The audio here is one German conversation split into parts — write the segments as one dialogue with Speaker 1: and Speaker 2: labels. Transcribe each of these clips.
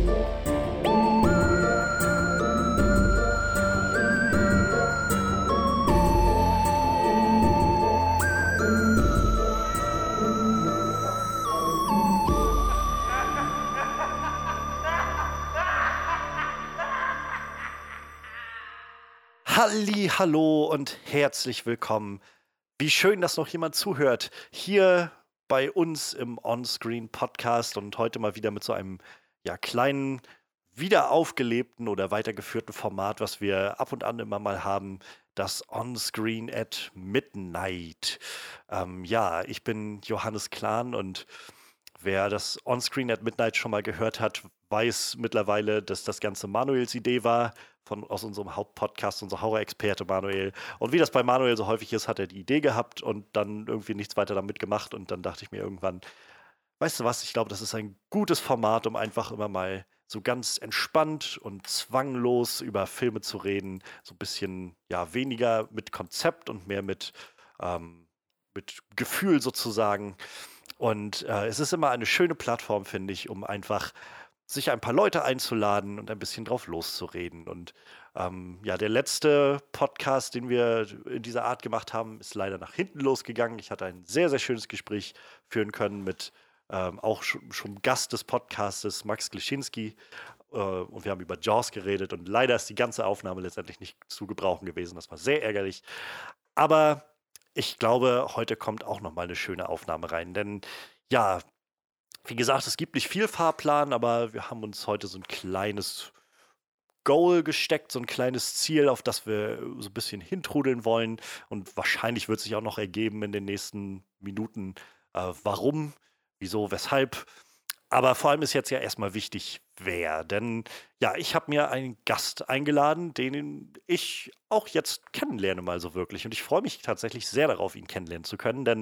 Speaker 1: Hallo und herzlich willkommen. Wie schön, dass noch jemand zuhört. Hier bei uns im Onscreen Podcast und heute mal wieder mit so einem kleinen, wieder aufgelebten oder weitergeführten Format, was wir ab und an immer mal haben, das Onscreen at Midnight. Ich bin Johannes Klahn und wer das Onscreen at Midnight schon mal gehört hat, weiß mittlerweile, dass das Ganze Manuels Idee war, aus unserem Hauptpodcast, unser Horror-Experte Manuel. Und wie das bei Manuel so häufig ist, hat er die Idee gehabt und dann irgendwie nichts weiter damit gemacht. Und dann dachte ich mir irgendwann, weißt du was, ich glaube, das ist ein gutes Format, um einfach immer mal so ganz entspannt und zwanglos über Filme zu reden. So ein bisschen, weniger mit Konzept und mehr mit Gefühl sozusagen. Und es ist immer eine schöne Plattform, finde ich, um einfach sich ein paar Leute einzuladen und ein bisschen drauf loszureden. Und der letzte Podcast, den wir in dieser Art gemacht haben, ist leider nach hinten losgegangen. Ich hatte ein sehr, sehr schönes Gespräch führen können mit auch schon Gast des Podcastes, Max Klischinski. Und wir haben über Jaws geredet und leider ist die ganze Aufnahme letztendlich nicht zu gebrauchen gewesen. Das war sehr ärgerlich. Aber ich glaube, heute kommt auch noch mal eine schöne Aufnahme rein, denn ja, wie gesagt, es gibt nicht viel Fahrplan, aber wir haben uns heute so ein kleines Goal gesteckt, so ein kleines Ziel, auf das wir so ein bisschen hintrudeln wollen. Und wahrscheinlich wird sich auch noch ergeben in den nächsten Minuten, warum, wieso, weshalb. Aber vor allem ist jetzt ja erstmal wichtig, wer. Denn ja, ich habe mir einen Gast eingeladen, den ich auch jetzt kennenlerne mal so wirklich. Und ich freue mich tatsächlich sehr darauf, ihn kennenlernen zu können. Denn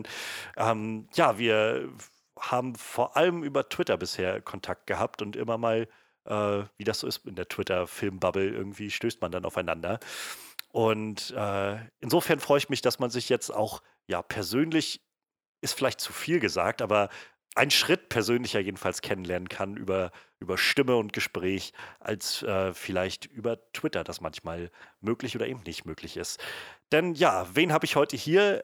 Speaker 1: wir haben vor allem über Twitter bisher Kontakt gehabt und immer mal, wie das so ist in der Twitter-Filmbubble, irgendwie stößt man dann aufeinander. Und insofern freue ich mich, dass man sich jetzt auch, persönlich, ist vielleicht zu viel gesagt, aber einen Schritt persönlicher jedenfalls kennenlernen kann über Stimme und Gespräch, als vielleicht über Twitter das manchmal möglich oder eben nicht möglich ist. Denn ja, wen habe ich heute hier?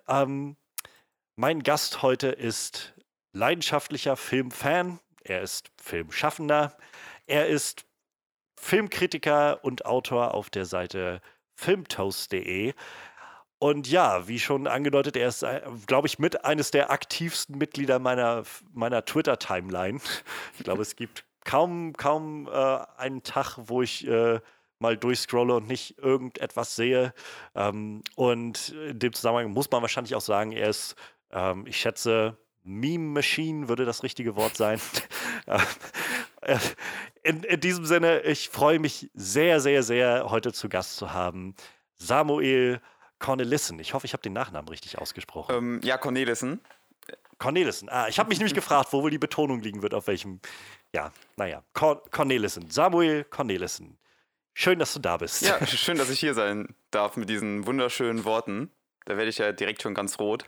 Speaker 1: Mein Gast heute ist leidenschaftlicher Filmfan, er ist Filmschaffender, er ist Filmkritiker und Autor auf der Seite filmtoast.de. Und ja, wie schon angedeutet, er ist, glaube ich, mit eines der aktivsten Mitglieder meiner Twitter-Timeline. Ich glaube, es gibt kaum einen Tag, wo ich mal durchscrolle und nicht irgendetwas sehe. Und in dem Zusammenhang muss man wahrscheinlich auch sagen, er ist, ich schätze, Meme Machine würde das richtige Wort sein. In diesem Sinne, ich freue mich sehr, sehr, sehr, heute zu Gast zu haben Samuel Cornelissen. Ich hoffe, ich habe den Nachnamen richtig ausgesprochen.
Speaker 2: Cornelissen.
Speaker 1: Cornelissen. Ich habe mich nämlich gefragt, wo wohl die Betonung liegen wird, auf welchem. Cornelissen. Samuel Cornelissen. Schön, dass du da bist.
Speaker 2: Ja, schön, dass ich hier sein darf mit diesen wunderschönen Worten. Da werde ich ja direkt schon ganz rot.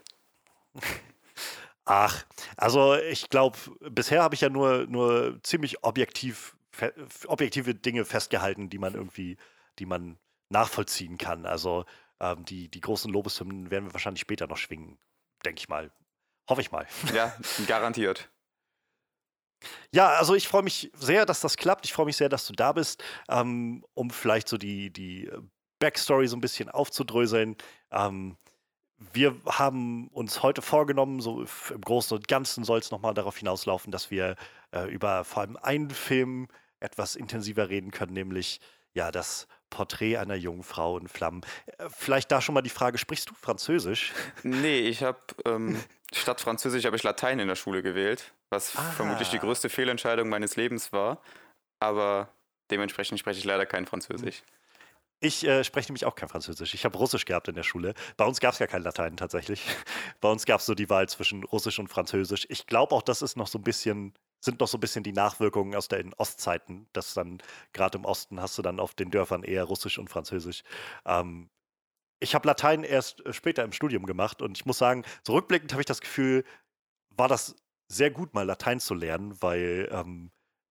Speaker 1: Ach, also ich glaube, bisher habe ich ja nur ziemlich objektive Dinge festgehalten, die man nachvollziehen kann. Also die großen Lobeshymnen werden wir wahrscheinlich später noch schwingen, denke ich mal. Hoffe ich mal.
Speaker 2: Ja, garantiert.
Speaker 1: Ja, also ich freue mich sehr, dass das klappt. Ich freue mich sehr, dass du da bist, um vielleicht so die Backstory so ein bisschen aufzudröseln. Wir haben uns heute vorgenommen, so im Großen und Ganzen soll es nochmal darauf hinauslaufen, dass wir über vor allem einen Film etwas intensiver reden können, nämlich das Porträt einer jungen Frau in Flammen. Vielleicht da schon mal die Frage, sprichst du Französisch?
Speaker 2: Nee, ich habe statt Französisch habe ich Latein in der Schule gewählt, was vermutlich die größte Fehlentscheidung meines Lebens war. Aber dementsprechend spreche ich leider kein Französisch.
Speaker 1: Ich spreche nämlich auch kein Französisch. Ich habe Russisch gehabt in der Schule. Bei uns gab es ja kein Latein tatsächlich. Bei uns gab es so die Wahl zwischen Russisch und Französisch. Ich glaube auch, das ist noch so ein bisschen, sind noch so ein bisschen die Nachwirkungen aus den Ostzeiten, dass dann gerade im Osten hast du dann auf den Dörfern eher Russisch und Französisch. Ich habe Latein erst später im Studium gemacht und ich muss sagen, so rückblickend habe ich das Gefühl, war das sehr gut, mal Latein zu lernen, weil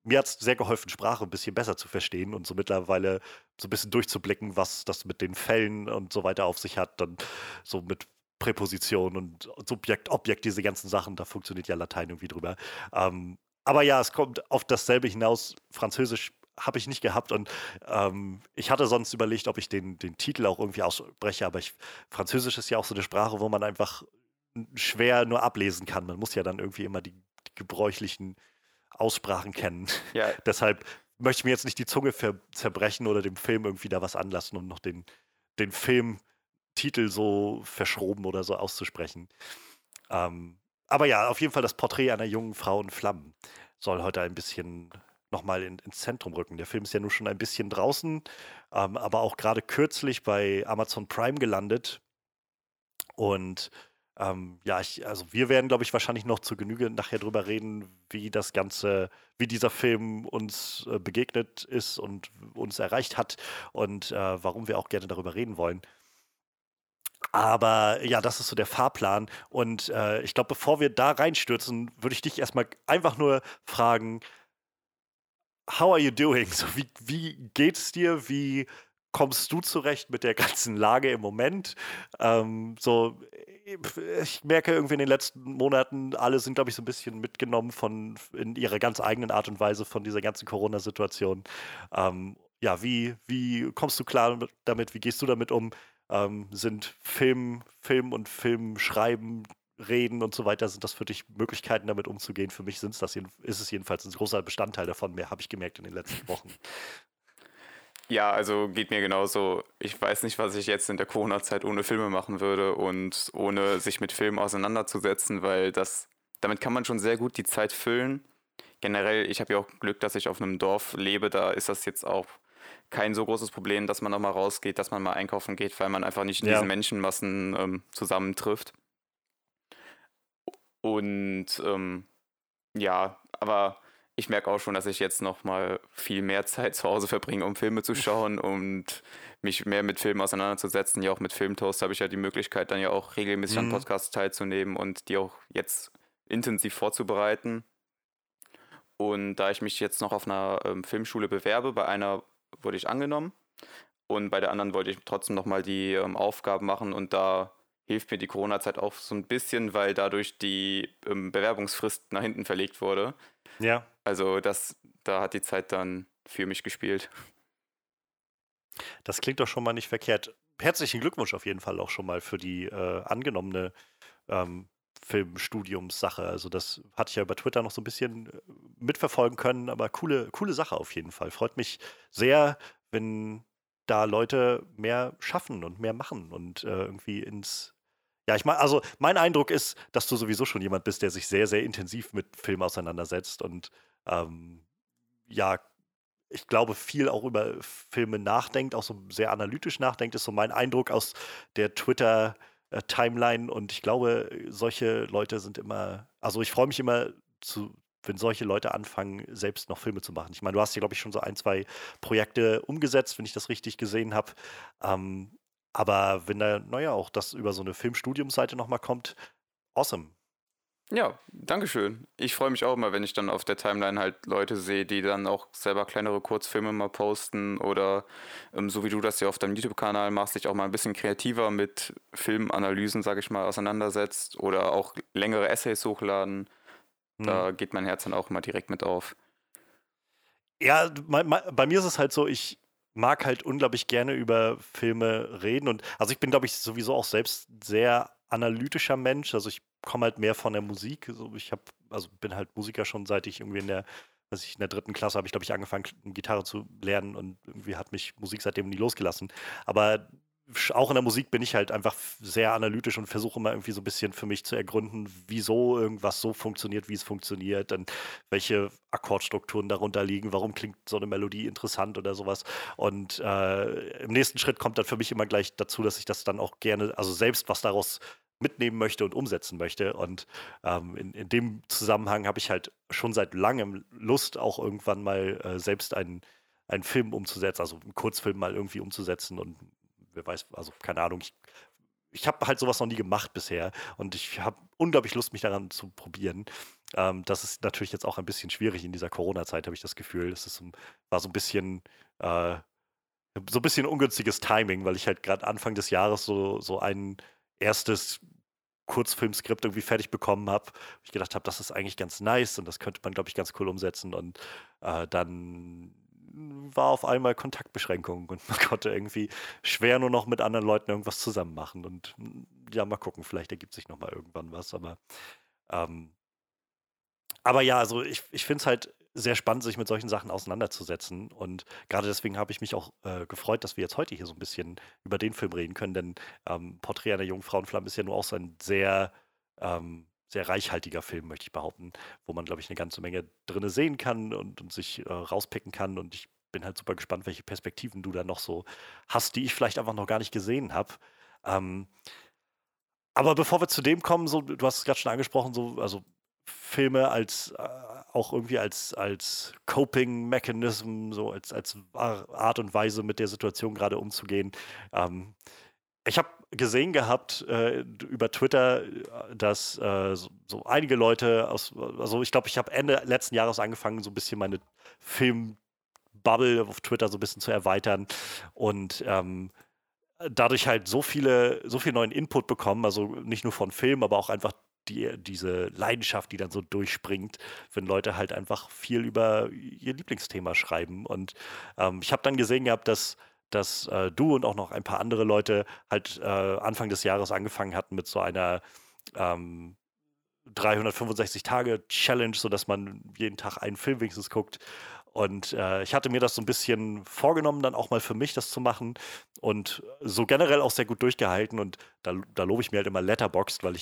Speaker 1: mir hat es sehr geholfen, Sprache ein bisschen besser zu verstehen und so mittlerweile so ein bisschen durchzublicken, was das mit den Fällen und so weiter auf sich hat. Dann so mit Präposition und Subjekt, Objekt, diese ganzen Sachen, da funktioniert ja Latein irgendwie drüber. Aber ja, es kommt auf dasselbe hinaus. Französisch habe ich nicht gehabt und ich hatte sonst überlegt, ob ich den Titel auch irgendwie ausspreche, aber Französisch ist ja auch so eine Sprache, wo man einfach schwer nur ablesen kann. Man muss ja dann irgendwie immer die gebräuchlichen Aussprachen kennen.
Speaker 2: Ja,
Speaker 1: Deshalb möchte ich mir jetzt nicht die Zunge zerbrechen oder dem Film irgendwie da was anlassen, um noch den Filmtitel so verschroben oder so auszusprechen. Aber ja, auf jeden Fall das Porträt einer jungen Frau in Flammen soll heute ein bisschen nochmal ins Zentrum rücken. Der Film ist ja nun schon ein bisschen draußen, aber auch gerade kürzlich bei Amazon Prime gelandet. Und ja, also wir werden, glaube ich, wahrscheinlich noch zur Genüge nachher drüber reden, wie dieser Film uns begegnet ist und uns erreicht hat und warum wir auch gerne darüber reden wollen. Aber ja, das ist so der Fahrplan. Und ich glaube, bevor wir da reinstürzen, würde ich dich erstmal einfach nur fragen, how are you doing? So, wie geht's dir? Wie kommst du zurecht mit der ganzen Lage im Moment? So, ich merke irgendwie in den letzten Monaten, alle sind, glaube ich, so ein bisschen mitgenommen in ihrer ganz eigenen Art und Weise von dieser ganzen Corona-Situation. Ja, wie kommst du klar damit? Wie gehst du damit um? Sind Film und Filmschreiben, Reden und so weiter, sind das für dich Möglichkeiten, damit umzugehen? Für mich ist es jedenfalls ein großer Bestandteil davon. Mehr habe ich gemerkt in den letzten Wochen.
Speaker 2: ja, also geht mir genauso. Ich weiß nicht, was ich jetzt in der Corona-Zeit ohne Filme machen würde und ohne sich mit Filmen auseinanderzusetzen, weil damit kann man schon sehr gut die Zeit füllen. Generell, ich habe ja auch Glück, dass ich auf einem Dorf lebe, da ist das jetzt auch kein so großes Problem, dass man auch mal rausgeht, dass man mal einkaufen geht, weil man einfach nicht in diesen
Speaker 1: Ja.
Speaker 2: Menschenmassen zusammentrifft. Und ja, aber ich merke auch schon, dass ich jetzt noch mal viel mehr Zeit zu Hause verbringe, um Filme zu schauen und mich mehr mit Filmen auseinanderzusetzen. Ja, auch mit Filmtoast habe ich ja die Möglichkeit, dann ja auch regelmäßig an
Speaker 1: Mhm.
Speaker 2: Podcasts teilzunehmen und die auch jetzt intensiv vorzubereiten. Und da ich mich jetzt noch auf einer Filmschule bewerbe, bei einer wurde ich angenommen und bei der anderen wollte ich trotzdem nochmal die Aufgaben machen und da hilft mir die Corona-Zeit auch so ein bisschen, weil dadurch die Bewerbungsfrist nach hinten verlegt wurde.
Speaker 1: Ja,
Speaker 2: Also da hat die Zeit dann für mich gespielt.
Speaker 1: das klingt doch schon mal nicht verkehrt. Herzlichen Glückwunsch auf jeden Fall auch schon mal für die angenommene ähm, Filmstudiumssache. Also das hatte ich ja über Twitter noch so ein bisschen mitverfolgen können, aber coole Sache auf jeden Fall. Freut mich sehr, wenn da Leute mehr schaffen und mehr machen und irgendwie ja, ich meine, also mein Eindruck ist, dass du sowieso schon jemand bist, der sich sehr, sehr intensiv mit Film auseinandersetzt und ähm, ja, ich glaube, viel auch über Filme nachdenkt, auch so sehr analytisch nachdenkt, ist so mein Eindruck aus der Twitter-Timeline. Und ich glaube, solche Leute sind immer, also ich freue mich immer, wenn solche Leute anfangen, selbst noch Filme zu machen. Ich meine, du hast ja, glaube ich, schon so ein, zwei Projekte umgesetzt, wenn ich das richtig gesehen habe. Aber wenn da, naja, auch das über so eine Filmstudiumsseite nochmal kommt, awesome.
Speaker 2: Ja, Dankeschön. Ich freue mich auch immer, wenn ich dann auf der Timeline halt Leute sehe, die dann auch selber kleinere Kurzfilme mal posten oder so wie du das ja auf deinem YouTube-Kanal machst, dich auch mal ein bisschen kreativer mit Filmanalysen, sage ich mal, auseinandersetzt oder auch längere Essays hochladen.
Speaker 1: Hm.
Speaker 2: Da geht mein Herz dann auch immer direkt mit auf.
Speaker 1: Ja, bei mir ist es halt so, ich mag halt unglaublich gerne über Filme reden und also ich bin, glaube ich, sowieso auch selbst sehr analytischer Mensch. Also ich komme halt mehr von der Musik. Also bin halt Musiker schon seit ich irgendwie in der dritten Klasse habe ich, glaube ich, angefangen, Gitarre zu lernen und irgendwie hat mich Musik seitdem nie losgelassen. Aber auch in der Musik bin ich halt einfach sehr analytisch und versuche immer irgendwie so ein bisschen für mich zu ergründen, wieso irgendwas so funktioniert, wie es funktioniert, dann welche Akkordstrukturen darunter liegen, warum klingt so eine Melodie interessant oder sowas. Und im nächsten Schritt kommt dann für mich immer gleich dazu, dass ich das dann auch gerne, also selbst was daraus mitnehmen möchte und umsetzen möchte. Und in dem Zusammenhang habe ich halt schon seit langem Lust, auch irgendwann mal selbst einen Film umzusetzen, also einen Kurzfilm mal irgendwie umzusetzen und wer weiß, also keine Ahnung, ich habe halt sowas noch nie gemacht bisher und ich habe unglaublich Lust, mich daran zu probieren. Das ist natürlich jetzt auch ein bisschen schwierig in dieser Corona-Zeit, habe ich das Gefühl. War äh, so ein bisschen ungünstiges Timing, weil ich halt gerade Anfang des Jahres so ein erstes Kurzfilmskript irgendwie fertig bekommen habe. Ich gedacht habe, das ist eigentlich ganz nice und das könnte man, glaube ich, ganz cool umsetzen. Und dann war auf einmal Kontaktbeschränkung und man konnte irgendwie schwer nur noch mit anderen Leuten irgendwas zusammen machen. Und ja, mal gucken, vielleicht ergibt sich noch mal irgendwann was. Ähm, aber ja, also ich finde es halt sehr spannend, sich mit solchen Sachen auseinanderzusetzen. Und gerade deswegen habe ich mich auch gefreut, dass wir jetzt heute hier so ein bisschen über den Film reden können, denn Porträt einer jungen Frauenflamme ist ja nur auch so ein sehr reichhaltiger Film, möchte ich behaupten, wo man, glaube ich, eine ganze Menge drinne sehen kann und sich rauspicken kann. Und ich bin halt super gespannt, welche Perspektiven du da noch so hast, die ich vielleicht einfach noch gar nicht gesehen habe. Ähm, aber bevor wir zu dem kommen, so, du hast es gerade schon angesprochen, so, also Filme auch irgendwie als Coping-Mechanism, so als Art und Weise, mit der Situation gerade umzugehen. Ähm, Ich habe gesehen gehabt über Twitter, dass so einige Leute also ich glaube, ich habe Ende letzten Jahres angefangen, so ein bisschen meine Filmbubble auf Twitter so ein bisschen zu erweitern und dadurch halt so viel neuen Input bekommen, also nicht nur von Filmen, aber auch einfach diese Leidenschaft, die dann so durchspringt, wenn Leute halt einfach viel über ihr Lieblingsthema schreiben. Und ich habe dann gesehen gehabt, dass du und auch noch ein paar andere Leute halt Anfang des Jahres angefangen hatten mit so einer ähm, 365-Tage-Challenge, sodass man jeden Tag einen Film wenigstens guckt. Und ich hatte mir das so ein bisschen vorgenommen, dann auch mal für mich das zu machen und so generell auch sehr gut durchgehalten. Und da lobe ich mir halt immer Letterboxd, weil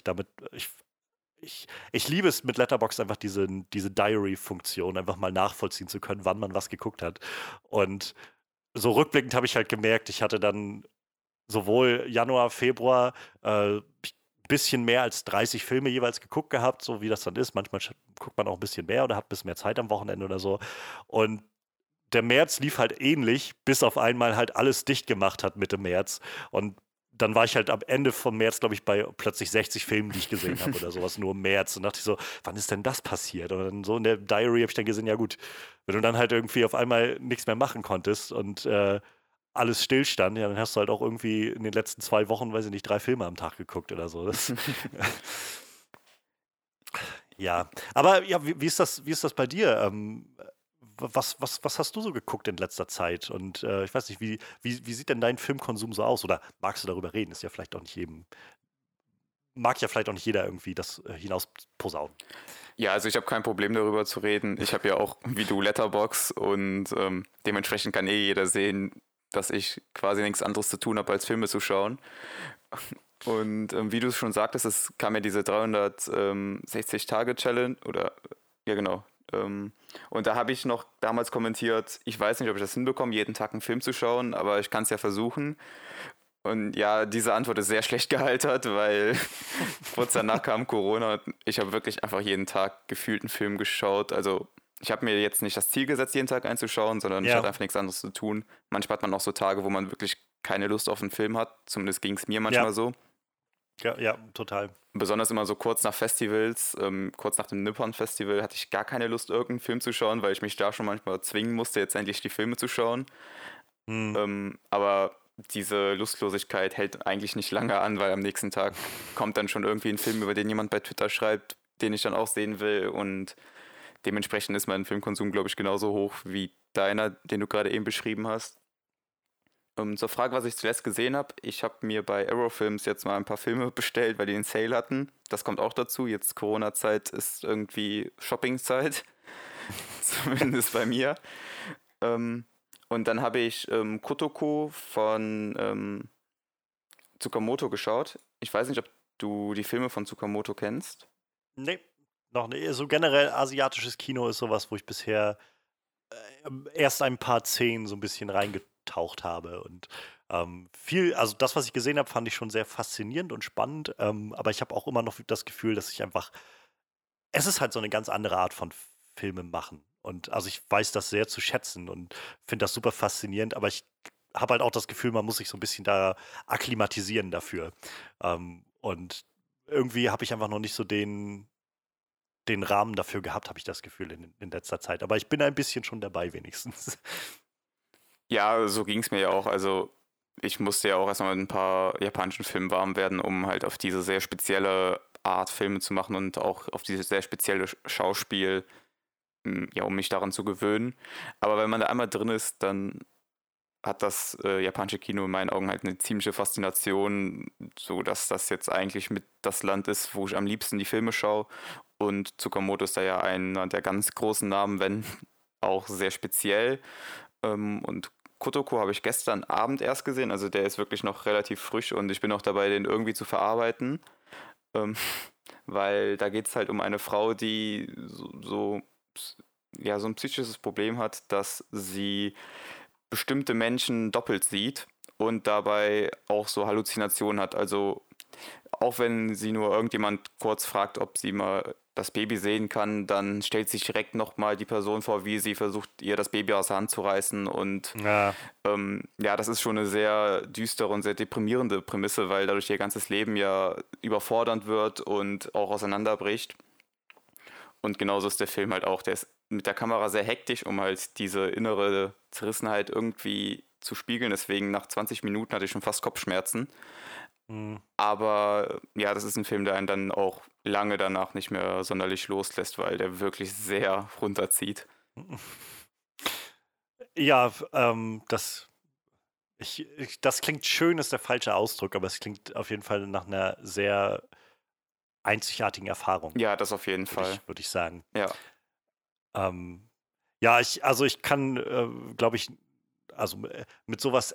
Speaker 1: ich liebe es mit Letterboxd einfach diese Diary-Funktion, einfach mal nachvollziehen zu können, wann man was geguckt hat. Und so rückblickend habe ich halt gemerkt, ich hatte dann sowohl Januar, Februar bisschen mehr als 30 Filme jeweils geguckt gehabt, so wie das dann ist. Manchmal guckt man auch ein bisschen mehr oder hat ein bisschen mehr Zeit am Wochenende oder so. Und der März lief halt ähnlich, bis auf einmal halt alles dicht gemacht hat Mitte März. Und dann war ich halt am Ende vom März, glaube ich, bei plötzlich 60 Filmen, die ich gesehen habe oder sowas, nur im März. Und dachte ich so, wann ist denn das passiert? Und dann so in der Diary habe ich dann gesehen, ja gut, wenn du dann halt irgendwie auf einmal nichts mehr machen konntest und alles stillstand, ja, dann hast du halt auch irgendwie in den letzten 2 Wochen, weiß ich nicht, 3 Filme am Tag geguckt oder so. Ja, aber ja, wie ist das bei dir? Was hast du so geguckt in letzter Zeit? Und ich weiß nicht, wie sieht denn dein Filmkonsum so aus? Oder magst du darüber reden? Mag ja vielleicht auch nicht jeder irgendwie das hinaus posaunen.
Speaker 2: Ja, also ich habe kein Problem darüber zu reden. Ich habe ja auch wie du Letterbox und dementsprechend kann jeder sehen, dass ich quasi nichts anderes zu tun habe, als Filme zu schauen. Und wie du es schon sagtest, es kam ja diese 360-Tage-Challenge oder ja genau. Und da habe ich noch damals kommentiert, ich weiß nicht, ob ich das hinbekomme, jeden Tag einen Film zu schauen, aber ich kann es ja versuchen. Und ja, diese Antwort ist sehr schlecht gealtert, weil kurz danach kam Corona und ich habe wirklich einfach jeden Tag gefühlt einen Film geschaut. Also ich habe mir jetzt nicht das Ziel gesetzt, jeden Tag einzuschauen, sondern ich hatte
Speaker 1: Ja,
Speaker 2: einfach nichts anderes zu tun. Manchmal hat man auch so Tage, wo man wirklich keine Lust auf einen Film hat. Zumindest ging es mir
Speaker 1: ja,
Speaker 2: manchmal so.
Speaker 1: ja, ja, total.
Speaker 2: Besonders immer so kurz nach Festivals, kurz nach dem Nippon-Festival hatte ich gar keine Lust, irgendeinen Film zu schauen, weil ich mich da schon manchmal zwingen musste, jetzt endlich die Filme zu schauen.
Speaker 1: Hm.
Speaker 2: Aber diese Lustlosigkeit hält eigentlich nicht lange an, weil am nächsten Tag kommt dann schon irgendwie ein Film, über den jemand bei Twitter schreibt, den ich dann auch sehen will. Und dementsprechend ist mein Filmkonsum, glaube ich, genauso hoch wie deiner, den du gerade eben beschrieben hast. Zur Frage, was ich zuletzt gesehen habe, ich habe mir bei Arrow Films jetzt mal ein paar Filme bestellt, weil die einen Sale hatten. Das kommt auch dazu. Jetzt Corona-Zeit ist irgendwie Shopping-Zeit, zumindest bei mir. Ähm, und dann habe ich Kotoko von Tsukamoto geschaut. Ich weiß nicht, ob du die Filme von Tsukamoto kennst.
Speaker 1: Nee, noch nicht. So generell asiatisches Kino ist sowas, wo ich bisher erst ein paar Szenen so ein bisschen reingetaucht habe. Und also das, was ich gesehen habe, fand ich schon sehr faszinierend und spannend. Aber ich habe auch immer noch das Gefühl, dass ich einfach, es ist halt so eine ganz andere Art von Filme machen. Und also ich weiß das sehr zu schätzen und finde das super faszinierend, aber ich habe halt auch das Gefühl, man muss sich so ein bisschen da akklimatisieren dafür. Und irgendwie habe ich einfach noch nicht so den Rahmen dafür gehabt, habe ich das Gefühl in letzter Zeit. Aber ich bin ein bisschen schon dabei wenigstens.
Speaker 2: Ja, so ging es mir ja auch. Also ich musste ja auch erstmal mit ein paar japanischen Filmen warm werden, um halt auf diese sehr spezielle Art Filme zu machen und auch auf dieses sehr spezielle Schauspiel, ja, um mich daran zu gewöhnen. Aber wenn man da einmal drin ist, dann hat das japanische Kino in meinen Augen halt eine ziemliche Faszination, so dass das jetzt eigentlich mit das Land ist, wo ich am liebsten die Filme schaue. Und Tsukamoto ist da ja einer der ganz großen Namen, wenn auch sehr speziell. Und Kotoko habe ich gestern Abend erst gesehen, also der ist wirklich noch relativ frisch und ich bin auch dabei, den irgendwie zu verarbeiten. Ähm, weil da geht es halt um eine Frau, die ja, so ein psychisches Problem hat, dass sie bestimmte Menschen doppelt sieht und dabei auch so Halluzinationen hat. Also auch wenn sie nur irgendjemand kurz fragt, ob sie mal das Baby sehen kann, dann stellt sich direkt nochmal die Person vor, wie sie versucht, ihr das Baby aus der Hand zu reißen. Und
Speaker 1: Ja.
Speaker 2: ja, das ist schon eine sehr düstere und sehr deprimierende Prämisse, weil dadurch ihr ganzes Leben ja überfordernd wird und auch auseinanderbricht. Und genauso ist der Film halt auch. Der ist mit der Kamera sehr hektisch, um halt diese innere Zerrissenheit irgendwie zu spiegeln. Deswegen nach 20 Minuten hatte ich schon fast Kopfschmerzen.
Speaker 1: Hm.
Speaker 2: Aber ja, das ist ein Film, der einen dann auch lange danach nicht mehr sonderlich loslässt, weil der wirklich sehr runterzieht.
Speaker 1: Ja, das klingt schön, ist der falsche Ausdruck, aber es klingt auf jeden Fall nach einer sehr einzigartigen Erfahrung,
Speaker 2: Ja, das auf jeden Fall.
Speaker 1: würd ich sagen.
Speaker 2: Ja.
Speaker 1: Ja, ich kann, glaube ich, also mit sowas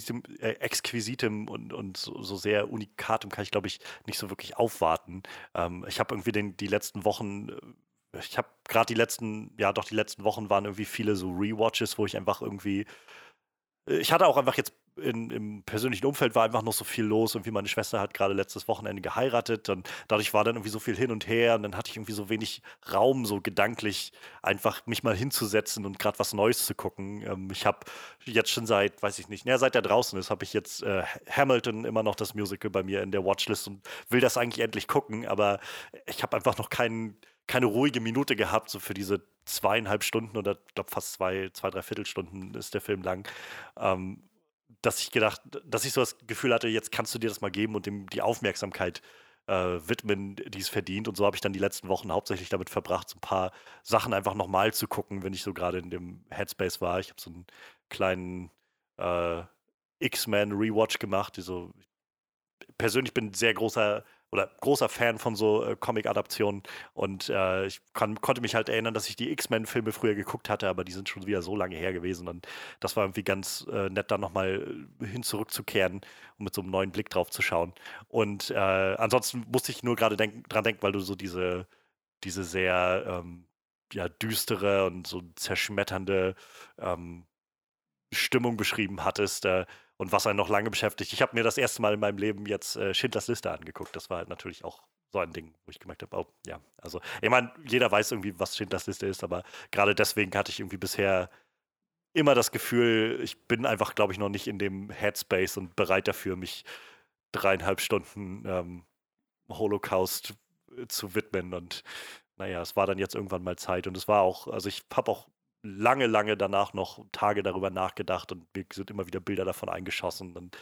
Speaker 1: Exquisitem und so sehr Unikatem kann ich, glaube ich, nicht so wirklich aufwarten. Ich habe irgendwie die letzten Wochen, ich habe gerade die letzten Wochen waren irgendwie viele so Rewatches, wo ich einfach irgendwie ich hatte auch einfach jetzt im persönlichen Umfeld war einfach noch so viel los. Irgendwie meine Schwester hat gerade letztes Wochenende geheiratet und dadurch war dann irgendwie so viel hin und her und dann hatte ich irgendwie so wenig Raum, so gedanklich einfach mich mal hinzusetzen und gerade was Neues zu gucken. Ich habe jetzt schon seit, weiß ich nicht, seit der draußen ist, habe ich jetzt Hamilton immer noch das Musical bei mir in der Watchlist und will das eigentlich endlich gucken, aber ich habe einfach noch keine ruhige Minute gehabt, so für diese 2,5 Stunden oder ich glaube fast zwei, dreiviertel Stunden ist der Film lang. Ähm, dass ich so das Gefühl hatte, jetzt kannst du dir das mal geben und dem die Aufmerksamkeit widmen, die es verdient. Und so habe ich dann die letzten Wochen hauptsächlich damit verbracht, so ein paar Sachen einfach nochmal zu gucken, wenn ich so gerade in dem Headspace war. Ich habe so einen kleinen äh, X-Men Rewatch gemacht. Persönlich bin ein sehr großer Fan von so Comic-Adaptionen und ich konnte mich halt erinnern, dass ich die X-Men-Filme früher geguckt hatte, aber die sind schon wieder so lange her gewesen und das war irgendwie ganz nett, da nochmal hin zurückzukehren und mit so einem neuen Blick drauf zu schauen. Und ansonsten musste ich nur gerade dran denken, weil du so diese sehr ja, düstere und so zerschmetternde ähm, Stimmung beschrieben hattest und was einen noch lange beschäftigt. Ich habe mir das erste Mal in meinem Leben jetzt Schindlers Liste angeguckt. Das war halt natürlich auch so ein Ding, wo ich gemerkt habe, oh ja, also ich meine, jeder weiß irgendwie, was Schindlers Liste ist, aber gerade deswegen hatte ich irgendwie bisher immer das Gefühl, ich bin einfach, glaube ich, noch nicht in dem Headspace und bereit dafür, mich 3,5 Stunden Holocaust zu widmen. Und naja, es war dann jetzt irgendwann mal Zeit. Und es war auch, also ich habe auch lange, lange danach noch Tage darüber nachgedacht und mir sind immer wieder Bilder davon eingeschossen. Und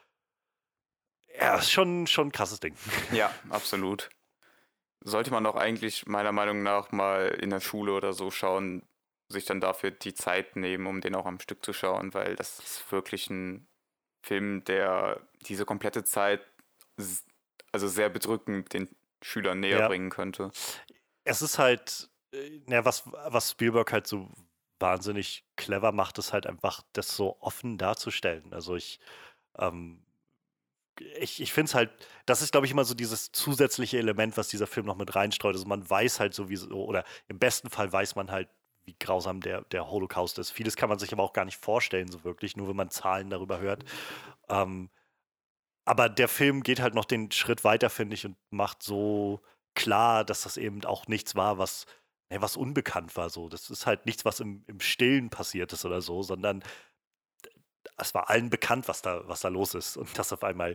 Speaker 1: ja, ist schon ein krasses Ding.
Speaker 2: Ja, absolut. Sollte man doch eigentlich meiner Meinung nach mal in der Schule oder so schauen, sich dann dafür die Zeit nehmen, um den auch am Stück zu schauen, weil das ist wirklich ein Film, der diese komplette Zeit also sehr bedrückend den Schülern näher
Speaker 1: Ja,
Speaker 2: bringen könnte.
Speaker 1: es ist halt, ja, was Spielberg halt so wahnsinnig clever macht, ist halt einfach, das so offen darzustellen. Also ähm, ich finde es halt, das ist, glaube ich, immer so dieses zusätzliche Element, was dieser Film noch mit reinstreut. Also man weiß halt sowieso, oder im besten Fall weiß man halt, wie grausam der Holocaust ist. Vieles kann man sich aber auch gar nicht vorstellen, so wirklich, nur wenn man Zahlen darüber hört. Ähm, aber der Film geht halt noch den Schritt weiter, finde ich, und macht so klar, dass das eben auch nichts war, was unbekannt war. So. Das ist halt nichts, was im Stillen passiert ist oder so, sondern es war allen bekannt, was da los ist. Und dass auf einmal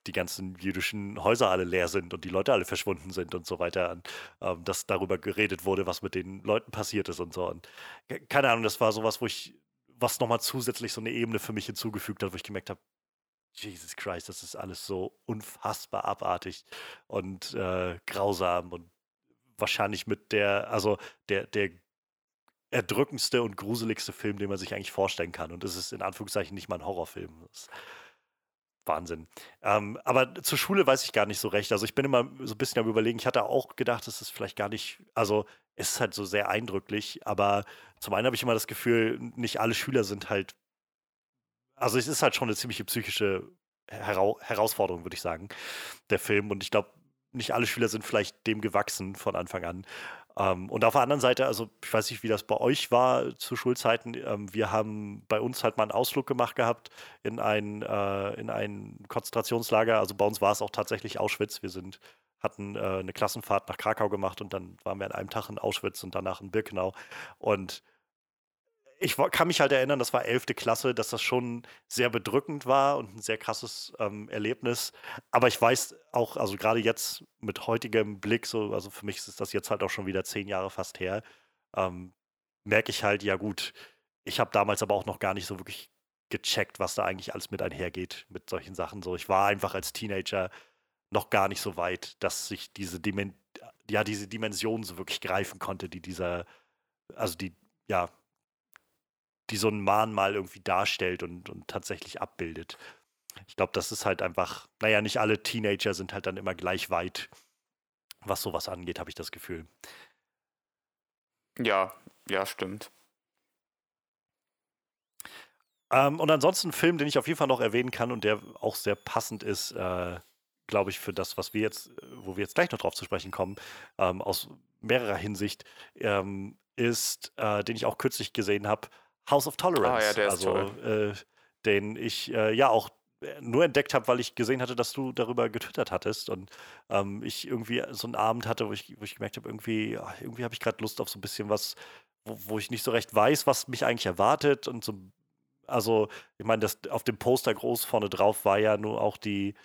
Speaker 1: die ganzen jüdischen Häuser alle leer sind und die Leute alle verschwunden sind und so weiter. Und, dass darüber geredet wurde, was mit den Leuten passiert ist und so. Und keine Ahnung, das war sowas, was nochmal zusätzlich so eine Ebene für mich hinzugefügt hat, wo ich gemerkt habe, Jesus Christ, das ist alles so unfassbar abartig und grausam und wahrscheinlich also der erdrückendste und gruseligste Film, den man sich eigentlich vorstellen kann. Und es ist in Anführungszeichen nicht mal ein Horrorfilm. Das ist Wahnsinn. Aber zur Schule weiß ich gar nicht so recht. Also ich bin immer so ein bisschen am Überlegen. Ich hatte auch gedacht, es ist vielleicht gar nicht, also es ist halt so sehr eindrücklich, aber zum einen habe ich immer das Gefühl, nicht alle Schüler sind halt, also es ist halt schon eine ziemliche psychische Herausforderung, würde ich sagen, der Film. Und ich glaube, nicht alle Schüler sind vielleicht dem gewachsen von Anfang an. Und auf der anderen Seite, also ich weiß nicht, wie das bei euch war zu Schulzeiten. Wir haben bei uns halt mal einen Ausflug gemacht gehabt in ein Konzentrationslager. Also bei uns war es auch tatsächlich Auschwitz. Hatten eine Klassenfahrt nach Krakau gemacht und dann waren wir an einem Tag in Auschwitz und danach in Birkenau. Und kann mich halt erinnern, das war 11. Klasse, dass das schon sehr bedrückend war und ein sehr krasses Erlebnis. Aber ich weiß auch, also gerade jetzt mit heutigem Blick, so, also für mich ist das jetzt halt auch schon wieder 10 Jahre fast her, ähm, merke ich halt, ja gut, ich habe damals aber auch noch gar nicht so wirklich gecheckt, was da eigentlich alles mit einhergeht mit solchen Sachen. So, ich war einfach als Teenager noch gar nicht so weit, dass ich diese Dimension so wirklich greifen konnte, also ja, die so ein Mahnmal irgendwie darstellt und tatsächlich abbildet. Ich glaube, das ist halt einfach, naja, nicht alle Teenager sind halt dann immer gleich weit, was sowas angeht, habe ich das Gefühl.
Speaker 2: Ja, ja, stimmt.
Speaker 1: Und ansonsten ein Film, den ich auf jeden Fall noch erwähnen kann und der auch sehr passend ist, glaube ich, für das, wo wir jetzt gleich noch drauf zu sprechen kommen, aus mehrerer Hinsicht, den ich auch kürzlich gesehen habe, House of
Speaker 2: Ah ja,
Speaker 1: Tolerance.
Speaker 2: der ist toll.
Speaker 1: Den ich ja auch nur entdeckt habe, weil ich gesehen hatte, dass du darüber getwittert hattest und ich irgendwie so einen Abend hatte, wo ich gemerkt habe, irgendwie habe ich gerade Lust auf so ein bisschen was, wo ich nicht so recht weiß, was mich eigentlich erwartet und so, also ich meine, das auf dem Poster groß vorne drauf war ja nur auch die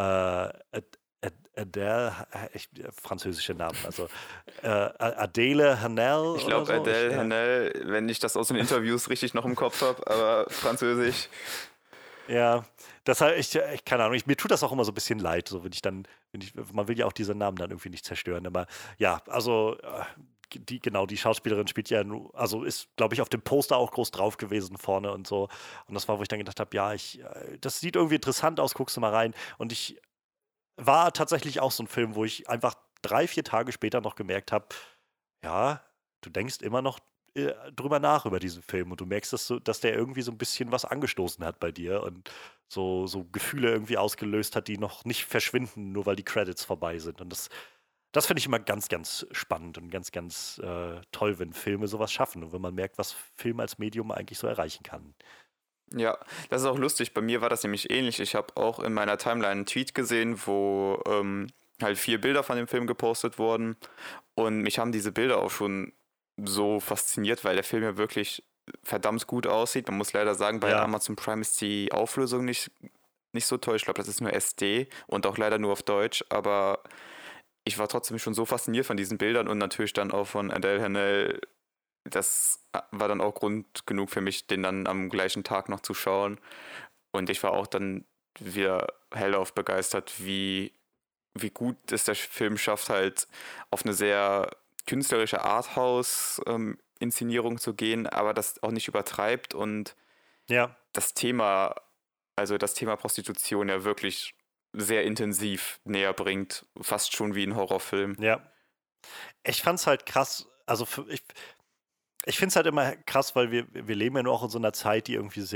Speaker 1: Adele, französische Namen, also Adele Hanel
Speaker 2: Ich
Speaker 1: oder
Speaker 2: glaube,
Speaker 1: so.
Speaker 2: Adele Haenel, wenn ich das aus den Interviews richtig noch im Kopf habe, aber Französisch.
Speaker 1: Ja, keine Ahnung, mir tut das auch immer so ein bisschen leid, so man will ja auch diese Namen dann irgendwie nicht zerstören, aber ja, also die Schauspielerin spielt ja nur, also ist, glaube ich, auf dem Poster auch groß drauf gewesen vorne und so. Und das war, wo ich dann gedacht habe, ja, das sieht irgendwie interessant aus, guckst du mal rein. Und ich war tatsächlich auch so ein Film, wo ich einfach 3, 4 Tage später noch gemerkt habe, ja, du denkst immer noch drüber nach über diesen Film und du merkst, dass der irgendwie so ein bisschen was angestoßen hat bei dir und so Gefühle irgendwie ausgelöst hat, die noch nicht verschwinden, nur weil die Credits vorbei sind. Und das finde ich immer ganz, ganz spannend und ganz, ganz toll, wenn Filme sowas schaffen und wenn man merkt, was Film als Medium eigentlich so erreichen kann.
Speaker 2: Ja, das ist auch lustig. Bei mir war das nämlich ähnlich. Ich habe auch in meiner Timeline einen Tweet gesehen, wo halt 4 Bilder von dem Film gepostet wurden. Und mich haben diese Bilder auch schon so fasziniert, weil der Film ja wirklich verdammt gut aussieht. Man muss leider sagen, bei
Speaker 1: Ja,
Speaker 2: Amazon Prime ist die Auflösung nicht so toll. Ich glaube, das ist nur SD und auch leider nur auf Deutsch. Aber ich war trotzdem schon so fasziniert von diesen Bildern und natürlich dann auch von Adele Haenel. Das war dann auch Grund genug für mich, den dann am gleichen Tag noch zu schauen. Und ich war auch dann wieder hellauf begeistert, wie gut es der Film schafft, halt auf eine sehr künstlerische Arthouse-Inszenierung zu gehen, aber das auch nicht übertreibt und
Speaker 1: ja,
Speaker 2: das Thema, also das Thema Prostitution ja wirklich sehr intensiv näher bringt, fast schon wie ein Horrorfilm.
Speaker 1: ja. Ich fand's halt krass, also ich finde es halt immer krass, weil wir leben ja nur auch in so einer Zeit, die irgendwie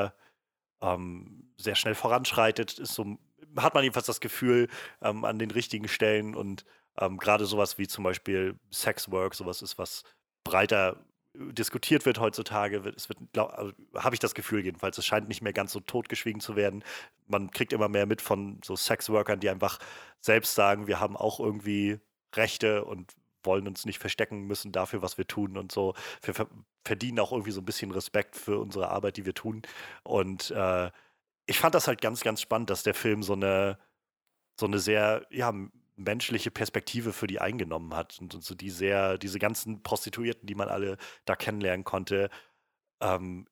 Speaker 1: sehr schnell voranschreitet. Hat man jedenfalls das Gefühl an den richtigen Stellen und gerade sowas wie zum Beispiel Sexwork, sowas ist, was breiter diskutiert wird heutzutage. Also, habe ich das Gefühl jedenfalls. Es scheint nicht mehr ganz so totgeschwiegen zu werden. Man kriegt immer mehr mit von so Sexworkern, die einfach selbst sagen, wir haben auch irgendwie Rechte und wollen uns nicht verstecken müssen dafür, was wir tun und so. Wir verdienen auch irgendwie so ein bisschen Respekt für unsere Arbeit, die wir tun. Und ich fand das halt ganz, ganz spannend, dass der Film so eine so eine sehr, ja, menschliche Perspektive für die eingenommen hat und so diese ganzen Prostituierten, die man alle da kennenlernen konnte, ähm,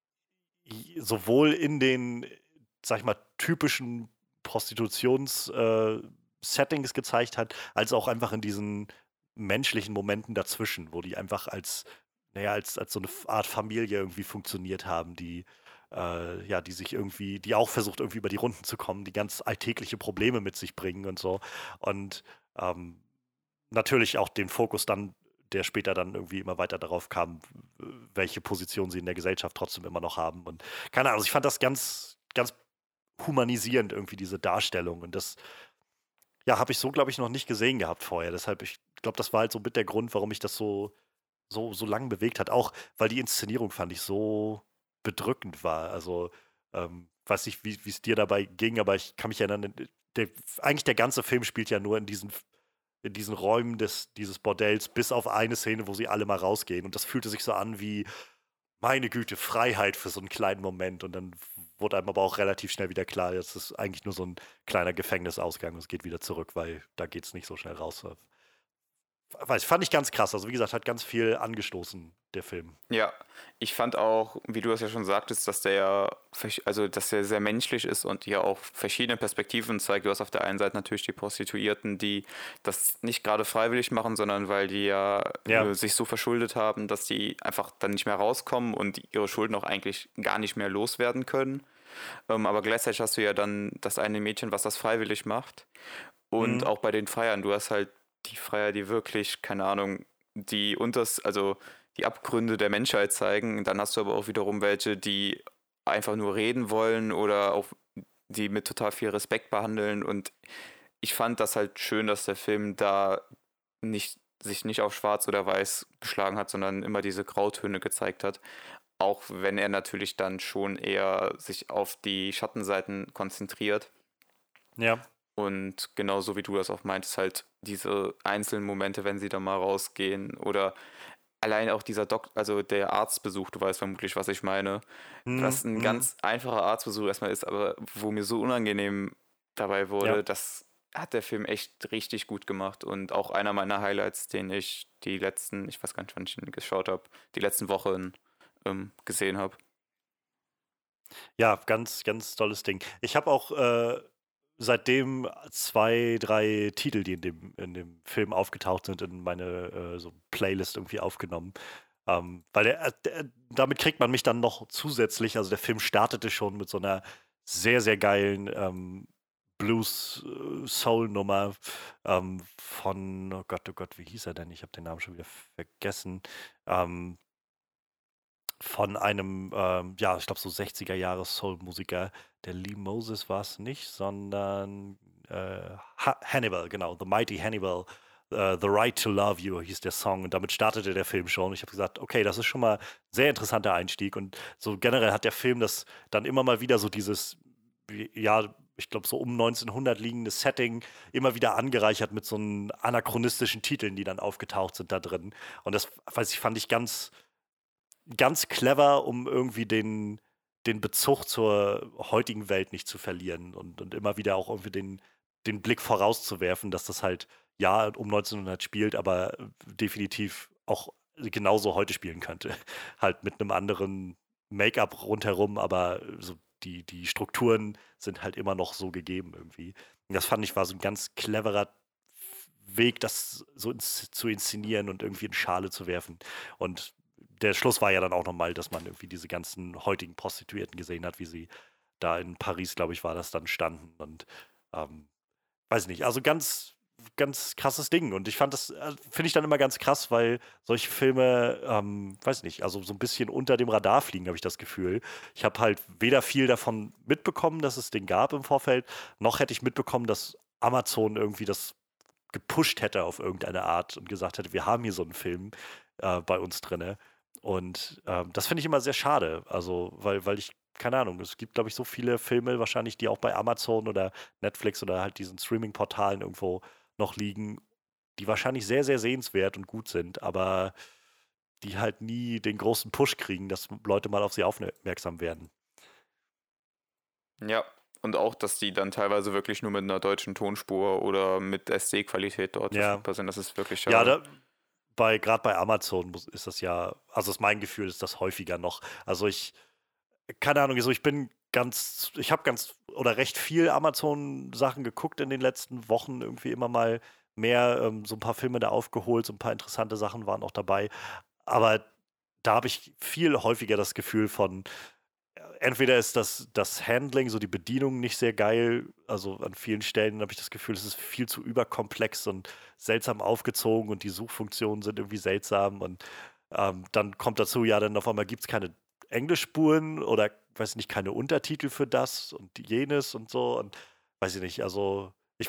Speaker 1: sowohl in den, sag ich mal, typischen Prostitutions-Settings gezeigt hat, als auch einfach in diesen menschlichen Momenten dazwischen, wo die einfach als so eine Art Familie irgendwie funktioniert haben, ja, die sich irgendwie, die auch versucht, irgendwie über die Runden zu kommen, die ganz alltägliche Probleme mit sich bringen und so. Und ähm, natürlich auch den Fokus dann, der später dann irgendwie immer weiter darauf kam, welche Position sie in der Gesellschaft trotzdem immer noch haben. Und keine Ahnung, also ich fand das ganz, ganz humanisierend irgendwie, diese Darstellung. Und das, ja, habe ich so, glaube ich, noch nicht gesehen gehabt vorher. Deshalb, ich glaube, das war halt so mit der Grund, warum mich das so lang bewegt hat. Auch weil die Inszenierung, fand ich, so bedrückend war. Also, weiß nicht, wie es dir dabei ging, aber ich kann mich erinnern, eigentlich der ganze Film spielt ja nur in diesen Räumen dieses Bordells, bis auf eine Szene, wo sie alle mal rausgehen. Und das fühlte sich so an wie, meine Güte, Freiheit für so einen kleinen Moment. Und dann wurde einem aber auch relativ schnell wieder klar, das ist eigentlich nur so ein kleiner Gefängnisausgang und es geht wieder zurück, weil da geht es nicht so schnell raus. Fand ich ganz krass. Also wie gesagt, hat ganz viel angestoßen, der Film.
Speaker 2: Ja, ich fand auch, wie du das ja schon sagtest, dass dass der sehr menschlich ist und ja auch verschiedene Perspektiven zeigt. Du hast auf der einen Seite natürlich die Prostituierten, die das nicht gerade freiwillig machen, sondern weil die ja
Speaker 1: Ja,
Speaker 2: sich so verschuldet haben, dass die einfach dann nicht mehr rauskommen und ihre Schulden auch eigentlich gar nicht mehr loswerden können. Aber gleichzeitig hast du ja dann das eine Mädchen, was das freiwillig macht. Und
Speaker 1: mhm.
Speaker 2: auch bei den Freiern, du hast halt die Freier, die wirklich, keine Ahnung, also die Abgründe der Menschheit zeigen. Dann hast du aber auch wiederum welche, die einfach nur reden wollen oder auch die mit total viel Respekt behandeln. Und ich fand das halt schön, dass der Film da sich nicht auf Schwarz oder Weiß geschlagen hat, sondern immer diese Grautöne gezeigt hat. Auch wenn er natürlich dann schon eher sich auf die Schattenseiten konzentriert.
Speaker 1: Ja,
Speaker 2: Und genauso wie du das auch meintest, halt diese einzelnen Momente, wenn sie da mal rausgehen oder allein auch also der Arztbesuch, du weißt vermutlich, was ich meine,
Speaker 1: mhm.
Speaker 2: was ein
Speaker 1: Mhm.
Speaker 2: ganz einfacher Arztbesuch erstmal ist, aber wo mir so unangenehm dabei
Speaker 1: Ja.
Speaker 2: wurde, das hat der Film echt richtig gut gemacht und auch einer meiner Highlights, den ich ich weiß gar nicht, wann ich ihn geschaut habe, die letzten Wochen gesehen habe.
Speaker 1: Ja, ganz, ganz tolles Ding. Ich habe auch seitdem 2, 3 Titel, die in dem Film aufgetaucht sind, in meine so Playlist irgendwie aufgenommen. Weil damit kriegt man mich dann noch zusätzlich, also der Film startete schon mit so einer sehr, sehr geilen Blues-Soul-Nummer oh Gott, wie hieß er denn? Ich habe den Namen schon wieder vergessen. Ähm, von einem, ja, ich glaube, so 60er Jahre Soul-Musiker. Der Lee Moses war es nicht, sondern Hannibal, genau, The Mighty Hannibal. The Right to Love You hieß der Song und damit startete der Film schon. Ich habe gesagt, okay, das ist schon mal ein sehr interessanter Einstieg und so generell hat der Film das dann immer mal wieder so ja, ich glaube, so um 1900 liegendes Setting immer wieder angereichert mit so anachronistischen Titeln, die dann aufgetaucht sind da drin. Und das, weiß ich, fand ich ganz, ganz clever, um irgendwie den Bezug zur heutigen Welt nicht zu verlieren und immer wieder auch irgendwie den Blick vorauszuwerfen, dass das halt, ja, um 1900 spielt, aber definitiv auch genauso heute spielen könnte. Halt mit einem anderen Make-up rundherum, aber so die Strukturen sind halt immer noch so gegeben irgendwie. Und das fand ich war so ein ganz cleverer Weg, das so zu inszenieren und irgendwie in Schale zu werfen. Und der Schluss war ja dann auch nochmal, dass man irgendwie diese ganzen heutigen Prostituierten gesehen hat, wie sie da in Paris, glaube ich, war das dann standen. Und ähm, weiß nicht, also ganz, ganz krasses Ding. Und ich fand das, finde ich dann immer ganz krass, weil solche Filme, weiß nicht, also so ein bisschen unter dem Radar fliegen, habe ich das Gefühl. Ich habe halt weder viel davon mitbekommen, dass es den gab im Vorfeld, noch hätte ich mitbekommen, dass Amazon irgendwie das gepusht hätte auf irgendeine Art und gesagt hätte, wir haben hier so einen Film bei uns drinne. Und das finde ich immer sehr schade. Also, weil ich, keine Ahnung, es gibt, glaube ich, so viele Filme wahrscheinlich, die auch bei Amazon oder Netflix oder halt diesen Streaming-Portalen irgendwo noch liegen, die wahrscheinlich sehr, sehr sehenswert und gut sind, aber die halt nie den großen Push kriegen, dass Leute mal auf sie aufmerksam werden.
Speaker 2: Ja, Und auch, dass die dann teilweise wirklich nur mit einer deutschen Tonspur oder mit SD-Qualität dort
Speaker 1: Ja.
Speaker 2: verfügbar sind. Das ist wirklich
Speaker 1: Ja,
Speaker 2: schade.
Speaker 1: gerade bei Amazon ist das ja, also ist mein Gefühl, ist das häufiger noch. Also keine Ahnung, so ich habe ganz oder recht viel Amazon-Sachen geguckt in den letzten Wochen, irgendwie immer mal mehr, so ein paar Filme da aufgeholt, so ein paar interessante Sachen waren auch dabei. Aber da habe ich viel häufiger das Gefühl von, entweder ist das Handling, so die Bedienung nicht sehr geil, also an vielen Stellen habe ich das Gefühl, es ist viel zu überkomplex und seltsam aufgezogen und die Suchfunktionen sind irgendwie seltsam und dann kommt dazu, ja, dann auf einmal gibt es keine Englischspuren oder, weiß ich nicht, keine Untertitel für das und jenes und so und weiß ich nicht, also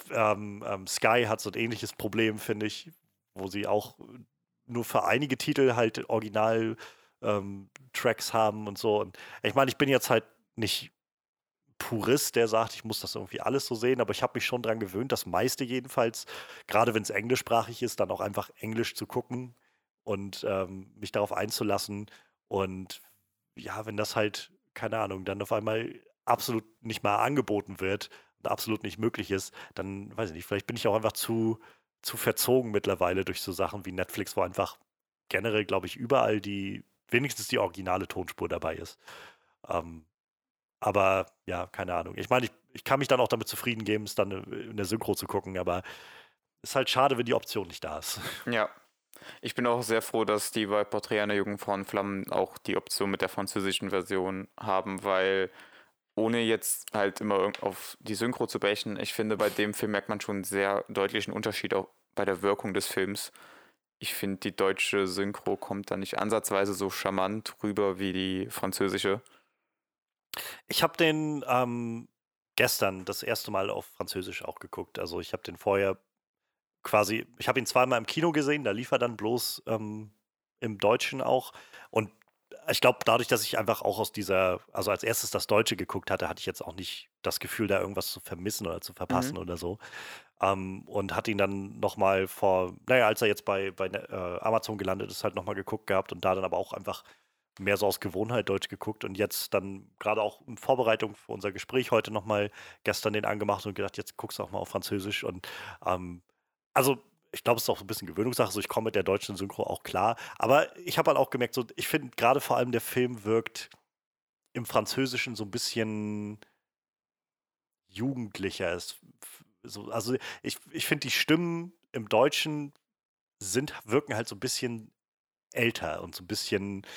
Speaker 1: Sky hat so ein ähnliches Problem, finde ich, wo sie auch nur für einige Titel halt Original Tracks haben und so. Und ich meine, ich bin jetzt halt nicht Purist, der sagt, ich muss das irgendwie alles so sehen, aber ich habe mich schon dran gewöhnt, das meiste jedenfalls, gerade wenn es englischsprachig ist, dann auch einfach Englisch zu gucken und mich darauf einzulassen. Und ja, wenn das halt, keine Ahnung, dann auf einmal absolut nicht mal angeboten wird und absolut nicht möglich ist, dann weiß ich nicht, vielleicht bin ich auch einfach zu verzogen mittlerweile durch so Sachen wie Netflix, wo einfach generell, glaube ich, überall wenigstens die originale Tonspur dabei ist. Ähm, aber ja, keine Ahnung. Ich meine, ich kann mich dann auch damit zufrieden geben, es dann in der Synchro zu gucken, aber es ist halt schade, wenn die Option nicht da ist.
Speaker 2: Ja. Ich bin auch sehr froh, dass die bei Porträt einer jungen Frau in Flammen auch die Option mit der französischen Version haben, weil ohne jetzt halt immer auf die Synchro zu brechen, ich finde, bei dem Film merkt man schon einen sehr deutlichen Unterschied auch bei der Wirkung des Films. Ich finde, die deutsche Synchro kommt da nicht ansatzweise so charmant rüber wie die französische.
Speaker 1: Ich habe den gestern das erste Mal auf Französisch auch geguckt. Also ich habe den vorher ich habe ihn zweimal im Kino gesehen, da lief er dann bloß im Deutschen auch. Und ich glaube, dadurch, dass ich einfach auch also als erstes das Deutsche geguckt hatte ich jetzt auch nicht das Gefühl, da irgendwas zu vermissen oder zu
Speaker 2: Mhm.
Speaker 1: verpassen oder so. Und hat ihn dann nochmal naja, als er jetzt bei Amazon gelandet ist, halt nochmal geguckt gehabt und da dann aber auch einfach mehr so aus Gewohnheit Deutsch geguckt und jetzt dann gerade auch in Vorbereitung für unser Gespräch heute nochmal gestern den angemacht und gedacht, jetzt guckst du auch mal auf Französisch und ähm, also ich glaube, es ist auch so ein bisschen Gewöhnungssache, so ich komme mit der deutschen Synchro auch klar, aber ich habe halt auch gemerkt, so ich finde gerade vor allem der Film wirkt im Französischen so ein bisschen jugendlicher. Also ich finde die Stimmen im Deutschen wirken halt so ein bisschen älter und so ein bisschen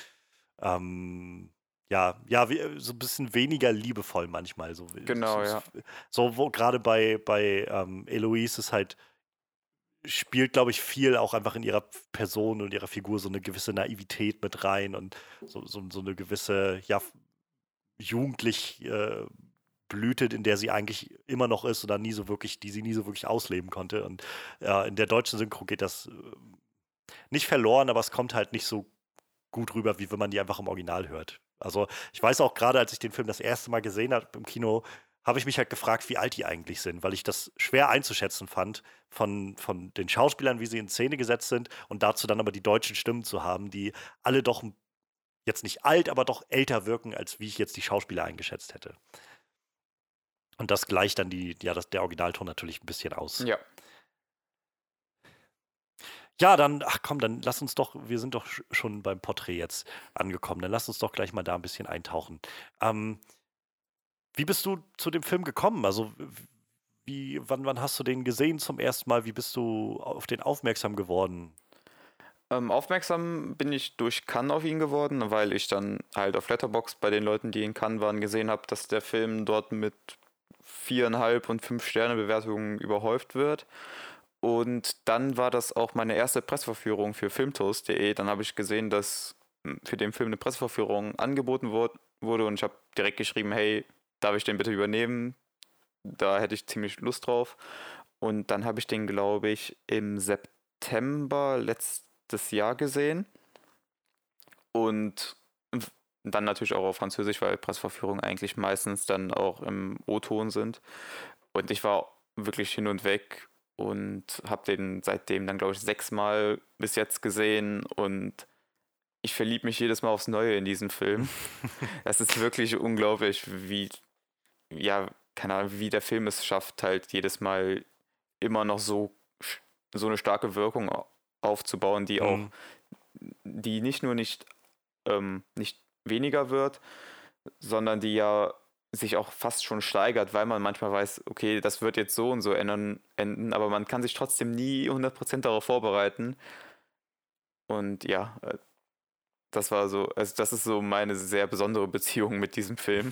Speaker 1: ja, so ein bisschen weniger liebevoll manchmal.
Speaker 2: Genau, ja.
Speaker 1: So wo gerade bei Eloise ist halt, spielt, glaube ich, viel auch einfach in ihrer Person und ihrer Figur so eine gewisse Naivität mit rein und so eine gewisse, ja, jugendlich Blüte, in der sie eigentlich immer noch ist oder die sie nie so wirklich ausleben konnte. Und in der deutschen Synchro geht das nicht verloren, aber es kommt halt nicht so gut rüber, wie wenn man die einfach im Original hört. Also ich weiß auch gerade, als ich den Film das erste Mal gesehen habe im Kino, habe ich mich halt gefragt, wie alt die eigentlich sind, weil ich das schwer einzuschätzen fand von den Schauspielern, wie sie in Szene gesetzt sind und dazu dann aber die deutschen Stimmen zu haben, die alle doch jetzt nicht alt, aber doch älter wirken, als wie ich jetzt die Schauspieler eingeschätzt hätte. Und das gleicht dann der Originalton natürlich ein bisschen aus.
Speaker 2: Ja.
Speaker 1: Ja, dann, ach komm, dann lass uns doch, wir sind doch schon beim Porträt jetzt angekommen, dann lass uns doch gleich mal da ein bisschen eintauchen. Ähm, Wie bist du zu dem Film gekommen? Also, wann hast du den gesehen zum ersten Mal? Wie bist du auf den aufmerksam geworden?
Speaker 2: Aufmerksam bin ich durch Cannes auf ihn geworden, weil ich dann halt auf Letterboxd bei den Leuten, die in Cannes waren, gesehen habe, dass der Film dort mit 4,5 und 5 Sterne Bewertungen überhäuft wird. Und dann war das auch meine erste Presseverführung für filmtoast.de. Dann habe ich gesehen, dass für den Film eine Presseverführung angeboten wurde und ich habe direkt geschrieben, hey, darf ich den bitte übernehmen? Da hätte ich ziemlich Lust drauf. Und dann habe ich den, glaube ich, im September letztes Jahr gesehen. Und dann natürlich auch auf Französisch, weil Presseverführungen eigentlich meistens dann auch im O-Ton sind. Und ich war wirklich hin und weg und habe den seitdem dann, glaube ich, 6-mal bis jetzt gesehen. Und ich verliebe mich jedes Mal aufs Neue in diesen Film. Das ist wirklich unglaublich, wie, ja, keine Ahnung, wie der Film es schafft, halt jedes Mal immer noch so eine starke Wirkung aufzubauen,
Speaker 1: Mhm.
Speaker 2: die nicht nur nicht weniger wird, sondern die ja sich auch fast schon steigert, weil man manchmal weiß, okay, das wird jetzt so und so enden, aber man kann sich trotzdem nie 100% darauf vorbereiten. Und ja, also das ist so meine sehr besondere Beziehung mit diesem Film.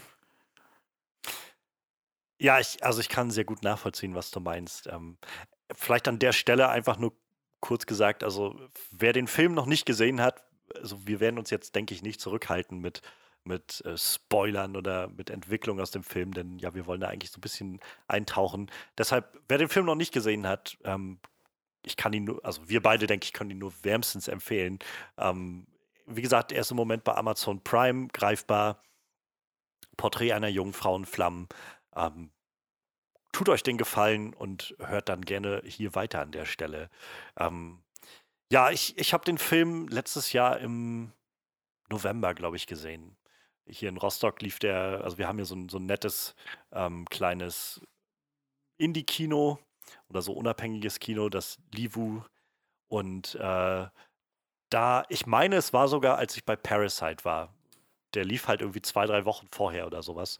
Speaker 1: Ja, also ich kann sehr gut nachvollziehen, was du meinst. Vielleicht an der Stelle einfach nur kurz gesagt, also wer den Film noch nicht gesehen hat, also wir werden uns jetzt, denke ich, nicht zurückhalten mit Spoilern oder mit Entwicklung aus dem Film, denn ja, wir wollen da eigentlich so ein bisschen eintauchen. Deshalb, wer den Film noch nicht gesehen hat, ich kann ihn nur, also wir beide, denke ich, können ihn nur wärmstens empfehlen. Ähm, Wie gesagt, er ist im Moment bei Amazon Prime greifbar. Porträt einer jungen Frau in Flammen. Ähm, Tut euch den Gefallen und hört dann gerne hier weiter an der Stelle. Ähm, ja, ich habe den Film letztes Jahr im November, glaube ich, gesehen. Hier in Rostock lief der, also wir haben hier so ein nettes kleines Indie-Kino oder so unabhängiges Kino, das Livu. Und ich meine, es war sogar, als ich bei Parasite war. Der lief halt irgendwie 2, 3 Wochen vorher oder sowas.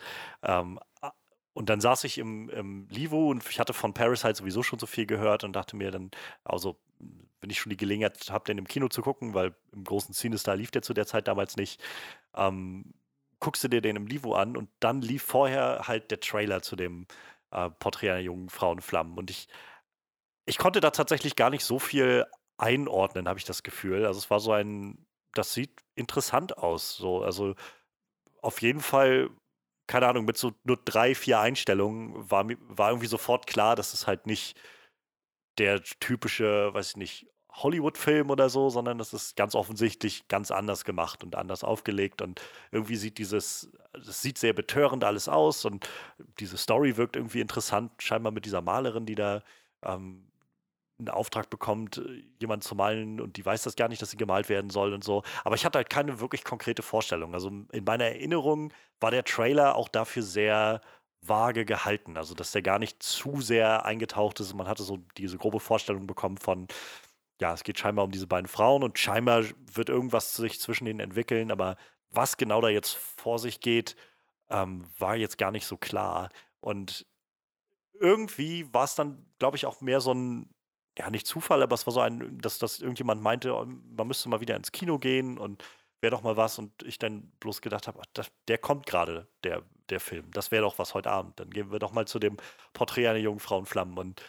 Speaker 1: Und dann saß ich im Livo und ich hatte von Parasite sowieso schon so viel gehört und dachte mir dann, also, wenn ich schon die Gelegenheit habe, den im Kino zu gucken, weil im großen CineStar lief der zu der Zeit damals nicht, ähm, guckst du dir den im Livo an und dann lief vorher halt der Trailer zu dem Porträt einer jungen Frau in Flammen. Und ich konnte da tatsächlich gar nicht so viel einordnen, habe ich das Gefühl. Also es war das sieht interessant aus. So, also auf jeden Fall, keine Ahnung, mit so nur 3, 4 Einstellungen war irgendwie sofort klar, dass es halt nicht der typische, weiß ich nicht, Hollywood-Film oder so, sondern das ist ganz offensichtlich ganz anders gemacht und anders aufgelegt und irgendwie es sieht sehr betörend alles aus und diese Story wirkt irgendwie interessant, scheinbar mit dieser Malerin, die da ähm, einen Auftrag bekommt, jemanden zu malen und die weiß das gar nicht, dass sie gemalt werden soll und so. Aber ich hatte halt keine wirklich konkrete Vorstellung. Also in meiner Erinnerung war der Trailer auch dafür sehr vage gehalten. Also dass der gar nicht zu sehr eingetaucht ist. Man hatte so diese grobe Vorstellung bekommen von, ja, es geht scheinbar um diese beiden Frauen und scheinbar wird irgendwas sich zwischen denen entwickeln. Aber was genau da jetzt vor sich geht, war jetzt gar nicht so klar. Und irgendwie war es dann, glaube ich, auch mehr so ein, ja, nicht Zufall, aber es war so dass irgendjemand meinte, man müsste mal wieder ins Kino gehen und wäre doch mal was und ich dann bloß gedacht habe, der kommt gerade, der Film. Das wäre doch was heute Abend. Dann gehen wir doch mal zu dem Porträt einer jungen Frau in Flammen. Und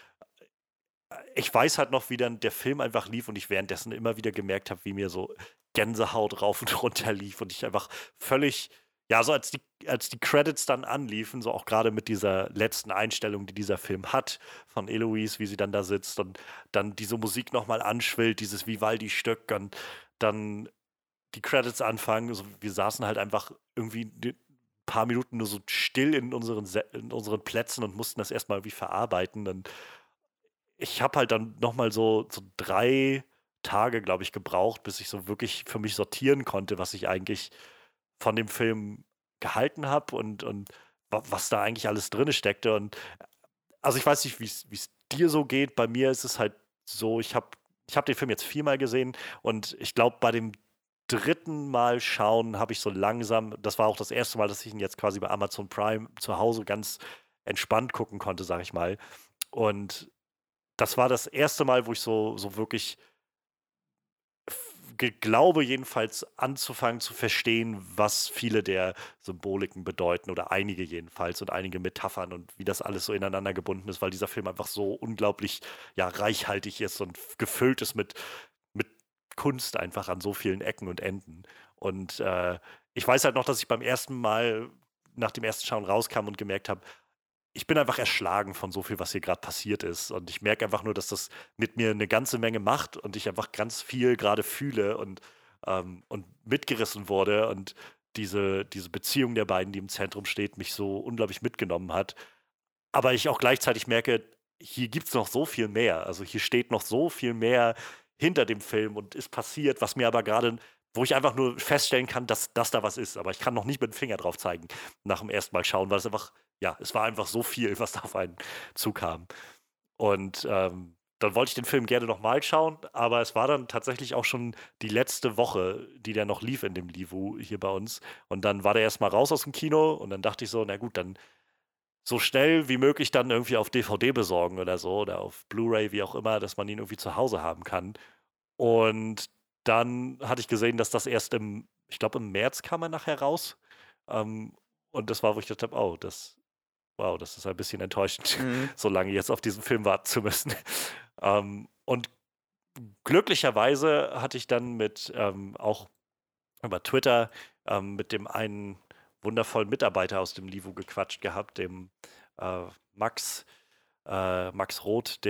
Speaker 1: ich weiß halt noch, wie dann der Film einfach lief und ich währenddessen immer wieder gemerkt habe, wie mir so Gänsehaut rauf und runter lief und ich einfach völlig, ja, so als die Credits dann anliefen, so auch gerade mit dieser letzten Einstellung, die dieser Film hat, von Eloise, wie sie dann da sitzt und dann diese Musik nochmal anschwillt, dieses Vivaldi-Stück und dann die Credits anfangen. So, wir saßen halt einfach irgendwie ein paar Minuten nur so still in unseren Plätzen und mussten das erstmal irgendwie verarbeiten. Und ich habe halt dann noch mal so 3 Tage, glaube ich, gebraucht, bis ich so wirklich für mich sortieren konnte, was ich eigentlich von dem Film gehalten habe und wa was da eigentlich alles drin steckte. Und also, ich weiß nicht, wie es dir so geht. Bei mir ist es halt so, ich habe den Film jetzt viermal gesehen und ich glaube, bei dem dritten Mal schauen habe ich so langsam, das war auch das erste Mal, dass ich ihn jetzt quasi bei Amazon Prime zu Hause ganz entspannt gucken konnte, sage ich mal. Und das war das erste Mal, wo ich so wirklich glaube jedenfalls anzufangen zu verstehen, was viele der Symboliken bedeuten oder einige jedenfalls und einige Metaphern und wie das alles so ineinander gebunden ist, weil dieser Film einfach so unglaublich, ja, reichhaltig ist und gefüllt ist mit Kunst einfach an so vielen Ecken und Enden. Und ich weiß halt noch, dass ich beim ersten Mal nach dem ersten Schauen rauskam und gemerkt habe, ich bin einfach erschlagen von so viel, was hier gerade passiert ist. Und ich merke einfach nur, dass das mit mir eine ganze Menge macht und ich einfach ganz viel gerade fühle und mitgerissen wurde. Und diese Beziehung der beiden, die im Zentrum steht, mich so unglaublich mitgenommen hat. Aber ich auch gleichzeitig merke, hier gibt es noch so viel mehr. Also hier steht noch so viel mehr hinter dem Film und ist passiert, was mir aber gerade, wo ich einfach nur feststellen kann, dass da was ist. Aber ich kann noch nicht mit dem Finger drauf zeigen nach dem ersten Mal schauen, weil es einfach ja, es war einfach so viel, was da auf einen zukam. Und dann wollte ich den Film gerne nochmal schauen, aber es war dann tatsächlich auch schon die letzte Woche, die der noch lief in dem Livu hier bei uns. Und dann war der erstmal raus aus dem Kino und dann dachte ich so, na gut, dann so schnell wie möglich dann irgendwie auf DVD besorgen oder so oder auf Blu-ray, wie auch immer, dass man ihn irgendwie zu Hause haben kann. Und dann hatte ich gesehen, dass das erst ich glaube, im März kam er nachher raus. Ähm, und das war, wo ich gedacht habe, oh, wow, das ist ein bisschen enttäuschend,
Speaker 2: Mhm.
Speaker 1: so lange jetzt auf diesen Film warten zu müssen. Und glücklicherweise hatte ich dann auch über Twitter mit dem einen wundervollen Mitarbeiter aus dem Livu gequatscht gehabt, dem äh, Max, Max Roth,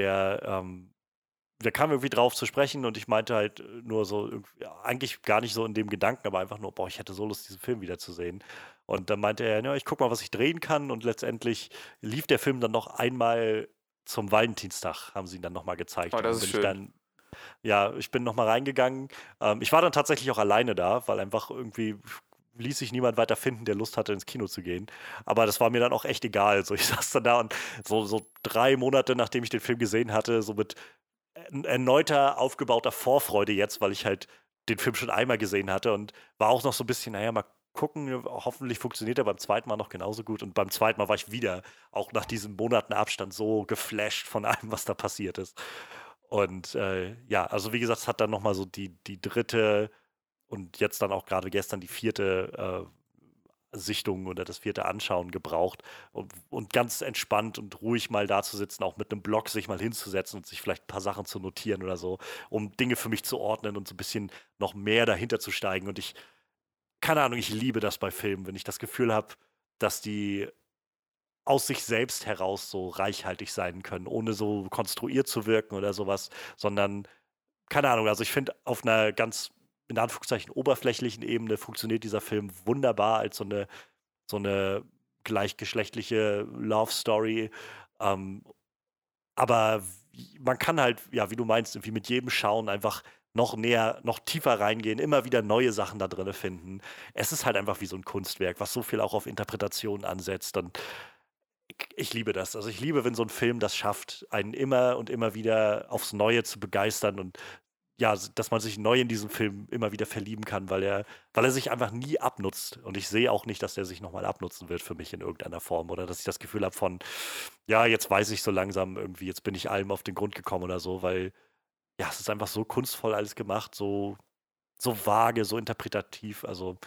Speaker 1: der kam irgendwie drauf zu sprechen und ich meinte halt nur so, ja, eigentlich gar nicht so in dem Gedanken, aber einfach nur, boah, ich hätte so Lust, diesen Film wiederzusehen. Und dann meinte er, ja, ich guck mal, was ich drehen kann. Und letztendlich lief der Film dann noch einmal zum Valentinstag, haben sie ihn dann nochmal gezeigt.
Speaker 2: Oh,
Speaker 1: Und
Speaker 2: das
Speaker 1: dann
Speaker 2: ist
Speaker 1: bin ich
Speaker 2: schön.
Speaker 1: dann, ja, ich bin nochmal reingegangen. Ich war dann tatsächlich auch alleine da, weil einfach irgendwie ließ sich niemand weiter finden, der Lust hatte, ins Kino zu gehen. Aber das war mir dann auch echt egal. So, ich saß dann da und so 3 Monate, nachdem ich den Film gesehen hatte, so mit erneuter aufgebauter Vorfreude jetzt, weil ich halt den Film schon einmal gesehen hatte und war auch noch so ein bisschen, naja, mal gucken, hoffentlich funktioniert er beim zweiten Mal noch genauso gut. Und beim zweiten Mal war ich wieder, auch nach diesen Monaten Abstand, so geflasht von allem, was da passiert ist. Und ja, also wie gesagt, es hat dann nochmal so die dritte und jetzt dann auch gerade gestern die vierte Sichtung oder das vierte Anschauen gebraucht und ganz entspannt und ruhig mal da zu sitzen, auch mit einem Block sich mal hinzusetzen und sich vielleicht ein paar Sachen zu notieren oder so, um Dinge für mich zu ordnen und so ein bisschen noch mehr dahinter zu steigen. Und keine Ahnung, ich liebe das bei Filmen, wenn ich das Gefühl habe, dass die aus sich selbst heraus so reichhaltig sein können, ohne so konstruiert zu wirken oder sowas, sondern keine Ahnung, also ich finde, auf einer ganz, in Anführungszeichen, oberflächlichen Ebene funktioniert dieser Film wunderbar als so eine gleichgeschlechtliche Love Story. Ähm, aber man kann halt, ja, wie du meinst, irgendwie mit jedem Schauen einfach noch näher, noch tiefer reingehen, immer wieder neue Sachen da drin finden. Es ist halt einfach wie so ein Kunstwerk, was so viel auch auf Interpretation ansetzt. Und ich liebe das. Also ich liebe, wenn so ein Film das schafft, einen immer und immer wieder aufs Neue zu begeistern und ja, dass man sich neu in diesen Film immer wieder verlieben kann, weil er sich einfach nie abnutzt. Und ich sehe auch nicht, dass der sich nochmal abnutzen wird für mich in irgendeiner Form. Oder dass ich das Gefühl habe von, ja, jetzt weiß ich so langsam irgendwie, jetzt bin ich allem auf den Grund gekommen oder so, weil ja, es ist einfach so kunstvoll alles gemacht, so vage, so interpretativ. Also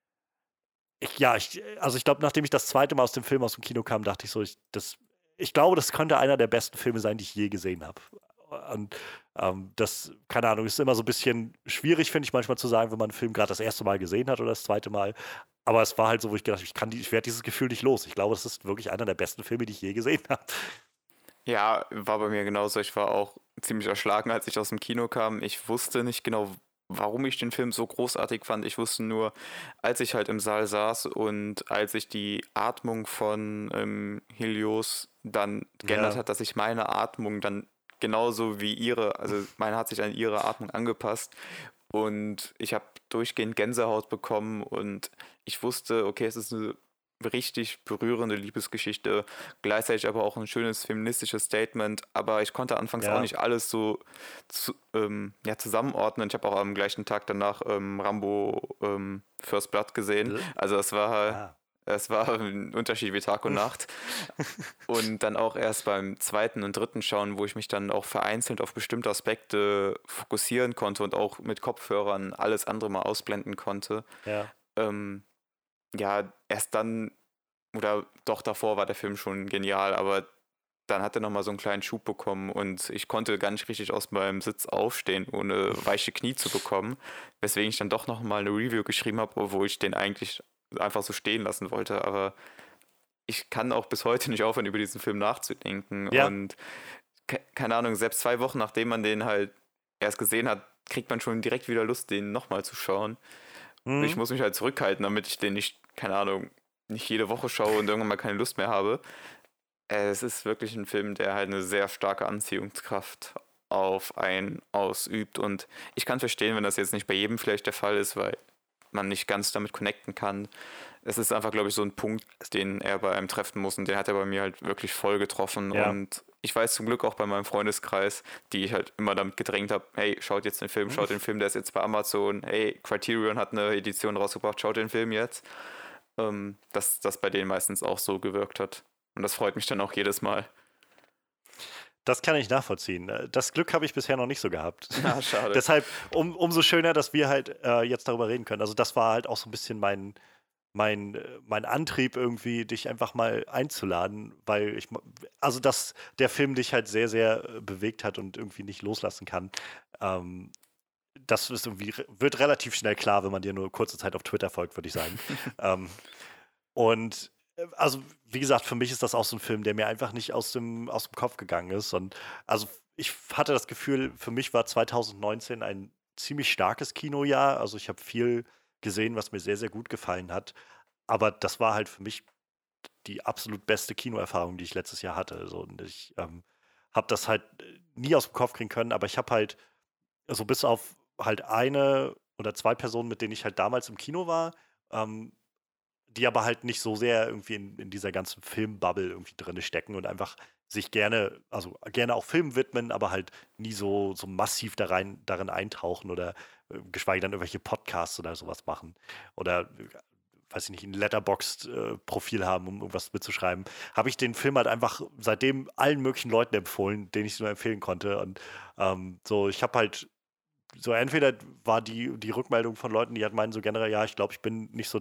Speaker 1: also ich glaube, nachdem ich das zweite Mal aus dem Film aus dem Kino kam, dachte ich so, ich glaube, das könnte einer der besten Filme sein, die ich je gesehen habe. Und das, keine Ahnung, ist immer so ein bisschen schwierig, finde ich manchmal zu sagen, wenn man einen Film gerade das erste Mal gesehen hat oder das zweite Mal. Aber es war halt so, wo ich gedacht habe, ich werde dieses Gefühl nicht los. Ich glaube, das ist wirklich einer der besten Filme, die ich je gesehen habe.
Speaker 2: Ja, war bei mir genauso. Ich war auch ziemlich erschlagen, als ich aus dem Kino kam. Ich wusste nicht genau, warum ich den Film so großartig fand. Ich wusste nur, als ich halt im Saal saß und als ich die Atmung von Helios dann geändert
Speaker 1: Ja,
Speaker 2: hat, dass ich meine Atmung dann genauso wie ihre, also meine hat sich an ihre Atmung angepasst und ich habe durchgehend Gänsehaut bekommen und ich wusste, okay, es ist eine richtig berührende Liebesgeschichte, gleichzeitig aber auch ein schönes feministisches Statement, aber ich konnte anfangs auch
Speaker 1: ja.
Speaker 2: nicht alles so ja, zusammenordnen. Ich habe auch am gleichen Tag danach Rambo First Blood gesehen,
Speaker 1: Bl-
Speaker 2: also
Speaker 1: Ah.
Speaker 2: es war ein Unterschied wie Tag und Nacht. Und dann auch erst beim zweiten und dritten Schauen, wo ich mich dann auch vereinzelt auf bestimmte Aspekte fokussieren konnte und auch mit Kopfhörern alles andere mal ausblenden konnte.
Speaker 1: Ja.
Speaker 2: Ähm, ja, erst dann, oder doch davor war der Film schon genial, aber dann hat er nochmal so einen kleinen Schub bekommen und ich konnte gar nicht richtig aus meinem Sitz aufstehen, ohne weiche Knie zu bekommen, weswegen ich dann doch nochmal eine Review geschrieben habe, wo ich den eigentlich einfach so stehen lassen wollte, aber ich kann auch bis heute nicht aufhören, über diesen Film nachzudenken.
Speaker 1: Ja.
Speaker 2: Und keine Ahnung, selbst 2 Wochen nachdem man den halt erst gesehen hat, kriegt man schon direkt wieder Lust, den nochmal zu schauen. Ich
Speaker 1: Mhm.
Speaker 2: muss mich halt zurückhalten, damit ich den nicht, keine Ahnung, nicht jede Woche schaue und irgendwann mal keine Lust mehr habe. Es ist wirklich ein Film, der halt eine sehr starke Anziehungskraft auf einen ausübt. Und ich kann verstehen, wenn das jetzt nicht bei jedem vielleicht der Fall ist, weil man nicht ganz damit connecten kann. Es ist einfach, glaube ich, so ein Punkt, den er bei einem treffen muss und den hat er bei mir halt wirklich voll getroffen
Speaker 1: Ja.
Speaker 2: und ich weiß zum Glück auch bei meinem Freundeskreis, die ich halt immer damit gedrängt habe, hey, schaut jetzt den Film, der ist jetzt bei Amazon, hey, Criterion hat eine Edition rausgebracht, schaut den Film jetzt. Dass das bei denen meistens auch so gewirkt hat. Und das freut mich dann auch jedes Mal.
Speaker 1: Das kann ich nachvollziehen. Das Glück habe ich bisher noch nicht so gehabt.
Speaker 2: Na, schade.
Speaker 1: Deshalb umso schöner, dass wir halt jetzt darüber reden können. Also das war halt auch so ein bisschen mein Antrieb irgendwie, dich einfach mal einzuladen, weil dass der Film dich halt sehr, sehr bewegt hat und irgendwie nicht loslassen kann. Das ist wird relativ schnell klar, wenn man dir nur kurze Zeit auf Twitter folgt, würde ich sagen. Und also, wie gesagt, für mich ist das auch so ein Film, der mir einfach nicht aus dem Kopf gegangen ist. Und also ich hatte das Gefühl, für mich war 2019 ein ziemlich starkes Kinojahr. Also ich habe viel gesehen, was mir sehr, sehr gut gefallen hat. Aber das war halt für mich die absolut beste Kinoerfahrung, die ich letztes Jahr hatte. So, und ich habe das halt nie aus dem Kopf kriegen können, aber ich habe halt, also bis auf halt eine oder zwei Personen, mit denen ich halt damals im Kino war, ähm, die aber halt nicht so sehr irgendwie in dieser ganzen Filmbubble irgendwie drin stecken und einfach sich gerne auch Filmen widmen, aber halt nie so massiv darin eintauchen oder geschweige denn irgendwelche Podcasts oder sowas machen. Oder weiß ich nicht, ein Letterboxd-Profil haben, um irgendwas mitzuschreiben, habe ich den Film halt einfach seitdem allen möglichen Leuten empfohlen, denen ich es nur empfehlen konnte. Und so, ich habe halt so entweder war die Rückmeldung von Leuten, die halt meinen so generell, ja, ich glaube, ich bin nicht so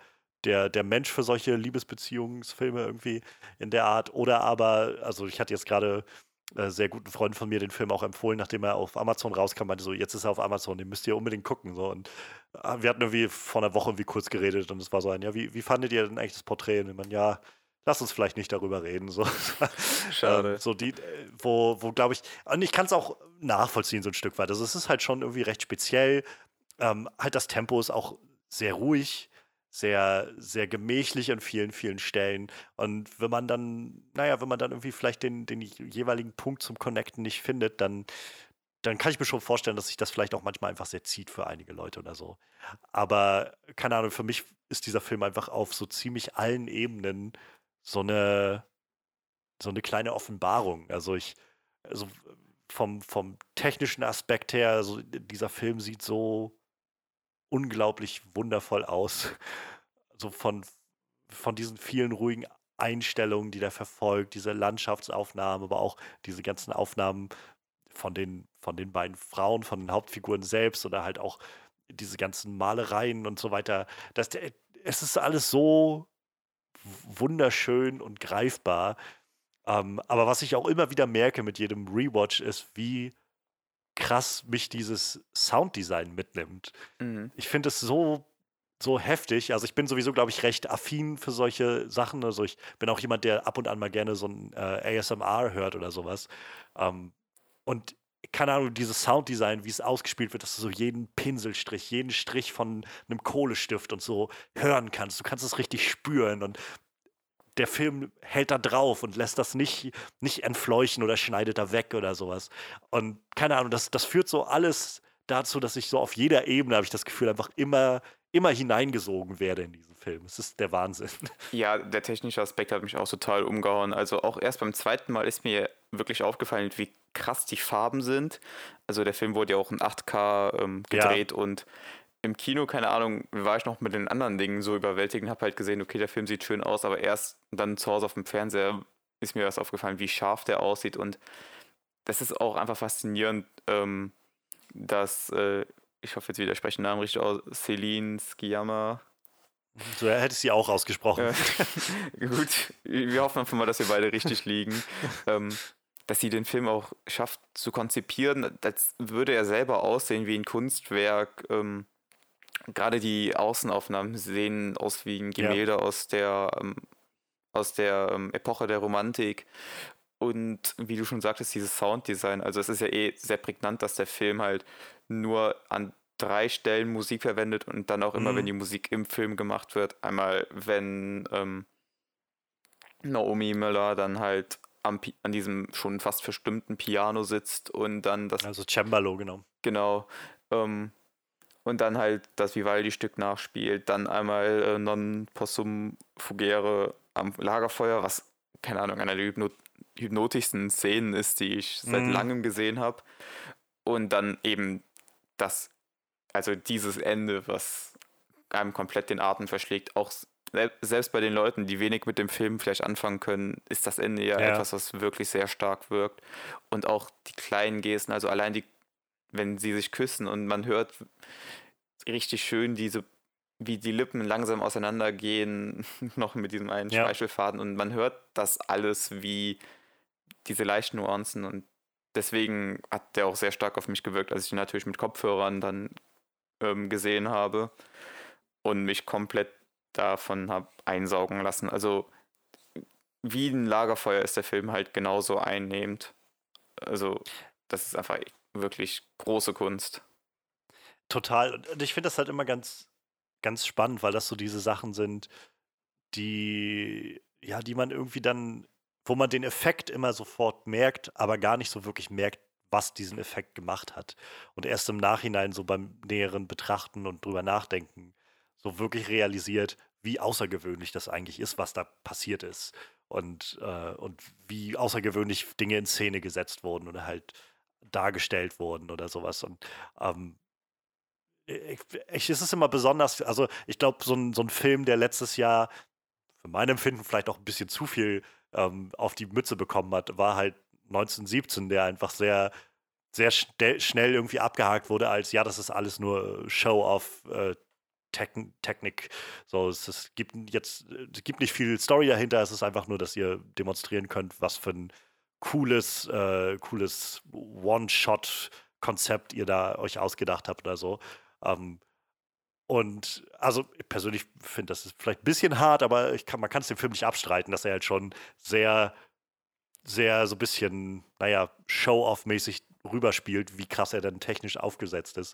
Speaker 1: der Mensch für solche Liebesbeziehungsfilme irgendwie in der Art. Oder aber, also ich hatte jetzt gerade sehr guten Freund von mir den Film auch empfohlen, nachdem er auf Amazon rauskam, meinte so, jetzt ist er auf Amazon, den müsst ihr unbedingt gucken. So. Und wir hatten irgendwie vor einer Woche irgendwie kurz geredet und es war so ein, ja, wie fandet ihr denn eigentlich das Porträt? Und ich meine, ja, lass uns vielleicht nicht darüber reden. So,
Speaker 2: Schade.
Speaker 1: so die, wo glaube ich, und ich kann es auch nachvollziehen, so ein Stück weit. Also es ist halt schon irgendwie recht speziell. Halt das Tempo ist auch sehr ruhig, sehr, sehr gemächlich an vielen, vielen Stellen. Und wenn man dann irgendwie vielleicht den jeweiligen Punkt zum Connecten nicht findet, dann kann ich mir schon vorstellen, dass sich das vielleicht auch manchmal einfach sehr zieht für einige Leute oder so. Aber keine Ahnung, für mich ist dieser Film einfach auf so ziemlich allen Ebenen so eine, so eine kleine Offenbarung. Also vom technischen Aspekt her, also dieser Film sieht so unglaublich wundervoll aus. So von diesen vielen ruhigen Einstellungen, die der verfolgt, diese Landschaftsaufnahmen, aber auch diese ganzen Aufnahmen von den beiden Frauen, von den Hauptfiguren selbst oder halt auch diese ganzen Malereien und so weiter. Es ist alles so wunderschön und greifbar. Aber was ich auch immer wieder merke mit jedem Rewatch ist, wie krass mich dieses Sounddesign mitnimmt.
Speaker 2: Mhm.
Speaker 1: Ich finde es so heftig. Also ich bin sowieso, glaube ich, recht affin für solche Sachen. Also ich bin auch jemand, der ab und an mal gerne so ein ASMR hört oder sowas. Und keine Ahnung, dieses Sounddesign, wie es ausgespielt wird, dass du so jeden Pinselstrich, jeden Strich von einem Kohlestift und so hören kannst. Du kannst es richtig spüren und der Film hält da drauf und lässt das nicht entfleuchen oder schneidet da weg oder sowas. Und keine Ahnung, das führt so alles dazu, dass ich so auf jeder Ebene, habe ich das Gefühl, einfach immer hineingesogen werde in diesen Film. Es ist der Wahnsinn.
Speaker 2: Ja, der technische Aspekt hat mich auch total umgehauen. Also auch erst beim zweiten Mal ist mir wirklich aufgefallen, wie krass die Farben sind. Also der Film wurde ja auch in 8K
Speaker 1: Ja,
Speaker 2: gedreht und im Kino, keine Ahnung, war ich noch mit den anderen Dingen so überwältigend, habe halt gesehen, okay, der Film sieht schön aus, aber erst dann zu Hause auf dem Fernseher ist mir erst aufgefallen, wie scharf der aussieht und das ist auch einfach faszinierend, dass, ich hoffe, jetzt widerspreche den Namen richtig aus, Celine Sciamma.
Speaker 1: so hätte ich sie auch ausgesprochen.
Speaker 2: Gut, wir hoffen einfach mal, dass wir beide richtig liegen. Dass sie den Film auch schafft zu konzipieren, als würde er selber aussehen wie ein Kunstwerk. Gerade die Außenaufnahmen sehen aus wie ein
Speaker 1: Ja.
Speaker 2: Gemälde aus der Epoche der Romantik. Und wie du schon sagtest, dieses Sounddesign, also es ist ja eh sehr prägnant, dass der Film halt nur an 3 Stellen Musik verwendet und dann auch immer, wenn
Speaker 1: Mhm.
Speaker 2: die Musik im Film gemacht wird. Einmal, wenn Naomi Miller dann halt an diesem schon fast verstimmten Piano sitzt und dann das,
Speaker 1: Also Cembalo, genau.
Speaker 2: genau, ähm, und dann halt das Vivaldi-Stück nachspielt, dann einmal Non possum fugere am Lagerfeuer, was, keine Ahnung, einer der hypnotischsten Szenen ist, die ich seit
Speaker 1: Mhm.
Speaker 2: langem gesehen habe. Und dann eben das, also dieses Ende, was einem komplett den Atem verschlägt, auch selbst bei den Leuten, die wenig mit dem Film vielleicht anfangen können, ist das Ende ja
Speaker 1: Ja,
Speaker 2: etwas, was wirklich sehr stark wirkt. Und auch die kleinen Gesten, also allein die, wenn sie sich küssen und man hört richtig schön wie die Lippen langsam auseinandergehen, noch mit diesem einen
Speaker 1: ja.
Speaker 2: Speichelfaden und man hört das alles wie diese leichten Nuancen und deswegen hat der auch sehr stark auf mich gewirkt, als ich ihn natürlich mit Kopfhörern dann gesehen habe und mich komplett davon habe einsaugen lassen. Also wie ein Lagerfeuer ist der Film halt genauso einnehmend. Also das ist einfach wirklich große Kunst.
Speaker 1: Total. Und ich finde das halt immer ganz spannend, weil das so diese Sachen sind, die man irgendwie dann, wo man den Effekt immer sofort merkt, aber gar nicht so wirklich merkt, was diesen Effekt gemacht hat. Und erst im Nachhinein so beim näheren Betrachten und drüber nachdenken, so wirklich realisiert, wie außergewöhnlich das eigentlich ist, was da passiert ist. Und wie außergewöhnlich Dinge in Szene gesetzt wurden oder halt dargestellt wurden oder sowas. Und ähm, es ist immer besonders, also ich glaube, so ein Film, der letztes Jahr für mein Empfinden vielleicht auch ein bisschen zu viel auf die Mütze bekommen hat, war halt 1917, der einfach sehr schnell irgendwie abgehakt wurde als, ja, das ist alles nur Show-off, Technik. So, es gibt nicht viel Story dahinter, es ist einfach nur, dass ihr demonstrieren könnt, was für ein cooles One-Shot-Konzept ihr da euch ausgedacht habt oder so. Ähm, und also ich persönlich finde, das ist vielleicht ein bisschen hart, aber man kann es dem Film nicht abstreiten, dass er halt schon sehr, sehr so ein bisschen, naja, Show-off-mäßig rüberspielt, wie krass er dann technisch aufgesetzt ist.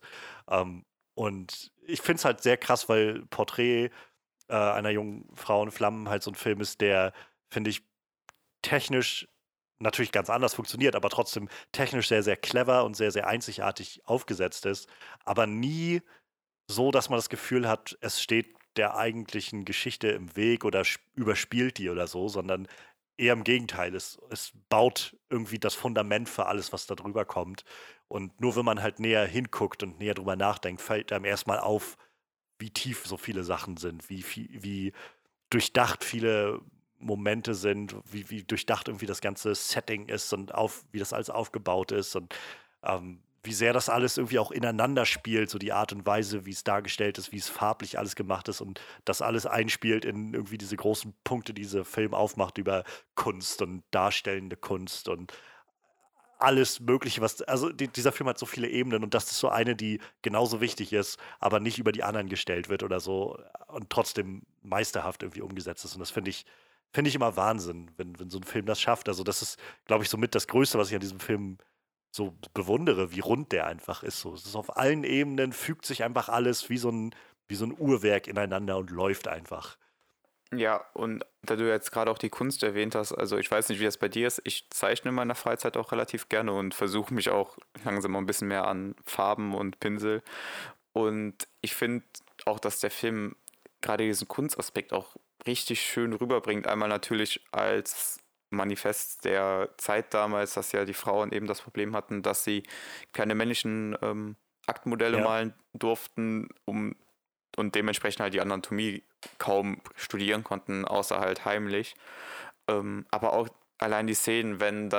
Speaker 1: Und ich finde es halt sehr krass, weil Porträt einer jungen Frau in Flammen halt so ein Film ist, der, finde ich, technisch natürlich ganz anders funktioniert, aber trotzdem technisch sehr, sehr clever und sehr, sehr einzigartig aufgesetzt ist, aber nie so, dass man das Gefühl hat, es steht der eigentlichen Geschichte im Weg oder überspielt die oder so, sondern eher im Gegenteil. Es baut irgendwie das Fundament für alles, was da drüber kommt. Und nur wenn man halt näher hinguckt und näher drüber nachdenkt, fällt einem erstmal auf, wie tief so viele Sachen sind, wie durchdacht viele Momente sind, wie durchdacht irgendwie das ganze Setting ist und wie das alles aufgebaut ist und wie sehr das alles irgendwie auch ineinander spielt, so die Art und Weise, wie es dargestellt ist, wie es farblich alles gemacht ist und das alles einspielt in irgendwie diese großen Punkte, die dieser Film aufmacht über Kunst und darstellende Kunst und alles Mögliche, also dieser Film hat so viele Ebenen und das ist so eine, die genauso wichtig ist, aber nicht über die anderen gestellt wird oder so und trotzdem meisterhaft irgendwie umgesetzt ist. Und das finde ich immer Wahnsinn, wenn so ein Film das schafft. Also das ist, glaube ich, somit das Größte, was ich an diesem Film so bewundere, wie rund der einfach ist. So, es ist auf allen Ebenen, fügt sich einfach alles wie so ein Uhrwerk ineinander und läuft einfach.
Speaker 2: Ja, und da du jetzt gerade auch die Kunst erwähnt hast, also ich weiß nicht, wie das bei dir ist, ich zeichne in meiner Freizeit auch relativ gerne und versuche mich auch langsam mal ein bisschen mehr an Farben und Pinsel. Und ich finde auch, dass der Film gerade diesen Kunstaspekt auch richtig schön rüberbringt. Einmal natürlich als Manifest der Zeit damals, dass ja die Frauen eben das Problem hatten, dass sie keine männlichen Aktmodelle
Speaker 1: Ja,
Speaker 2: malen durften, und dementsprechend halt die Anatomie kaum studieren konnten, außer halt heimlich. Aber auch allein die Szenen,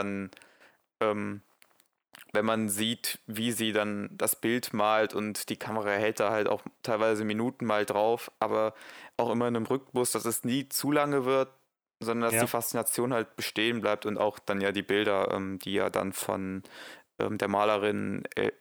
Speaker 2: ähm, wenn man sieht, wie sie dann das Bild malt und die Kamera hält da halt auch teilweise Minuten mal drauf, aber auch immer in einem Rhythmus, dass es nie zu lange wird, sondern dass die
Speaker 1: ja,
Speaker 2: Faszination halt bestehen bleibt und auch dann ja die Bilder, die ja dann von der Malerin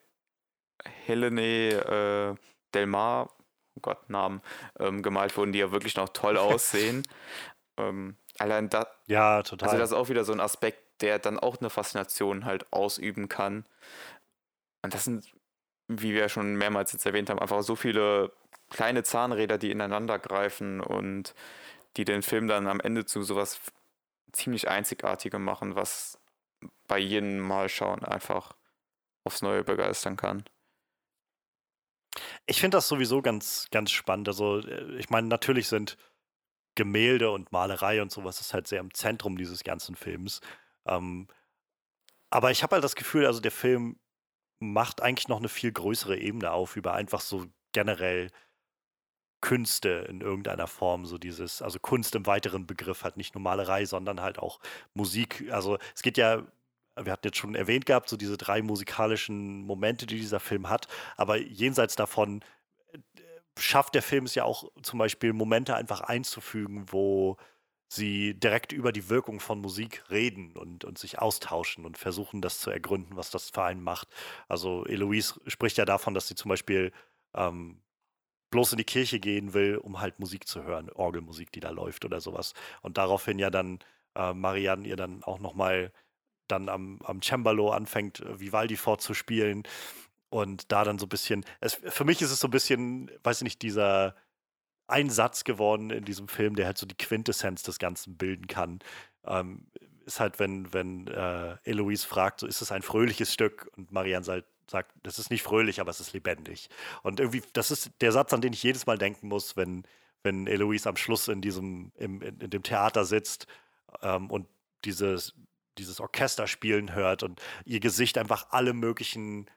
Speaker 2: Helene Del Mar, oh Gott, Namen, gemalt wurden, die ja wirklich noch toll aussehen. Allein da,
Speaker 1: ja,
Speaker 2: also
Speaker 1: total.
Speaker 2: das ist auch wieder so ein Aspekt, der dann auch eine Faszination halt ausüben kann. Und das sind, wie wir schon mehrmals jetzt erwähnt haben, einfach so viele kleine Zahnräder, die ineinander greifen und die den Film dann am Ende zu sowas ziemlich Einzigartigem machen, was bei jedem Mal schauen einfach aufs Neue begeistern kann.
Speaker 1: Ich finde das sowieso ganz, ganz spannend. Also, ich meine, natürlich sind Gemälde und Malerei und sowas ist halt sehr im Zentrum dieses ganzen Films. Ähm, aber ich habe halt das Gefühl, also der Film macht eigentlich noch eine viel größere Ebene auf über einfach so generell Künste in irgendeiner Form, so dieses also Kunst im weiteren Begriff, halt nicht nur Malerei, sondern halt auch Musik. Also, es geht ja wir hatten jetzt schon erwähnt gehabt, so diese 3 musikalischen Momente, die dieser Film hat, aber jenseits davon, schafft der Film es ja auch zum Beispiel Momente einfach einzufügen, wo sie direkt über die Wirkung von Musik reden und sich austauschen und versuchen, das zu ergründen, was das für einen macht. Also, Eloise spricht ja davon, dass sie zum Beispiel, ähm bloß in die Kirche gehen will, um halt Musik zu hören, Orgelmusik, die da läuft oder sowas. Und daraufhin ja dann, Marianne ihr dann auch noch mal dann am Cembalo anfängt, Vivaldi vorzuspielen und da dann so ein bisschen für mich ist es so ein bisschen, weiß ich nicht, dieser ein Satz geworden in diesem Film, der halt so die Quintessenz des Ganzen bilden kann, ähm, ist halt, wenn Eloise fragt, so: „Ist es ein fröhliches Stück?“ Und Marianne sagt: „Das ist nicht fröhlich, aber es ist lebendig.“ Und irgendwie das ist der Satz, an den ich jedes Mal denken muss, wenn Eloise am Schluss in dem Theater sitzt, und dieses dieses Orchester spielen hört und ihr Gesicht einfach alle möglichen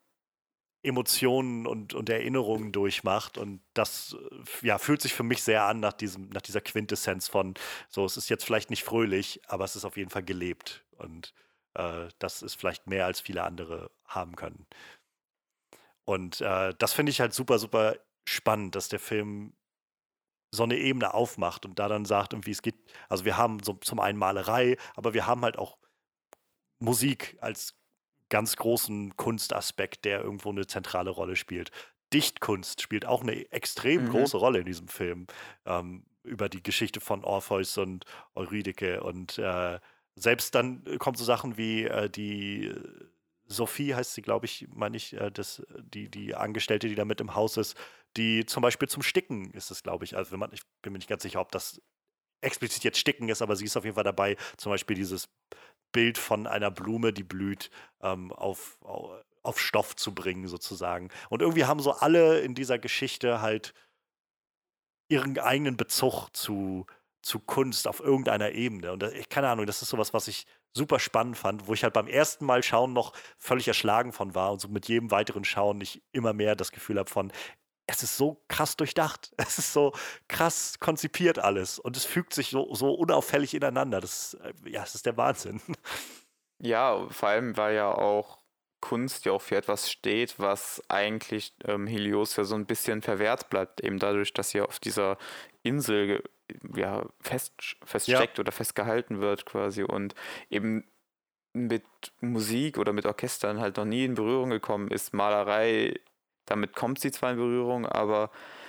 Speaker 1: Emotionen und Erinnerungen durchmacht und das, ja, fühlt sich für mich sehr an nach dieser Quintessenz von so, es ist jetzt vielleicht nicht fröhlich, aber es ist auf jeden Fall gelebt und, das ist vielleicht mehr, als viele andere haben können. Und, das finde ich halt super, super spannend, dass der Film so eine Ebene aufmacht und da dann sagt irgendwie, es geht also, wir haben so zum einen Malerei, aber wir haben halt auch Musik als ganz großen Kunstaspekt, der irgendwo eine zentrale Rolle spielt. Dichtkunst spielt auch eine extrem
Speaker 2: Mhm.
Speaker 1: große Rolle in diesem Film, über die Geschichte von Orpheus und Eurydike und, selbst dann kommen so Sachen wie, die Sophie heißt sie, glaube ich, meine ich, die Angestellte, die da mit im Haus ist, die zum Beispiel zum Sticken ist es, glaube ich. Also, wenn man ich bin mir nicht ganz sicher, ob das explizit jetzt Sticken ist, aber sie ist auf jeden Fall dabei, zum Beispiel dieses Bild von einer Blume, die blüht, auf Stoff zu bringen sozusagen. Und irgendwie haben so alle in dieser Geschichte halt ihren eigenen Bezug zu Kunst auf irgendeiner Ebene. Und ich keine Ahnung, das ist sowas, was ich super spannend fand, wo ich halt beim ersten Mal schauen noch völlig erschlagen von war und so mit jedem weiteren Schauen ich immer mehr das Gefühl habe von, es ist so krass durchdacht. Es ist so krass konzipiert alles und es fügt sich so unauffällig ineinander. Ja, es ist der Wahnsinn.
Speaker 2: Ja, vor allem, weil ja auch Kunst ja auch für etwas steht, was eigentlich Helios ja so ein bisschen verwehrt bleibt, eben dadurch, dass sie auf dieser Insel ja
Speaker 1: Ja,
Speaker 2: feststeckt oder festgehalten wird quasi und eben mit Musik oder mit Orchestern halt noch nie in Berührung gekommen ist. Malerei, damit kommt sie zwar in Berührung, aber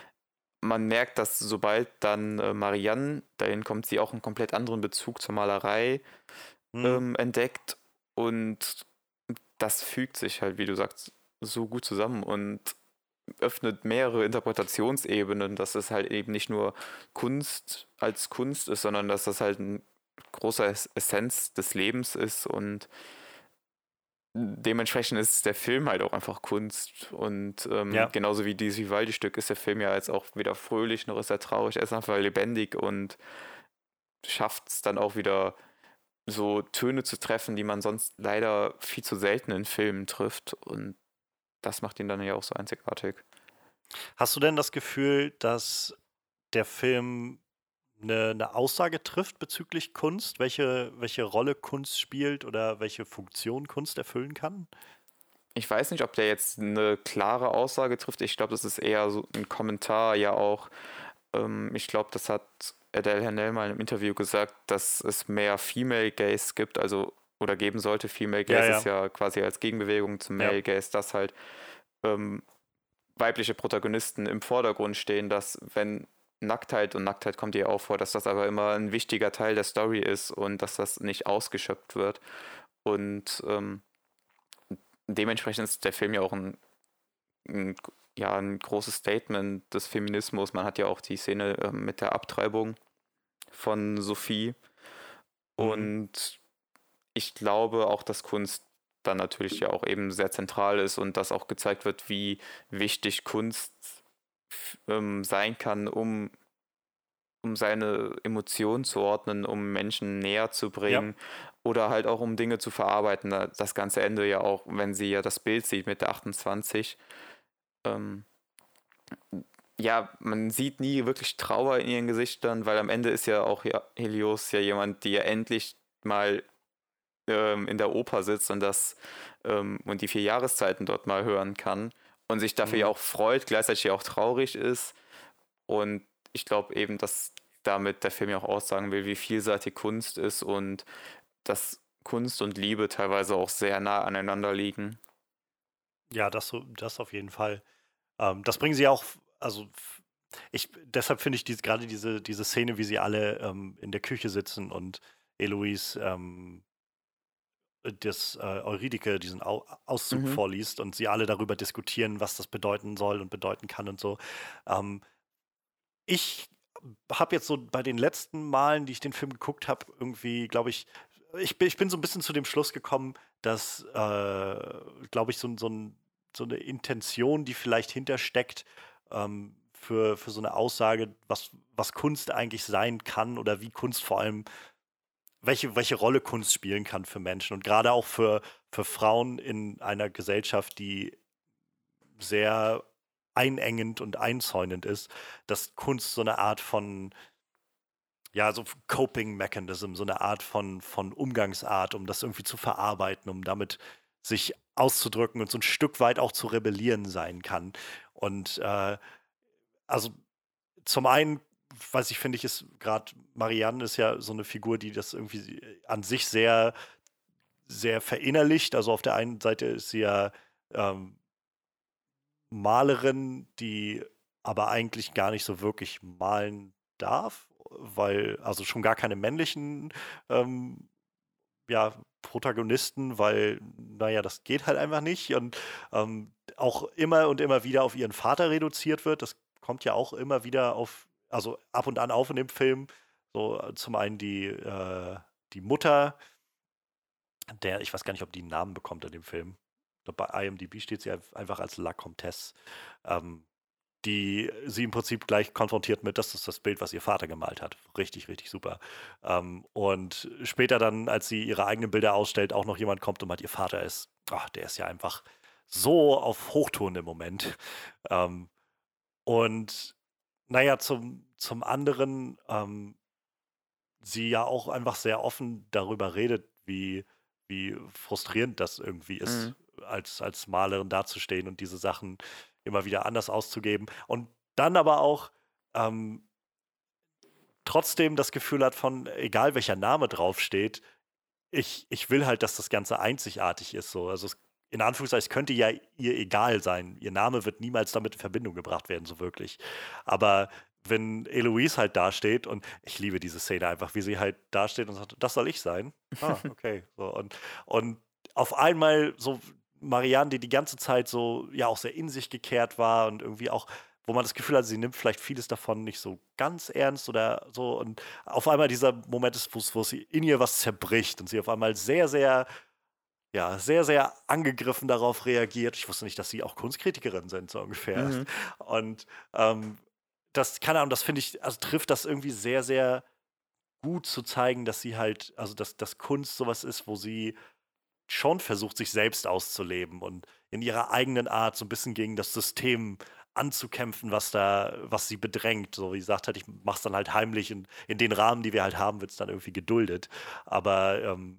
Speaker 2: man merkt, dass sobald dann Marianne dahin kommt, sie auch einen komplett anderen Bezug zur Malerei
Speaker 1: mhm,
Speaker 2: entdeckt und das fügt sich halt, wie du sagst, so gut zusammen und öffnet mehrere Interpretationsebenen, dass es halt eben nicht nur Kunst als Kunst ist, sondern dass das halt ein großer Essenz des Lebens ist und dementsprechend ist der Film halt auch einfach Kunst und
Speaker 1: ja.
Speaker 2: genauso wie dieses Vivaldi-Stück ist der Film ja jetzt auch weder fröhlich noch ist er traurig, er ist einfach lebendig und schafft es dann auch wieder so Töne zu treffen, die man sonst leider viel zu selten in Filmen trifft. Und das macht ihn dann ja auch so einzigartig.
Speaker 1: Hast du denn das Gefühl, dass der Film eine Aussage trifft bezüglich Kunst, welche Rolle Kunst spielt oder welche Funktion Kunst erfüllen kann?
Speaker 2: Ich weiß nicht, ob der jetzt eine klare Aussage trifft. Ich glaube, das ist eher so ein Kommentar, ja auch. Ich glaube, das hat Adele Haenel mal im Interview gesagt, dass es mehr Female Gaze gibt, also oder geben sollte. Female
Speaker 1: Ja,
Speaker 2: Gaze ist
Speaker 1: ja,
Speaker 2: ja quasi als Gegenbewegung zum
Speaker 1: ja.
Speaker 2: Male Gaze, dass halt ähm, weibliche Protagonisten im Vordergrund stehen, dass wenn Nacktheit und Nacktheit kommt ihr auch vor, dass das aber immer ein wichtiger Teil der Story ist und dass das nicht ausgeschöpft wird. Und dementsprechend ist der Film ja auch ein, ja, ein großes Statement des Feminismus. Man hat ja auch die Szene mit der Abtreibung von Sophie.
Speaker 1: Mhm.
Speaker 2: Und ich glaube auch, dass Kunst dann natürlich ja auch eben sehr zentral ist und dass auch gezeigt wird, wie wichtig Kunst sein kann, um seine Emotionen zu ordnen, um Menschen näher zu
Speaker 1: Ja,
Speaker 2: bringen oder halt auch um Dinge zu verarbeiten. Das ganze Ende ja auch, wenn sie ja das Bild sieht mit der 28. Ähm, ja, man sieht nie wirklich Trauer in ihren Gesichtern, weil am Ende ist ja auch ja, Helios ja jemand, die ja endlich mal in der Oper sitzt und die 4 Jahreszeiten dort mal hören kann und sich dafür ja
Speaker 1: mhm.
Speaker 2: auch freut, gleichzeitig ja auch traurig ist. Und ich glaube eben, dass damit der Film ja auch aussagen will, wie vielseitig Kunst ist und dass Kunst und Liebe teilweise auch sehr nah aneinander liegen.
Speaker 1: Ja, das auf jeden Fall. Das bringen sie auch, also deshalb finde ich gerade diese Szene, wie sie alle in der Küche sitzen und Eloise Eurydike diesen Auszug
Speaker 2: Mhm.
Speaker 1: vorliest und sie alle darüber diskutieren, was das bedeuten soll und bedeuten kann und so. Ähm, Ich habe jetzt so bei den letzten Malen, die ich den Film geguckt habe, irgendwie, glaube ich bin so ein bisschen zu dem Schluss gekommen, dass, glaube ich, so eine Intention, die vielleicht hintersteckt, für so eine Aussage, was Kunst eigentlich sein kann oder wie Kunst vor allem, welche Rolle Kunst spielen kann für Menschen und gerade auch für Frauen in einer Gesellschaft, die sehr einengend und einzäunend ist, dass Kunst so eine Art von, ja, so Coping Mechanism, so eine Art von Umgangsart, um das irgendwie zu verarbeiten, um damit sich auszudrücken und so ein Stück weit auch zu rebellieren sein kann. Und also zum einen, weiß ich, finde ich, ist gerade Marianne ist ja so eine Figur, die das irgendwie an sich sehr, sehr verinnerlicht. Also auf der einen Seite ist sie ja ähm, Malerin, die aber eigentlich gar nicht so wirklich malen darf, weil, also schon gar keine männlichen ähm, ja, Protagonisten, weil, naja, das geht halt einfach nicht und auch immer und immer wieder auf ihren Vater reduziert wird. Das kommt ja auch immer wieder also ab und an auf in dem Film. So zum einen die Mutter, ich weiß gar nicht, ob die einen Namen bekommt in dem Film. Ich glaube, bei IMDb steht sie einfach als La Comtesse. Ähm, die sie im Prinzip gleich konfrontiert mit, das ist das Bild, was ihr Vater gemalt hat. Richtig, richtig super. Und später dann, als sie ihre eigenen Bilder ausstellt, auch noch jemand kommt und meint, ihr Vater ist, ach, der ist ja einfach so auf Hochtouren im Moment. Ähm, und naja, zum anderen, sie ja auch einfach sehr offen darüber redet, wie frustrierend das irgendwie
Speaker 2: Mhm.
Speaker 1: ist, als Malerin dazustehen und diese Sachen immer wieder anders auszugeben. Und dann aber auch ähm, trotzdem das Gefühl hat von, egal welcher Name draufsteht, ich will halt, dass das Ganze einzigartig ist. So. Also in Anführungszeichen, es könnte ja ihr egal sein. Ihr Name wird niemals damit in Verbindung gebracht werden, so wirklich. Aber wenn Eloise halt dasteht und ich liebe diese Szene einfach, wie sie halt dasteht und sagt, das soll ich sein. Ah, okay. So, und auf einmal so Marianne, die ganze Zeit so ja auch sehr in sich gekehrt war und irgendwie auch, wo man das Gefühl hat, sie nimmt vielleicht vieles davon nicht so ganz ernst oder so. Und auf einmal dieser Moment ist, wo sie in ihr was zerbricht und sie auf einmal sehr, sehr, ja, sehr, sehr angegriffen darauf reagiert. Ich wusste nicht, dass sie auch Kunstkritikerin sind, so ungefähr.
Speaker 2: Mhm.
Speaker 1: Und das, keine Ahnung, das finde ich, also trifft das irgendwie sehr, sehr gut zu zeigen, dass sie halt, also dass Kunst sowas ist, wo sie schon versucht, sich selbst auszuleben und in ihrer eigenen Art so ein bisschen gegen das System anzukämpfen, was sie bedrängt. So wie sie sagt halt, ich mach's dann halt heimlich und in den Rahmen, die wir halt haben, wird's dann irgendwie geduldet. Aber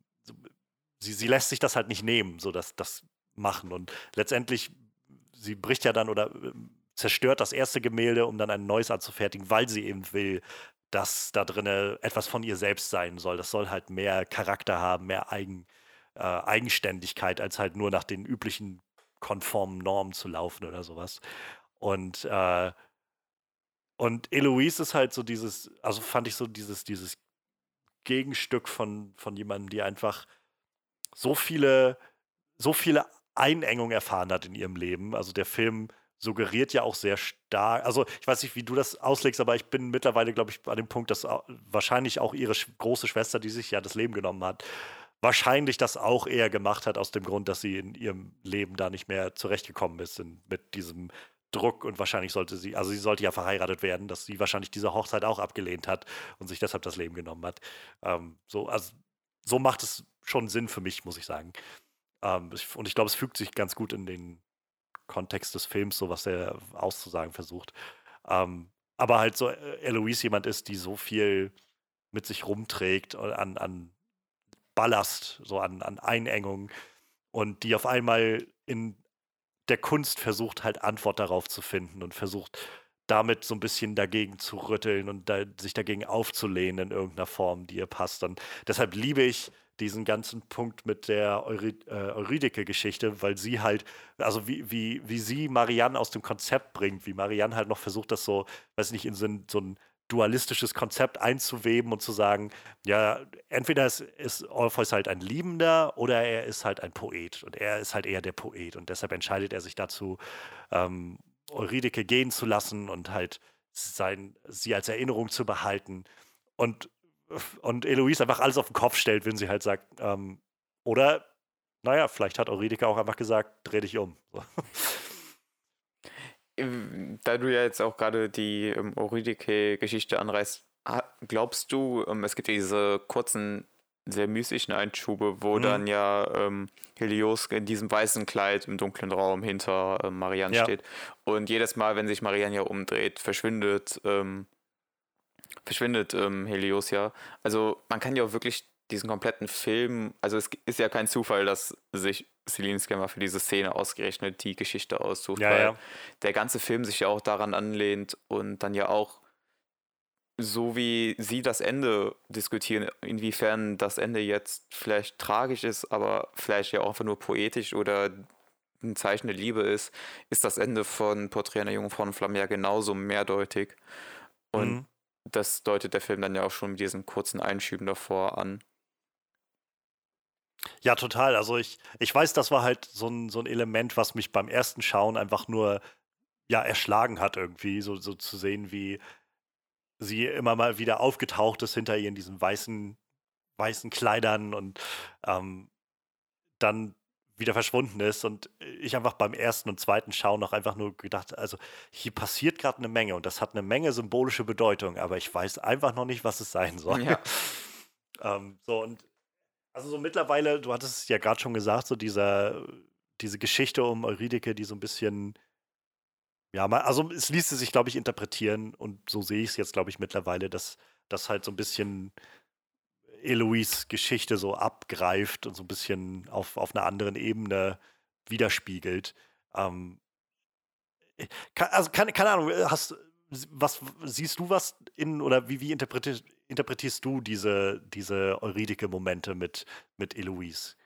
Speaker 1: sie lässt sich das halt nicht nehmen, so das machen. Und letztendlich, sie bricht ja dann oder zerstört das erste Gemälde, um dann ein neues anzufertigen, weil sie eben will, dass da drinne etwas von ihr selbst sein soll. Das soll halt mehr Charakter haben, mehr Eigenständigkeit, als halt nur nach den üblichen konformen Normen zu laufen oder sowas. Und, äh, und Eloise ist halt so also fand ich so dieses Gegenstück von jemandem, die einfach so viele, so viele Einengungen erfahren hat in ihrem Leben. Also der Film suggeriert ja auch sehr stark, also ich weiß nicht, wie du das auslegst, aber ich bin mittlerweile, glaube ich, an dem Punkt, dass wahrscheinlich auch ihre große Schwester, die sich ja das Leben genommen hat, wahrscheinlich das auch eher gemacht hat aus dem Grund, dass sie in ihrem Leben da nicht mehr zurechtgekommen ist mit diesem Druck und wahrscheinlich also sie sollte ja verheiratet werden, dass sie wahrscheinlich diese Hochzeit auch abgelehnt hat und sich deshalb das Leben genommen hat. Also so macht es schon Sinn für mich, muss ich sagen. Und ich glaube, es fügt sich ganz gut in den Kontext des Films, so was er auszusagen versucht. Aber halt so Eloise jemand ist, die so viel mit sich rumträgt an Ballast, so an Einengung und die auf einmal in der Kunst versucht halt Antwort darauf zu finden und versucht damit so ein bisschen dagegen zu rütteln und sich dagegen aufzulehnen in irgendeiner Form, die ihr passt. Und deshalb liebe ich diesen ganzen Punkt mit der Eurydike-Geschichte, weil sie halt, also wie sie Marianne aus dem Konzept bringt, wie Marianne halt noch versucht, das so, weiß nicht, in so ein dualistisches Konzept einzuweben und zu sagen, ja, entweder ist Orpheus halt ein Liebender oder er ist halt ein Poet und er ist halt eher der Poet und deshalb entscheidet er sich dazu, ähm, Eurydike gehen zu lassen und halt sie als Erinnerung zu behalten und, und Eloise einfach alles auf den Kopf stellt, wenn sie halt sagt, oder, naja, vielleicht hat Eurydike auch einfach gesagt, dreh dich um. So.
Speaker 2: Da du ja jetzt auch gerade die Eurydike-Geschichte anreißt, glaubst du, es gibt ja diese kurzen, sehr mystischen Einschube, wo dann ja Helios in diesem weißen Kleid im dunklen Raum hinter Marianne
Speaker 1: Ja.
Speaker 2: steht. Und jedes Mal, wenn sich Marianne ja umdreht, verschwindet Helios ja. Also man kann ja auch wirklich diesen kompletten Film, also es ist ja kein Zufall, dass sich Celine Sciamma für diese Szene ausgerechnet die Geschichte aussucht,
Speaker 1: Ja,
Speaker 2: weil
Speaker 1: ja.
Speaker 2: der ganze Film sich ja auch daran anlehnt und dann ja auch so wie sie das Ende diskutieren, inwiefern das Ende jetzt vielleicht tragisch ist, aber vielleicht ja auch einfach nur poetisch oder ein Zeichen der Liebe ist das Ende von Porträt einer jungen Frau in Flammen ja genauso mehrdeutig. Und
Speaker 1: Mhm.
Speaker 2: das deutet der Film dann ja auch schon mit diesen kurzen Einschüben davor an.
Speaker 1: Ja, total. Also ich weiß, das war halt so ein Element, was mich beim ersten Schauen einfach nur ja erschlagen hat irgendwie, so zu sehen, wie sie immer mal wieder aufgetaucht ist hinter ihr in diesen weißen Kleidern und ähm, dann wieder verschwunden ist und ich einfach beim ersten und zweiten Schauen noch einfach nur gedacht, also hier passiert gerade eine Menge und das hat eine Menge symbolische Bedeutung, aber ich weiß einfach noch nicht, was es sein soll.
Speaker 2: Ja.
Speaker 1: So und also so mittlerweile, du hattest es ja gerade schon gesagt, so diese Geschichte um Eurydike, die so ein bisschen, ja, also es ließ sich, glaube ich, interpretieren und so sehe ich es jetzt, glaube ich, mittlerweile, dass das halt so ein bisschen Eloise Geschichte so abgreift und so ein bisschen auf einer anderen Ebene widerspiegelt. Ähm, keine Ahnung, siehst du was oder wie interpretierst du diese Eurydike-Momente mit Eloise?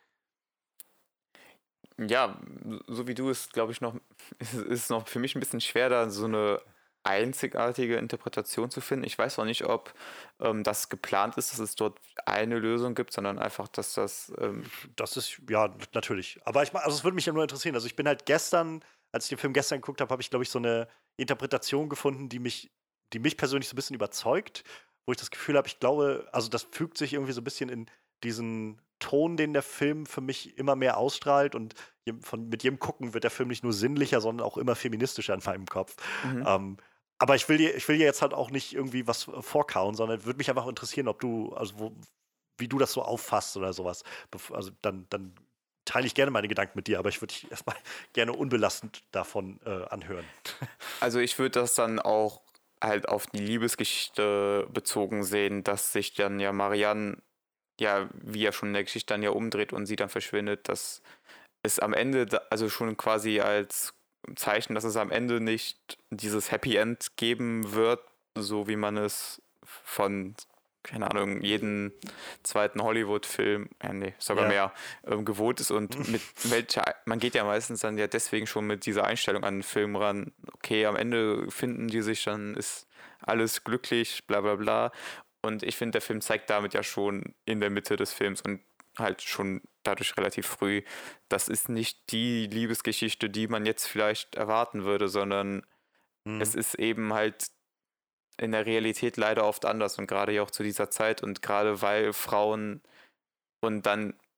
Speaker 2: Ja, so wie du es, glaube ich, noch, ist noch für mich ein bisschen schwer, da so eine einzigartige Interpretation zu finden. Ich weiß auch nicht, ob das geplant ist, dass es dort eine Lösung gibt, sondern einfach, dass das.
Speaker 1: Das ist, ja, natürlich. Aber also es würde mich ja nur interessieren. Also ich bin halt gestern, als ich den Film gestern geguckt habe, habe ich, glaube ich, so eine Interpretation gefunden, die mich persönlich so ein bisschen überzeugt, wo ich das Gefühl habe, ich glaube, also das fügt sich irgendwie so ein bisschen in diesen Ton, den der Film für mich immer mehr ausstrahlt und mit jedem Gucken wird der Film nicht nur sinnlicher, sondern auch immer feministischer in meinem Kopf.
Speaker 2: Mhm.
Speaker 1: Aber ich will dir jetzt halt auch nicht irgendwie was vorkauen, sondern würde mich einfach interessieren, ob du, also wie du das so auffasst oder sowas. Also dann teile ich gerne meine Gedanken mit dir, aber ich würde dich erstmal gerne unbelastend davon anhören.
Speaker 2: Also ich würde das dann auch halt auf die Liebesgeschichte bezogen sehen, dass sich dann ja Marianne, ja, wie ja schon in der Geschichte dann ja umdreht und sie dann verschwindet, dass es am Ende, also schon quasi als Zeichen, dass es am Ende nicht dieses Happy End geben wird, so wie man es von, keine Ahnung, jedem zweiten Hollywood-Film, nee, sogar
Speaker 1: Ja.
Speaker 2: mehr, gewohnt ist und mit welcher, man geht ja meistens dann ja deswegen schon mit dieser Einstellung an den Film ran, okay, am Ende finden die sich, dann ist alles glücklich, bla bla bla. Und ich finde, der Film zeigt damit ja schon in der Mitte des Films und halt schon dadurch relativ früh, das ist nicht die Liebesgeschichte, die man jetzt vielleicht erwarten würde, sondern es
Speaker 1: Mhm.
Speaker 2: ist eben halt in der Realität leider oft anders und gerade ja auch zu dieser Zeit und gerade weil Frauen und dann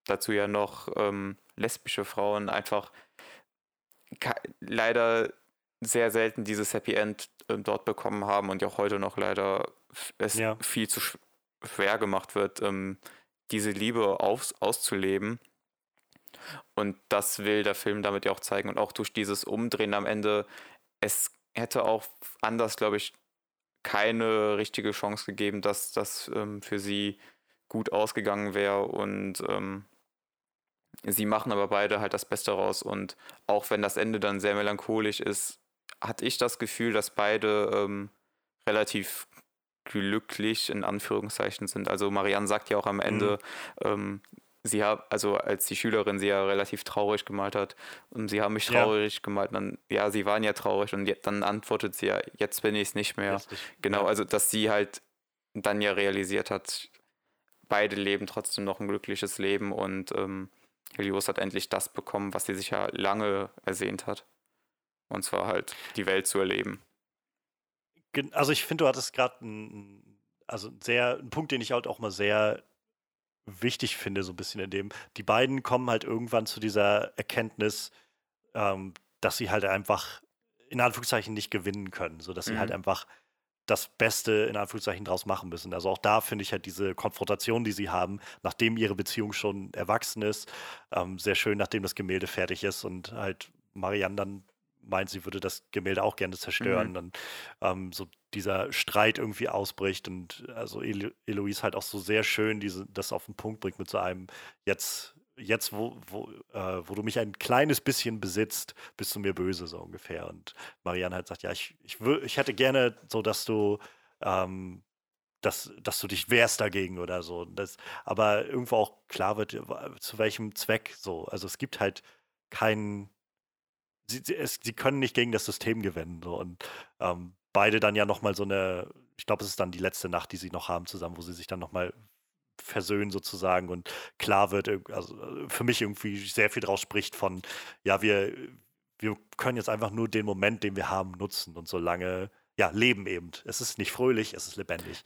Speaker 2: dazu ja noch lesbische Frauen einfach leider sehr selten dieses Happy End dort bekommen haben und ja auch heute noch leider es
Speaker 1: Ja.
Speaker 2: viel zu schwer gemacht wird, diese Liebe auszuleben. Und das will der Film damit ja auch zeigen. Und auch durch dieses Umdrehen am Ende, es hätte auch anders, glaube ich, keine richtige Chance gegeben, dass das für sie gut ausgegangen wäre. Und sie machen aber beide halt das Beste raus. Und auch wenn das Ende dann sehr melancholisch ist, hatte ich das Gefühl, dass beide relativ glücklich in Anführungszeichen sind. Also Marianne sagt ja auch am Ende, sie hat, also als die Schülerin sie ja relativ traurig gemalt hat, und sie haben mich
Speaker 1: Ja.
Speaker 2: traurig gemalt, und dann, ja, sie waren ja traurig, und dann antwortet sie ja, jetzt bin ich es nicht mehr.
Speaker 1: Jetzt nicht.
Speaker 2: Genau,
Speaker 1: Ja.
Speaker 2: also dass sie halt dann ja realisiert hat, beide leben trotzdem noch ein glückliches Leben, und Helios hat endlich das bekommen, was sie sich ja lange ersehnt hat. Und zwar halt die Welt zu erleben.
Speaker 1: Also ich finde, du hattest gerade einen Punkt, den ich halt auch mal sehr wichtig finde, so ein bisschen in dem, die beiden kommen halt irgendwann zu dieser Erkenntnis, dass sie halt einfach in Anführungszeichen nicht gewinnen können, sodass sie halt einfach das Beste in Anführungszeichen draus machen müssen. Also auch da finde ich halt diese Konfrontation, die sie haben, nachdem ihre Beziehung schon erwachsen ist, sehr schön, nachdem das Gemälde fertig ist und halt Marianne dann meint, sie würde das Gemälde auch gerne zerstören und so dieser Streit irgendwie ausbricht und also Eloise halt auch so sehr schön das auf den Punkt bringt mit so einem jetzt wo du mich ein kleines bisschen besitzt, bist du mir böse, so ungefähr. Und Marianne halt sagt, ja, ich hätte gerne so, dass du dich wehrst dagegen oder so. Aber irgendwo auch klar wird, zu welchem Zweck so. Also es gibt halt keinen, sie können nicht gegen das System gewinnen. So. Und beide dann ja nochmal ich glaube, es ist dann die letzte Nacht, die sie noch haben zusammen, wo sie sich dann nochmal versöhnen sozusagen und klar wird, also für mich irgendwie sehr viel draus spricht von, ja, wir können jetzt einfach nur den Moment, den wir haben, nutzen und solange, ja, leben eben. Es ist nicht fröhlich, es ist lebendig.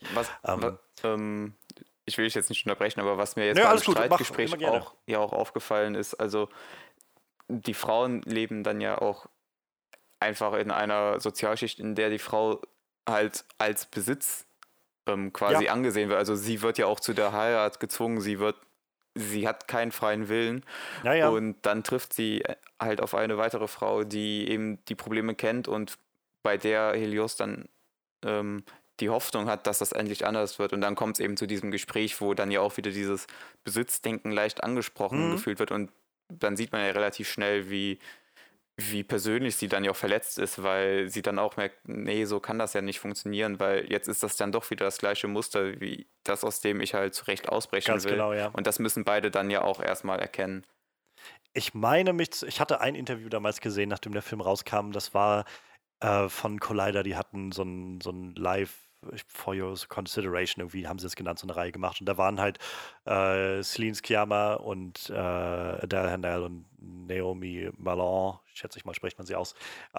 Speaker 2: Ich will dich jetzt nicht unterbrechen, aber was mir jetzt
Speaker 1: Ja,
Speaker 2: beim
Speaker 1: alles gut, mach immer
Speaker 2: Streitgespräch
Speaker 1: gerne.
Speaker 2: auch aufgefallen ist, also die Frauen leben dann ja auch einfach in einer Sozialschicht, in der die Frau halt als Besitz quasi angesehen wird. Also sie wird ja auch zu der Heirat gezwungen, sie hat keinen freien Willen,
Speaker 1: Ja.
Speaker 2: und dann trifft sie halt auf eine weitere Frau, die eben die Probleme kennt und bei der Helios dann die Hoffnung hat, dass das endlich anders wird, und dann kommt es eben zu diesem Gespräch, wo dann ja auch wieder dieses Besitzdenken leicht angesprochen gefühlt wird, und dann sieht man ja relativ schnell, wie persönlich sie dann ja auch verletzt ist, weil sie dann auch merkt, nee, so kann das ja nicht funktionieren, weil jetzt ist das dann doch wieder das gleiche Muster wie das, aus dem ich halt zurecht ausbrechen
Speaker 1: Ganz
Speaker 2: will.
Speaker 1: genau, ja.
Speaker 2: Und das müssen beide dann ja auch erstmal erkennen.
Speaker 1: Ich meine ich hatte ein Interview damals gesehen, nachdem der Film rauskam, das war von Collider, die hatten so ein Live for Your Consideration, irgendwie haben sie es genannt, so eine Reihe gemacht. Und da waren halt Celine Sciamma und Adele Haenel und Naomi Malon, schätze ich mal, spricht man sie aus.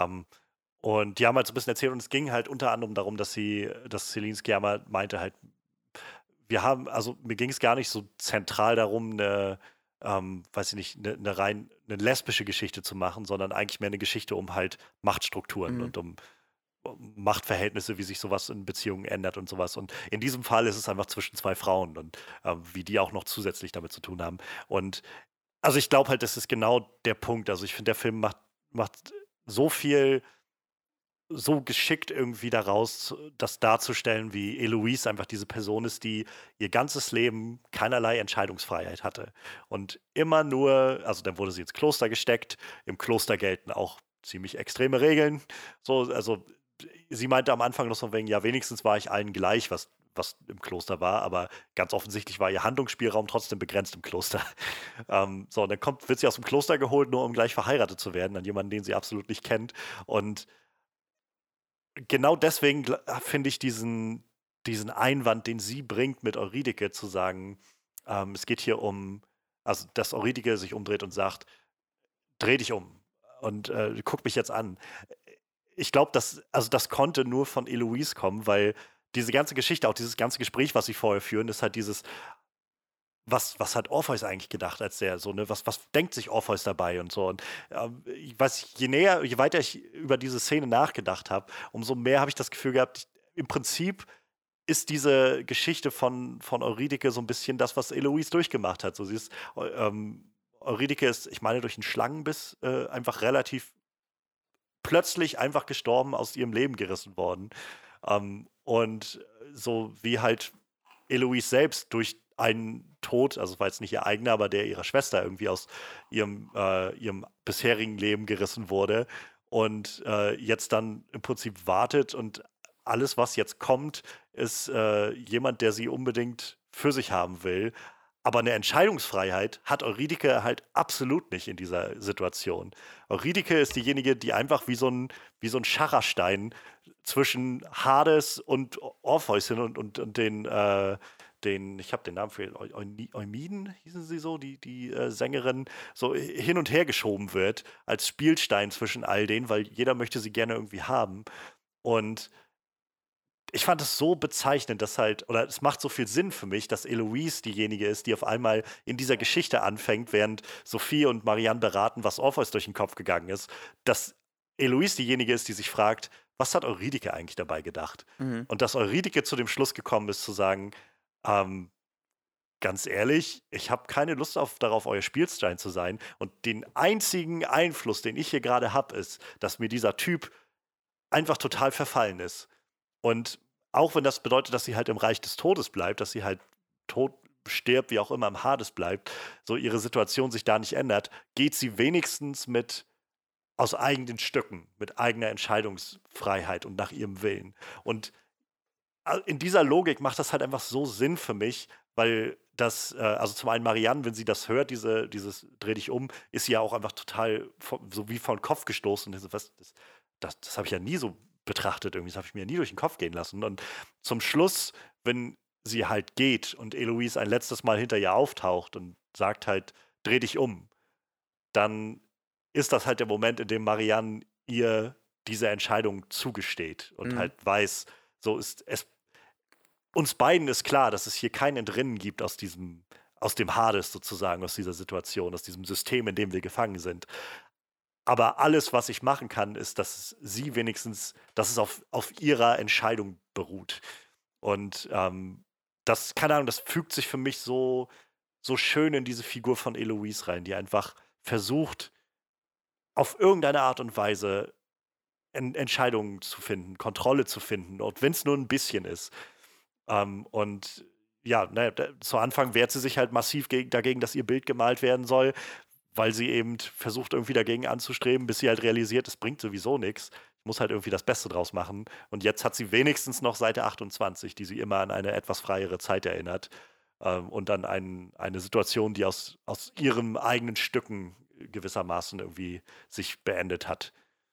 Speaker 1: Und die haben halt so ein bisschen erzählt und es ging halt unter anderem darum, dass Celine Sciamma meinte halt, also mir ging es gar nicht so zentral darum, weiß ich nicht, eine lesbische Geschichte zu machen, sondern eigentlich mehr eine Geschichte um halt Machtstrukturen und um Machtverhältnisse, wie sich sowas in Beziehungen ändert und sowas. Und in diesem Fall ist es einfach zwischen zwei Frauen und wie die auch noch zusätzlich damit zu tun haben. Und also ich glaube halt, das ist genau der Punkt. Also ich finde, der Film macht so viel so geschickt irgendwie daraus, das darzustellen, wie Eloise einfach diese Person ist, die ihr ganzes Leben keinerlei Entscheidungsfreiheit hatte. Und immer nur, also dann wurde sie ins Kloster gesteckt. Im Kloster gelten auch ziemlich extreme Regeln. So, also sie meinte am Anfang noch so wegen, ja, wenigstens war ich allen gleich, was im Kloster war, aber ganz offensichtlich war ihr Handlungsspielraum trotzdem begrenzt im Kloster. So, und dann wird sie aus dem Kloster geholt, nur um gleich verheiratet zu werden an jemanden, den sie absolut nicht kennt. Und genau deswegen finde ich diesen Einwand, den sie bringt mit Eurydike, zu sagen, es geht hier also dass Eurydike sich umdreht und sagt, dreh dich um und guck mich jetzt an. Ich glaube, das konnte nur von Eloise kommen, weil diese ganze Geschichte, auch dieses ganze Gespräch, was sie vorher führen, ist halt was hat Orpheus eigentlich gedacht, als der so, ne, was denkt sich Orpheus dabei und so. Und ich weiß, je weiter ich über diese Szene nachgedacht habe, umso mehr habe ich das Gefühl gehabt, im Prinzip ist diese Geschichte von Eurydike so ein bisschen das, was Eloise durchgemacht hat. So, Eurydike ist, ich meine, durch einen Schlangenbiss einfach relativ plötzlich einfach gestorben, aus ihrem Leben gerissen worden. Und so wie halt Eloise selbst durch einen Tod, also es war jetzt nicht ihr eigener, aber der ihrer Schwester irgendwie aus ihrem bisherigen Leben gerissen wurde und jetzt dann im Prinzip wartet und alles, was jetzt kommt, ist jemand, der sie unbedingt für sich haben will. Aber eine Entscheidungsfreiheit hat Eurydike halt absolut nicht in dieser Situation. Eurydike ist diejenige, die einfach wie so ein Scharrerstein zwischen Hades und Orpheus hin und ich habe den Namen für Eumiden, hießen sie so, die Sängerin, so hin und her geschoben wird, als Spielstein zwischen all denen, weil jeder möchte sie gerne irgendwie haben. Und ich fand es so bezeichnend, dass halt, oder es macht so viel Sinn für mich, dass Eloise diejenige ist, die auf einmal in dieser Geschichte anfängt, während Sophie und Marianne beraten, was Orpheus durch den Kopf gegangen ist, dass Eloise diejenige ist, die sich fragt, was hat Eurydike eigentlich dabei gedacht?
Speaker 2: Mhm.
Speaker 1: Und dass Eurydike zu dem Schluss gekommen ist, zu sagen, ähm, ganz ehrlich, ich habe keine Lust darauf, euer Spielstein zu sein. Und den einzigen Einfluss, den ich hier gerade habe, ist, dass mir dieser Typ einfach total verfallen ist. Und auch wenn das bedeutet, dass sie halt im Reich des Todes bleibt, dass sie halt tot stirbt, wie auch immer im Hades bleibt, so ihre Situation sich da nicht ändert, geht sie wenigstens aus eigenen Stücken, mit eigener Entscheidungsfreiheit und nach ihrem Willen. Und in dieser Logik macht das halt einfach so Sinn für mich, weil also zum einen Marianne, wenn sie das hört, dieses Dreh dich um, ist sie ja auch einfach total so wie vor den Kopf gestoßen. Und das habe ich ja nie so betrachtet irgendwie. Das habe ich mir ja nie durch den Kopf gehen lassen. Und zum Schluss, wenn sie halt geht und Eloise ein letztes Mal hinter ihr auftaucht und sagt halt, dreh dich um, dann ist das halt der Moment, in dem Marianne ihr diese Entscheidung zugesteht und
Speaker 2: Mhm.
Speaker 1: halt weiß, so ist es. Uns beiden ist klar, dass es hier kein Entrinnen gibt aus dem Hades sozusagen, aus dieser Situation, aus diesem System, in dem wir gefangen sind. Aber alles, was ich machen kann, ist, dass es auf ihrer Entscheidung beruht. Und keine Ahnung, das fügt sich für mich so schön in diese Figur von Eloise rein, die einfach versucht, auf irgendeine Art und Weise Entscheidungen zu finden, Kontrolle zu finden, und wenn es nur ein bisschen ist. Und ja, ne, zu Anfang wehrt sie sich halt massiv dagegen, dass ihr Bild gemalt werden soll, weil sie eben versucht, irgendwie dagegen anzustreben, bis sie halt realisiert, es bringt sowieso nichts. Ich muss halt irgendwie das Beste draus machen. Und jetzt hat sie wenigstens noch Seite 28, die sie immer an eine etwas freiere Zeit erinnert. Und dann eine Situation, die aus ihren eigenen Stücken gewissermaßen irgendwie sich beendet hat.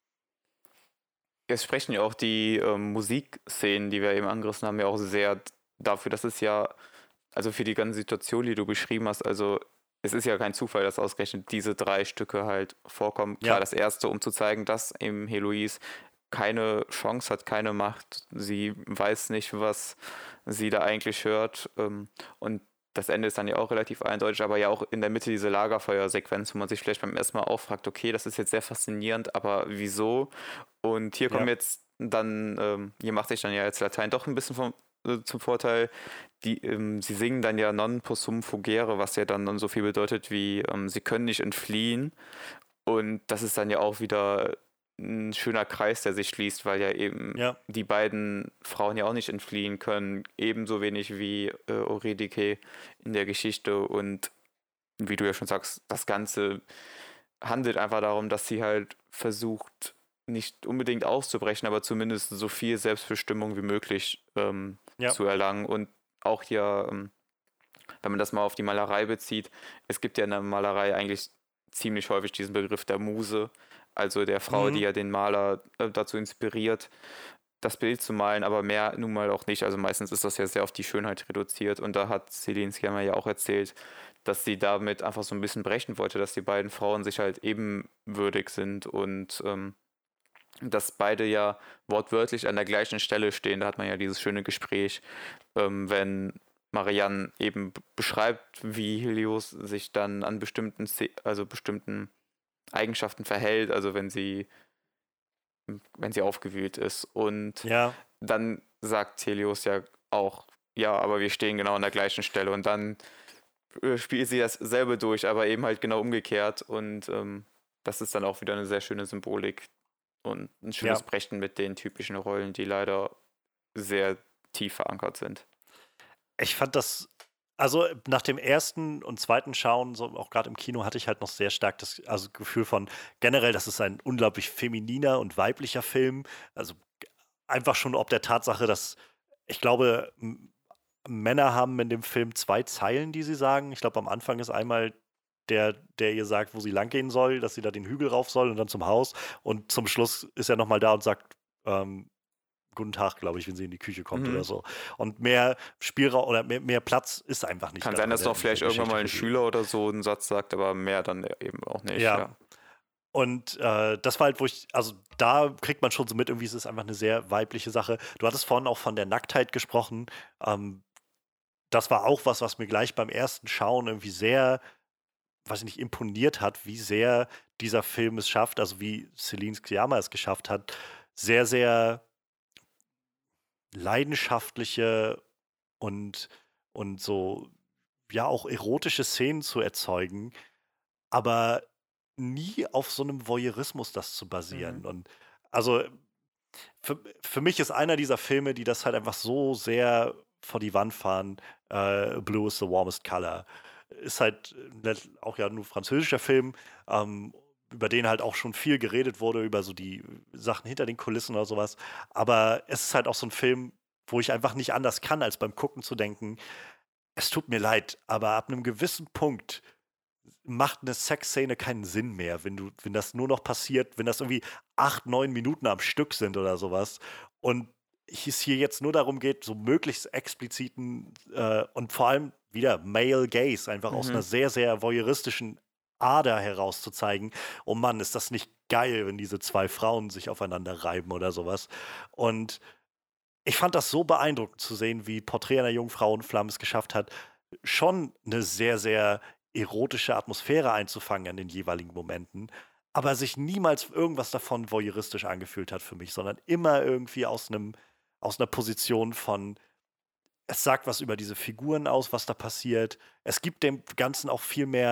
Speaker 2: Es sprechen ja auch die Musikszenen, die wir eben angerissen haben, ja auch sehr dafür, dass es ja, also für die ganze Situation, die du beschrieben hast, also es ist ja kein Zufall, dass ausgerechnet diese 3 Stücke halt vorkommen. Klar,
Speaker 1: Ja,
Speaker 2: das erste, um zu zeigen, dass eben Heloise keine Chance hat, keine Macht, sie weiß nicht, was sie da eigentlich hört. Und das Ende ist dann ja auch relativ eindeutig, aber ja auch in der Mitte diese Lagerfeuersequenz, wo man sich vielleicht beim ersten Mal auch fragt, okay, das ist jetzt sehr faszinierend, aber wieso? Und hier kommen
Speaker 1: ja.
Speaker 2: jetzt dann, hier macht sich dann ja jetzt Latein doch ein bisschen zum Vorteil. Sie singen dann ja non possum fugere, was ja dann so viel bedeutet wie, sie können nicht entfliehen. Und das ist dann ja auch wieder ein schöner Kreis, der sich schließt, weil ja eben
Speaker 1: Ja,
Speaker 2: die beiden Frauen ja auch nicht entfliehen können, ebenso wenig wie Eurydike in der Geschichte. Und wie du ja schon sagst, das Ganze handelt einfach darum, dass sie halt versucht, nicht unbedingt auszubrechen, aber zumindest so viel Selbstbestimmung wie möglich
Speaker 1: ja.
Speaker 2: zu erlangen. Und auch hier, wenn man das mal auf die Malerei bezieht, es gibt ja in der Malerei eigentlich ziemlich häufig diesen Begriff der Muse, also der Frau, die
Speaker 1: Mhm.
Speaker 2: ja den Maler dazu inspiriert, das Bild zu malen, aber mehr nun mal auch nicht. Also meistens ist das ja sehr auf die Schönheit reduziert und da hat Celine Sciamma ja auch erzählt, dass sie damit einfach so ein bisschen brechen wollte, dass die beiden Frauen sich halt ebenwürdig sind und dass beide ja wortwörtlich an der gleichen Stelle stehen. Da hat man ja dieses schöne Gespräch, wenn Marianne eben beschreibt, wie Helios sich dann an bestimmten Eigenschaften verhält, also wenn sie aufgewühlt ist. Und
Speaker 1: Ja,
Speaker 2: dann sagt Helios ja auch, ja, aber wir stehen genau an der gleichen Stelle. Und dann spielt sie dasselbe durch, aber eben halt genau umgekehrt. Und das ist dann auch wieder eine sehr schöne Symbolik und ein
Speaker 1: ja.
Speaker 2: schönes Brechen mit den typischen Rollen, die leider sehr tief verankert sind.
Speaker 1: Ich fand das, also nach dem ersten und zweiten Schauen, so auch gerade im Kino, hatte ich halt noch sehr stark das Gefühl von generell, das ist ein unglaublich femininer und weiblicher Film. Also einfach schon ob der Tatsache, dass ich glaube, Männer haben in dem Film zwei Zeilen, die sie sagen. Ich glaube, am Anfang ist einmal der ihr sagt, wo sie langgehen soll, dass sie da den Hügel rauf soll und dann zum Haus. Und zum Schluss ist er nochmal da und sagt, guten Tag, glaube ich, wenn sie in die Küche kommt oder
Speaker 2: Mhm.
Speaker 1: so. Und mehr Spielraum oder mehr Platz ist einfach nicht
Speaker 2: Kann
Speaker 1: da
Speaker 2: sein,
Speaker 1: drin
Speaker 2: dass noch
Speaker 1: in dieser
Speaker 2: vielleicht irgendwann
Speaker 1: Geschichte
Speaker 2: mal
Speaker 1: für
Speaker 2: ein
Speaker 1: die.
Speaker 2: Schüler oder so einen Satz sagt, aber mehr dann eben auch nicht,
Speaker 1: Ja.
Speaker 2: ja.
Speaker 1: Und das war halt, wo ich, also da kriegt man schon so mit, irgendwie ist es einfach eine sehr weibliche Sache. Du hattest vorhin auch von der Nacktheit gesprochen. Das war auch was mir gleich beim ersten Schauen irgendwie sehr, weiß ich nicht, imponiert hat, wie sehr dieser Film es schafft, also wie Celine Sciamma es geschafft hat, sehr, sehr leidenschaftliche und, und so, ja, auch erotische Szenen zu erzeugen, aber nie auf so einem Voyeurismus das zu
Speaker 2: Mhm.
Speaker 1: basieren. Und also für mich ist einer dieser Filme, die das halt einfach so sehr vor die Wand fahren, Blue is the Warmest Color. Ist halt auch ja nur französischer Film, ähm, über den halt auch schon viel geredet wurde, über so die Sachen hinter den Kulissen oder sowas. Aber es ist halt auch so ein Film, wo ich einfach nicht anders kann, als beim Gucken zu denken, es tut mir leid, aber ab einem gewissen Punkt macht eine Sexszene keinen Sinn mehr, wenn das nur noch passiert, wenn das irgendwie 8, 9 Minuten am Stück sind oder sowas und es hier jetzt nur darum geht, so möglichst expliziten und vor allem wieder Male Gaze, einfach aus einer
Speaker 2: Mhm.
Speaker 1: sehr, sehr voyeuristischen Ader herauszuzeigen. Oh Mann, ist das nicht geil, wenn diese zwei Frauen sich aufeinander reiben oder sowas. Und ich fand das so beeindruckend zu sehen, wie Porträt einer jungen Frau in Flammen es geschafft hat, schon eine sehr, sehr erotische Atmosphäre einzufangen an den jeweiligen Momenten, aber sich niemals irgendwas davon voyeuristisch angefühlt hat für mich, sondern immer irgendwie aus einer Position von, es sagt was über diese Figuren aus, was da passiert. Es gibt dem Ganzen auch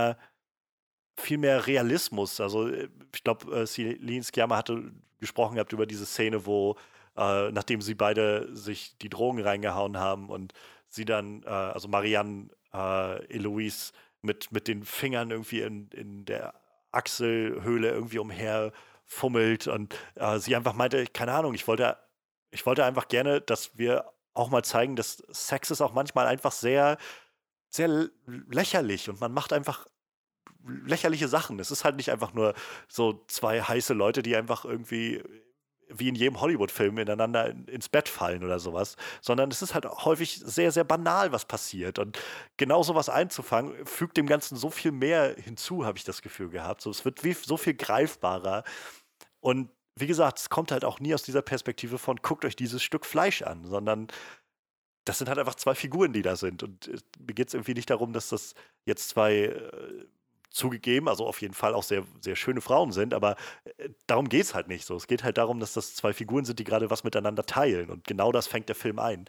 Speaker 1: viel mehr Realismus. Also, ich glaube, Celine Sciamma hatte gesprochen gehabt über diese Szene, wo, nachdem sie beide sich die Drogen reingehauen haben und sie dann, also Marianne, Eloise mit den Fingern irgendwie in der Achselhöhle irgendwie umher fummelt und sie einfach meinte, keine Ahnung, ich wollte einfach gerne, dass wir auch mal zeigen, dass Sex ist auch manchmal einfach sehr, sehr lächerlich und man macht einfach lächerliche Sachen. Es ist halt nicht einfach nur so zwei heiße Leute, die einfach irgendwie wie in jedem Hollywood-Film ineinander ins Bett fallen oder sowas, sondern es ist halt häufig sehr, sehr banal, was passiert. Und genau sowas einzufangen, fügt dem Ganzen so viel mehr hinzu, habe ich das Gefühl gehabt. So, es wird wie so viel greifbarer. Und wie gesagt, es kommt halt auch nie aus dieser Perspektive von, guckt euch dieses Stück Fleisch an, sondern das sind halt einfach zwei Figuren, die da sind. Und mir geht es irgendwie nicht darum, dass das jetzt zwei zugegeben, also auf jeden Fall auch sehr, sehr schöne Frauen sind, aber darum geht es halt nicht so. Es geht halt darum, dass das zwei Figuren sind, die gerade was miteinander teilen. Und genau das fängt der Film ein.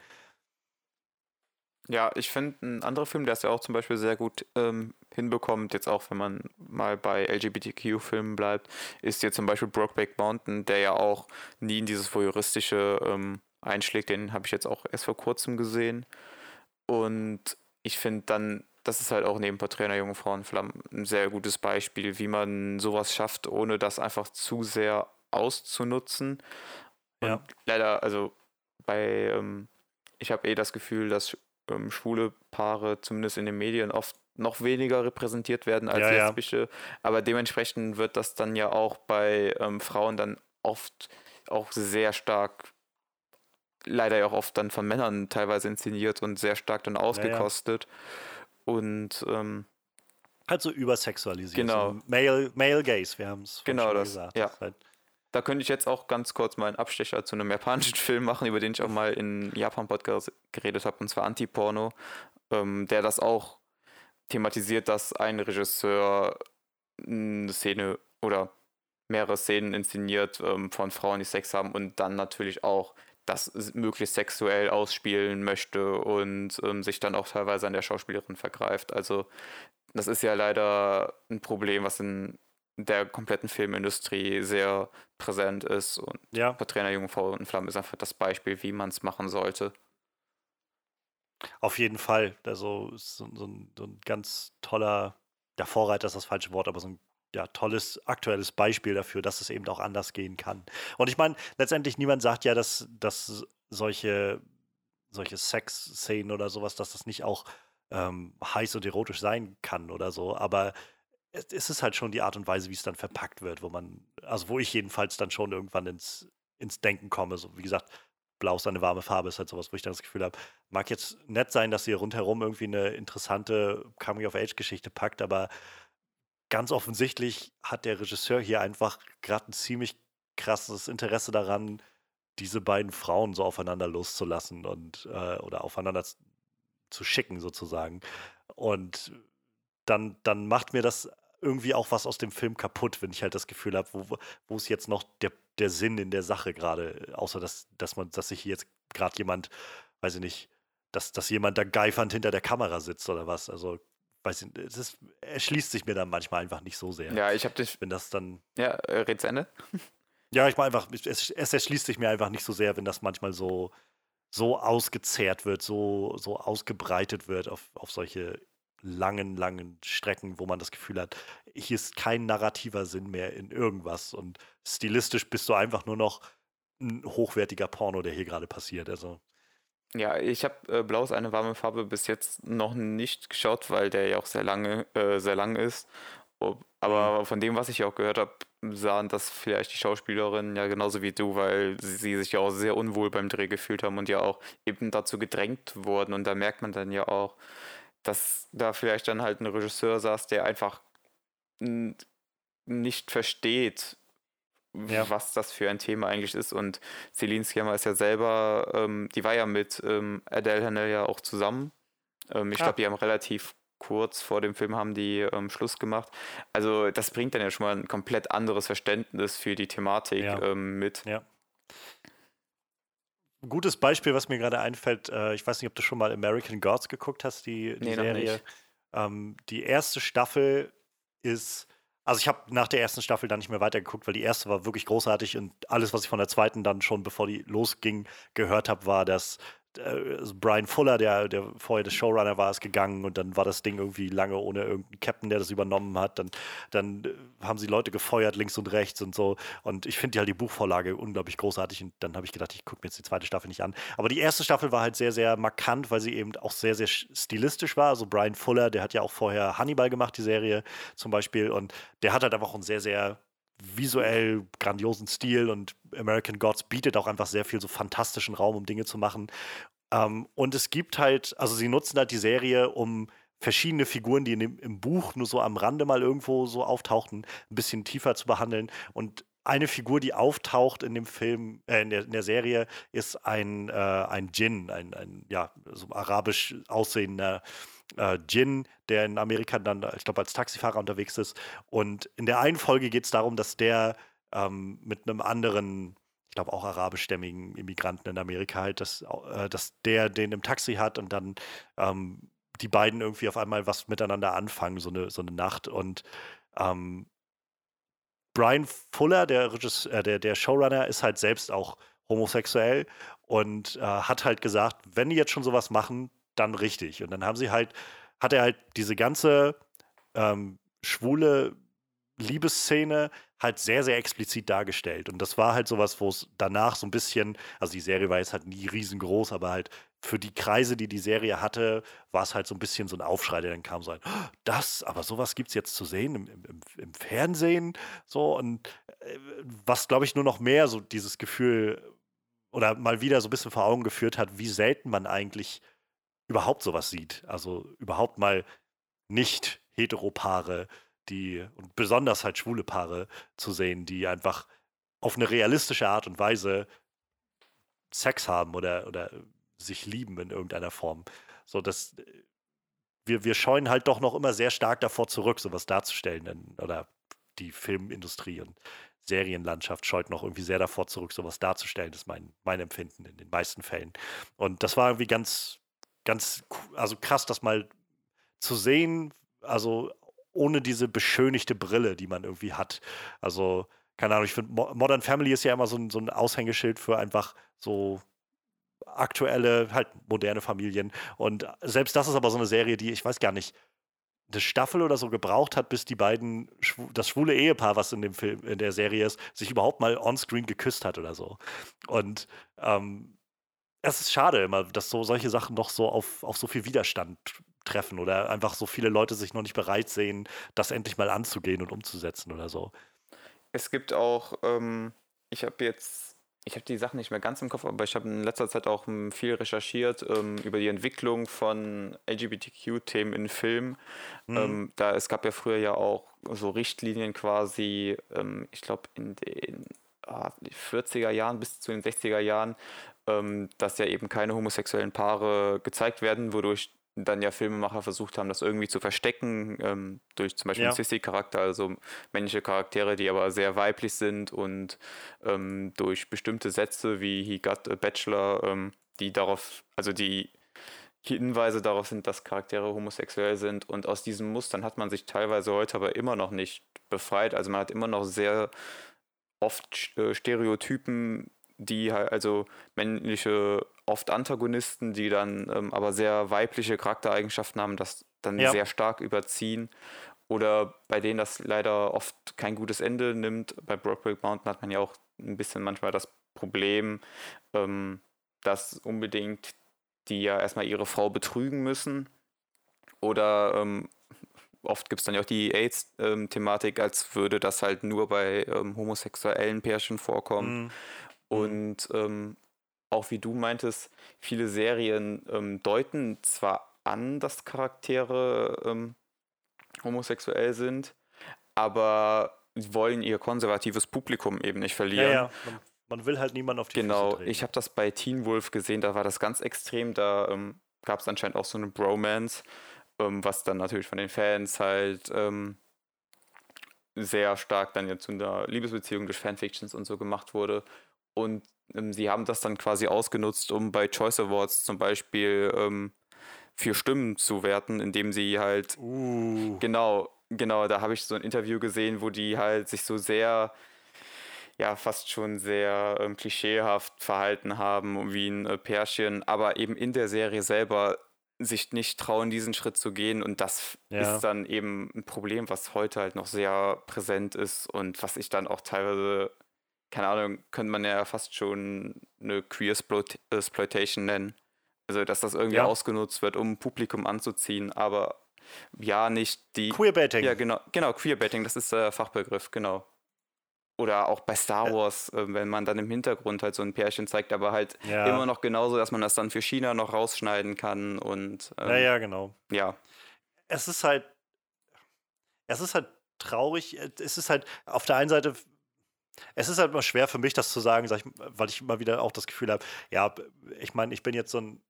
Speaker 2: Ja, ich finde, ein anderer Film, der es ja auch zum Beispiel sehr gut hinbekommt, jetzt auch wenn man mal bei LGBTQ-Filmen bleibt, ist jetzt zum Beispiel Brokeback Mountain, der ja auch nie in dieses Voyeuristische einschlägt. Den habe ich jetzt auch erst vor kurzem gesehen. Und ich finde dann, das ist halt auch neben Porträt einer jungen Frau in Flammen ein sehr gutes Beispiel, wie man sowas schafft, ohne das einfach zu sehr auszunutzen. Und
Speaker 1: Ja,
Speaker 2: leider, also bei, ich habe das Gefühl, dass schwule Paare zumindest in den Medien oft noch weniger repräsentiert werden als
Speaker 1: ja, ja,
Speaker 2: lesbische, aber dementsprechend wird das dann ja auch bei Frauen dann oft auch sehr stark, leider ja auch oft dann von Männern teilweise inszeniert und sehr stark dann
Speaker 1: ja, ja.
Speaker 2: ausgekostet. Und
Speaker 1: Halt so übersexualisiert, so
Speaker 2: genau,
Speaker 1: Male Gaze, wir haben es vorhin
Speaker 2: genau
Speaker 1: schon mal
Speaker 2: das,
Speaker 1: gesagt.
Speaker 2: ja.
Speaker 1: Das ist halt,
Speaker 2: Da könnte ich jetzt auch ganz kurz mal einen Abstecher zu einem japanischen Film machen, über den ich auch mal in Japan-Podcast geredet habe, und zwar Anti-Porno. der das auch thematisiert, dass ein Regisseur eine Szene oder mehrere Szenen inszeniert von Frauen, die Sex haben und dann natürlich auch das möglichst sexuell ausspielen möchte und sich dann auch teilweise an der Schauspielerin vergreift. Also das ist ja leider ein Problem, was in der kompletten Filmindustrie sehr präsent ist und
Speaker 1: Ja,
Speaker 2: Porträt einer jungen Frau in Flammen ist einfach das Beispiel, wie man es machen sollte.
Speaker 1: auf jeden Fall. Also so ein ganz toller, ja, Vorreiter ist das falsche Wort, aber so ein ja, tolles aktuelles Beispiel dafür, dass es eben auch anders gehen kann. Und ich meine, letztendlich niemand sagt ja, dass solche Sexszenen oder sowas, dass das nicht auch heiß und erotisch sein kann oder so, aber es ist halt schon die Art und Weise, wie es dann verpackt wird, also wo ich jedenfalls dann schon irgendwann ins Denken komme. So, wie gesagt, Blau ist eine warme Farbe, ist halt sowas, wo ich dann das Gefühl habe, mag jetzt nett sein, dass ihr rundherum irgendwie eine interessante Coming-of-Age-Geschichte packt, aber ganz offensichtlich hat der Regisseur hier einfach gerade ein ziemlich krasses Interesse daran, diese beiden Frauen so aufeinander loszulassen und oder aufeinander zu schicken sozusagen. Und dann macht mir das irgendwie auch was aus dem Film kaputt, wenn ich halt das Gefühl habe, wo ist jetzt noch der Sinn in der Sache gerade, außer dass sich hier jetzt gerade jemand, weiß ich nicht, dass jemand da geifernd hinter der Kamera sitzt oder was. Also, weiß ich, erschließt sich mir dann manchmal einfach nicht so sehr.
Speaker 2: Ja, ich habe dich.
Speaker 1: Wenn das dann,
Speaker 2: Ja, red zu Ende.
Speaker 1: ja, ich meine einfach, es erschließt sich mir einfach nicht so sehr, wenn das manchmal so ausgezehrt wird, so ausgebreitet wird auf solche langen Strecken, wo man das Gefühl hat, hier ist kein narrativer Sinn mehr in irgendwas und stilistisch bist du einfach nur noch ein hochwertiger Porno, der hier gerade passiert. Also,
Speaker 2: Ja, ich habe Blau ist eine warme Farbe bis jetzt noch nicht geschaut, weil der ja auch sehr lang ist.
Speaker 1: hm,
Speaker 2: Aber von dem, was ich auch gehört habe, sahen das vielleicht die Schauspielerinnen ja genauso wie du, weil sie sich ja auch sehr unwohl beim Dreh gefühlt haben und ja auch eben dazu gedrängt wurden. Und da merkt man dann ja auch, dass da vielleicht dann halt ein Regisseur saß, der einfach n- nicht versteht,
Speaker 1: ja,
Speaker 2: was das für ein Thema eigentlich ist. Und Celine Sciamma ist ja selber, die war ja mit Adele Hanel ja auch zusammen. Ich glaube,
Speaker 1: ah,
Speaker 2: die haben relativ kurz vor dem Film haben die Schluss gemacht. Also das bringt dann ja schon mal ein komplett anderes Verständnis für die Thematik
Speaker 1: ja,
Speaker 2: mit.
Speaker 1: ja. Ein gutes Beispiel, was mir gerade einfällt, ich weiß nicht, ob du schon mal American Gods geguckt hast, die
Speaker 2: Nee, noch
Speaker 1: Serie.
Speaker 2: nicht.
Speaker 1: Die erste Staffel ist, also ich habe nach der ersten Staffel dann nicht mehr weitergeguckt, weil die erste war wirklich großartig und alles, was ich von der zweiten dann schon, bevor die losging, gehört habe, war, dass also Brian Fuller, der vorher der Showrunner war, ist gegangen und dann war das Ding irgendwie lange ohne irgendeinen Captain, der das übernommen hat. Dann haben sie Leute gefeuert, links und rechts und so. Und ich finde halt die Buchvorlage unglaublich großartig und dann habe ich gedacht, ich gucke mir jetzt die zweite Staffel nicht an. Aber die erste Staffel war halt sehr, sehr markant, weil sie eben auch sehr, sehr stilistisch war. Also Brian Fuller, der hat ja auch vorher Hannibal gemacht, die Serie zum Beispiel. Und der hat halt einfach einen sehr, sehr visuell grandiosen Stil und American Gods bietet auch einfach sehr viel so fantastischen Raum, um Dinge zu machen. Und es gibt halt, also sie nutzen halt die Serie, um verschiedene Figuren, die im Buch nur so am Rande mal irgendwo so auftauchten, ein bisschen tiefer zu behandeln. Und eine Figur, die auftaucht in dem Film, in der Serie, ist ein Djinn, ja, so arabisch aussehender Djinn, der in Amerika dann, ich glaube, als Taxifahrer unterwegs ist. Und in der einen Folge geht es darum, dass der mit einem anderen, ich glaube auch arabischstämmigen Immigranten in Amerika halt, dass der den im Taxi hat und dann ähm, die beiden irgendwie auf einmal was miteinander anfangen, so eine Nacht. Und ähm, Brian Fuller, der Showrunner, ist halt selbst auch homosexuell und hat halt gesagt, wenn die jetzt schon sowas machen, dann richtig. Und dann hat er halt diese ganze schwule Liebesszene halt sehr, sehr explizit dargestellt. Und das war halt sowas, wo es danach so ein bisschen, also die Serie war jetzt halt nie riesengroß, aber halt für die Kreise, die die Serie hatte, war es halt so ein bisschen so ein Aufschrei, der dann kam, so ein, "Oh, aber sowas gibt es jetzt zu sehen im Fernsehen, so, und was, glaube ich, nur noch mehr so dieses Gefühl oder mal wieder so ein bisschen vor Augen geführt hat, wie selten man eigentlich überhaupt sowas sieht. Also überhaupt mal nicht Heteropaare, und besonders halt schwule Paare zu sehen, die einfach auf eine realistische Art und Weise Sex haben oder sich lieben in irgendeiner Form. So, wir scheuen halt doch noch immer sehr stark davor zurück, sowas darzustellen. Oder die Filmindustrie und Serienlandschaft scheut noch irgendwie sehr davor zurück, sowas darzustellen, ist mein Empfinden in den meisten Fällen. Und das war irgendwie also krass, das mal zu sehen, also ohne diese beschönigte Brille, die man irgendwie hat. Also, keine Ahnung, ich finde, Modern Family ist ja immer so ein Aushängeschild für einfach so aktuelle, halt moderne Familien. Und selbst das ist aber so eine Serie, die, ich weiß gar nicht, eine Staffel oder so gebraucht hat, bis die beiden, das schwule Ehepaar, was in dem Film, in der Serie ist, sich überhaupt mal onscreen geküsst hat oder so. Und es ist schade immer, dass solche Sachen noch so auf so viel Widerstand treffen oder einfach so viele Leute sich noch nicht bereit sehen, das endlich mal anzugehen und umzusetzen oder so.
Speaker 2: Es gibt auch, ich habe jetzt, ich habe die Sachen nicht mehr ganz im Kopf, aber ich habe in letzter Zeit auch viel recherchiert über die Entwicklung von LGBTQ-Themen in Filmen.
Speaker 1: Mhm.
Speaker 2: Es gab ja früher ja auch so Richtlinien quasi, ich glaube in den 40er Jahren bis zu den 60er Jahren, dass ja eben keine homosexuellen Paare gezeigt werden, wodurch dann ja Filmemacher versucht haben, das irgendwie zu verstecken, durch zum Beispiel einen
Speaker 1: Ja,
Speaker 2: Sissy-Charakter, also männliche Charaktere, die aber sehr weiblich sind und durch bestimmte Sätze wie He got a Bachelor, die darauf, also die Hinweise darauf sind, dass Charaktere homosexuell sind, und aus diesen Mustern hat man sich teilweise heute aber immer noch nicht befreit. Also man hat immer noch sehr oft Stereotypen, die halt, also männliche, oft Antagonisten, die dann aber sehr weibliche Charaktereigenschaften haben, das dann
Speaker 1: ja,
Speaker 2: sehr stark überziehen. Oder bei denen das leider oft kein gutes Ende nimmt. Bei Brokeback Mountain hat man ja auch ein bisschen manchmal das Problem, ähm, dass unbedingt die ja erstmal ihre Frau betrügen müssen. Oder oft gibt es dann ja auch die AIDS-Thematik, als würde das halt nur bei homosexuellen Pärchen vorkommen.
Speaker 1: mhm. Mhm.
Speaker 2: Und auch wie du meintest, viele Serien deuten zwar an, dass Charaktere homosexuell sind, aber wollen ihr konservatives Publikum eben nicht
Speaker 1: Ja,
Speaker 2: verlieren.
Speaker 1: ja, man will halt niemanden auf die Füße
Speaker 2: Genau, ich
Speaker 1: treten.
Speaker 2: habe das bei Teen Wolf gesehen, da war das ganz extrem, da gab es anscheinend auch so eine Bromance, was dann natürlich von den Fans halt sehr stark dann jetzt zu einer Liebesbeziehung durch Fanfictions und so gemacht wurde. Und sie haben das dann quasi ausgenutzt, um bei Choice Awards zum Beispiel für Stimmen zu werten, indem sie halt,
Speaker 1: Uh,
Speaker 2: genau, da habe ich so ein Interview gesehen, wo die halt sich so sehr, ja, fast schon sehr klischeehaft verhalten haben, wie ein Pärchen, aber eben in der Serie selber sich nicht trauen, diesen Schritt zu gehen. Und das ist
Speaker 1: ja,
Speaker 2: dann eben ein Problem, was heute halt noch sehr präsent ist und was ich dann auch teilweise, keine Ahnung, könnte man ja fast schon eine Queer Exploitation nennen. Also, dass das irgendwie
Speaker 1: ja.
Speaker 2: ausgenutzt wird, um Publikum anzuziehen, aber ja, nicht die.
Speaker 1: Queerbaiting.
Speaker 2: Ja, genau, Queerbaiting, das ist der Fachbegriff, genau. Oder auch bei Star
Speaker 1: Ä-
Speaker 2: Wars, wenn man dann im Hintergrund halt so ein Pärchen zeigt, aber halt
Speaker 1: Ja,
Speaker 2: immer noch genauso, dass man das dann für China noch rausschneiden kann und
Speaker 1: ja, ja, genau.
Speaker 2: ja.
Speaker 1: Es ist halt, es ist halt traurig. Es ist halt auf der einen Seite, es ist halt immer schwer für mich, das zu sagen, weil ich immer wieder auch das Gefühl habe, ja, ich meine, ich bin jetzt so ein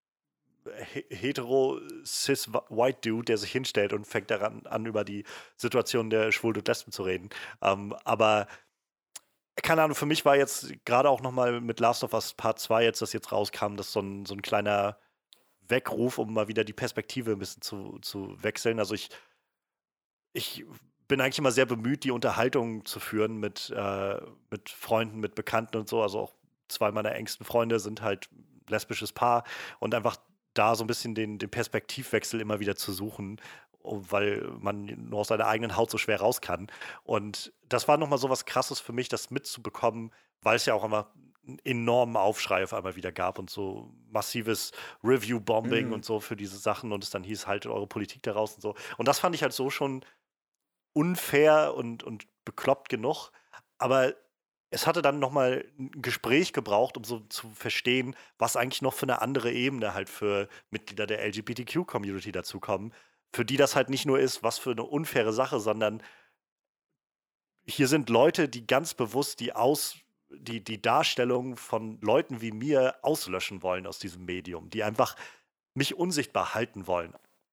Speaker 1: hetero cis white Dude, der sich hinstellt und fängt daran an, über die Situation der Schwulen und Lesben zu reden. Aber keine Ahnung, für mich war jetzt gerade auch noch mal mit Last of Us Part 2 jetzt, das jetzt rauskam, das so ein kleiner Weckruf, um mal wieder die Perspektive ein bisschen zu wechseln. Also ich bin eigentlich immer sehr bemüht, die Unterhaltung zu führen mit Freunden, mit Bekannten und so. Also auch zwei meiner engsten Freunde sind halt lesbisches Paar und einfach da so ein bisschen den Perspektivwechsel immer wieder zu suchen, weil man nur aus seiner eigenen Haut so schwer raus kann. Und das war nochmal so was Krasses für mich, das mitzubekommen, weil es ja auch immer einen enormen Aufschrei auf einmal wieder gab und so massives Review-Bombing
Speaker 2: Mm,
Speaker 1: und so für diese Sachen und es dann hieß, haltet eure Politik daraus und so. Und das fand ich halt so schon unfair und bekloppt genug. Aber es hatte dann noch mal 'n Gespräch gebraucht, um so zu verstehen, was eigentlich noch für eine andere Ebene halt für Mitglieder der LGBTQ-Community dazukommen, für die das halt nicht nur ist, was für eine unfaire Sache, sondern hier sind Leute, die ganz bewusst die Darstellung von Leuten wie mir auslöschen wollen aus diesem Medium, die einfach mich unsichtbar halten wollen.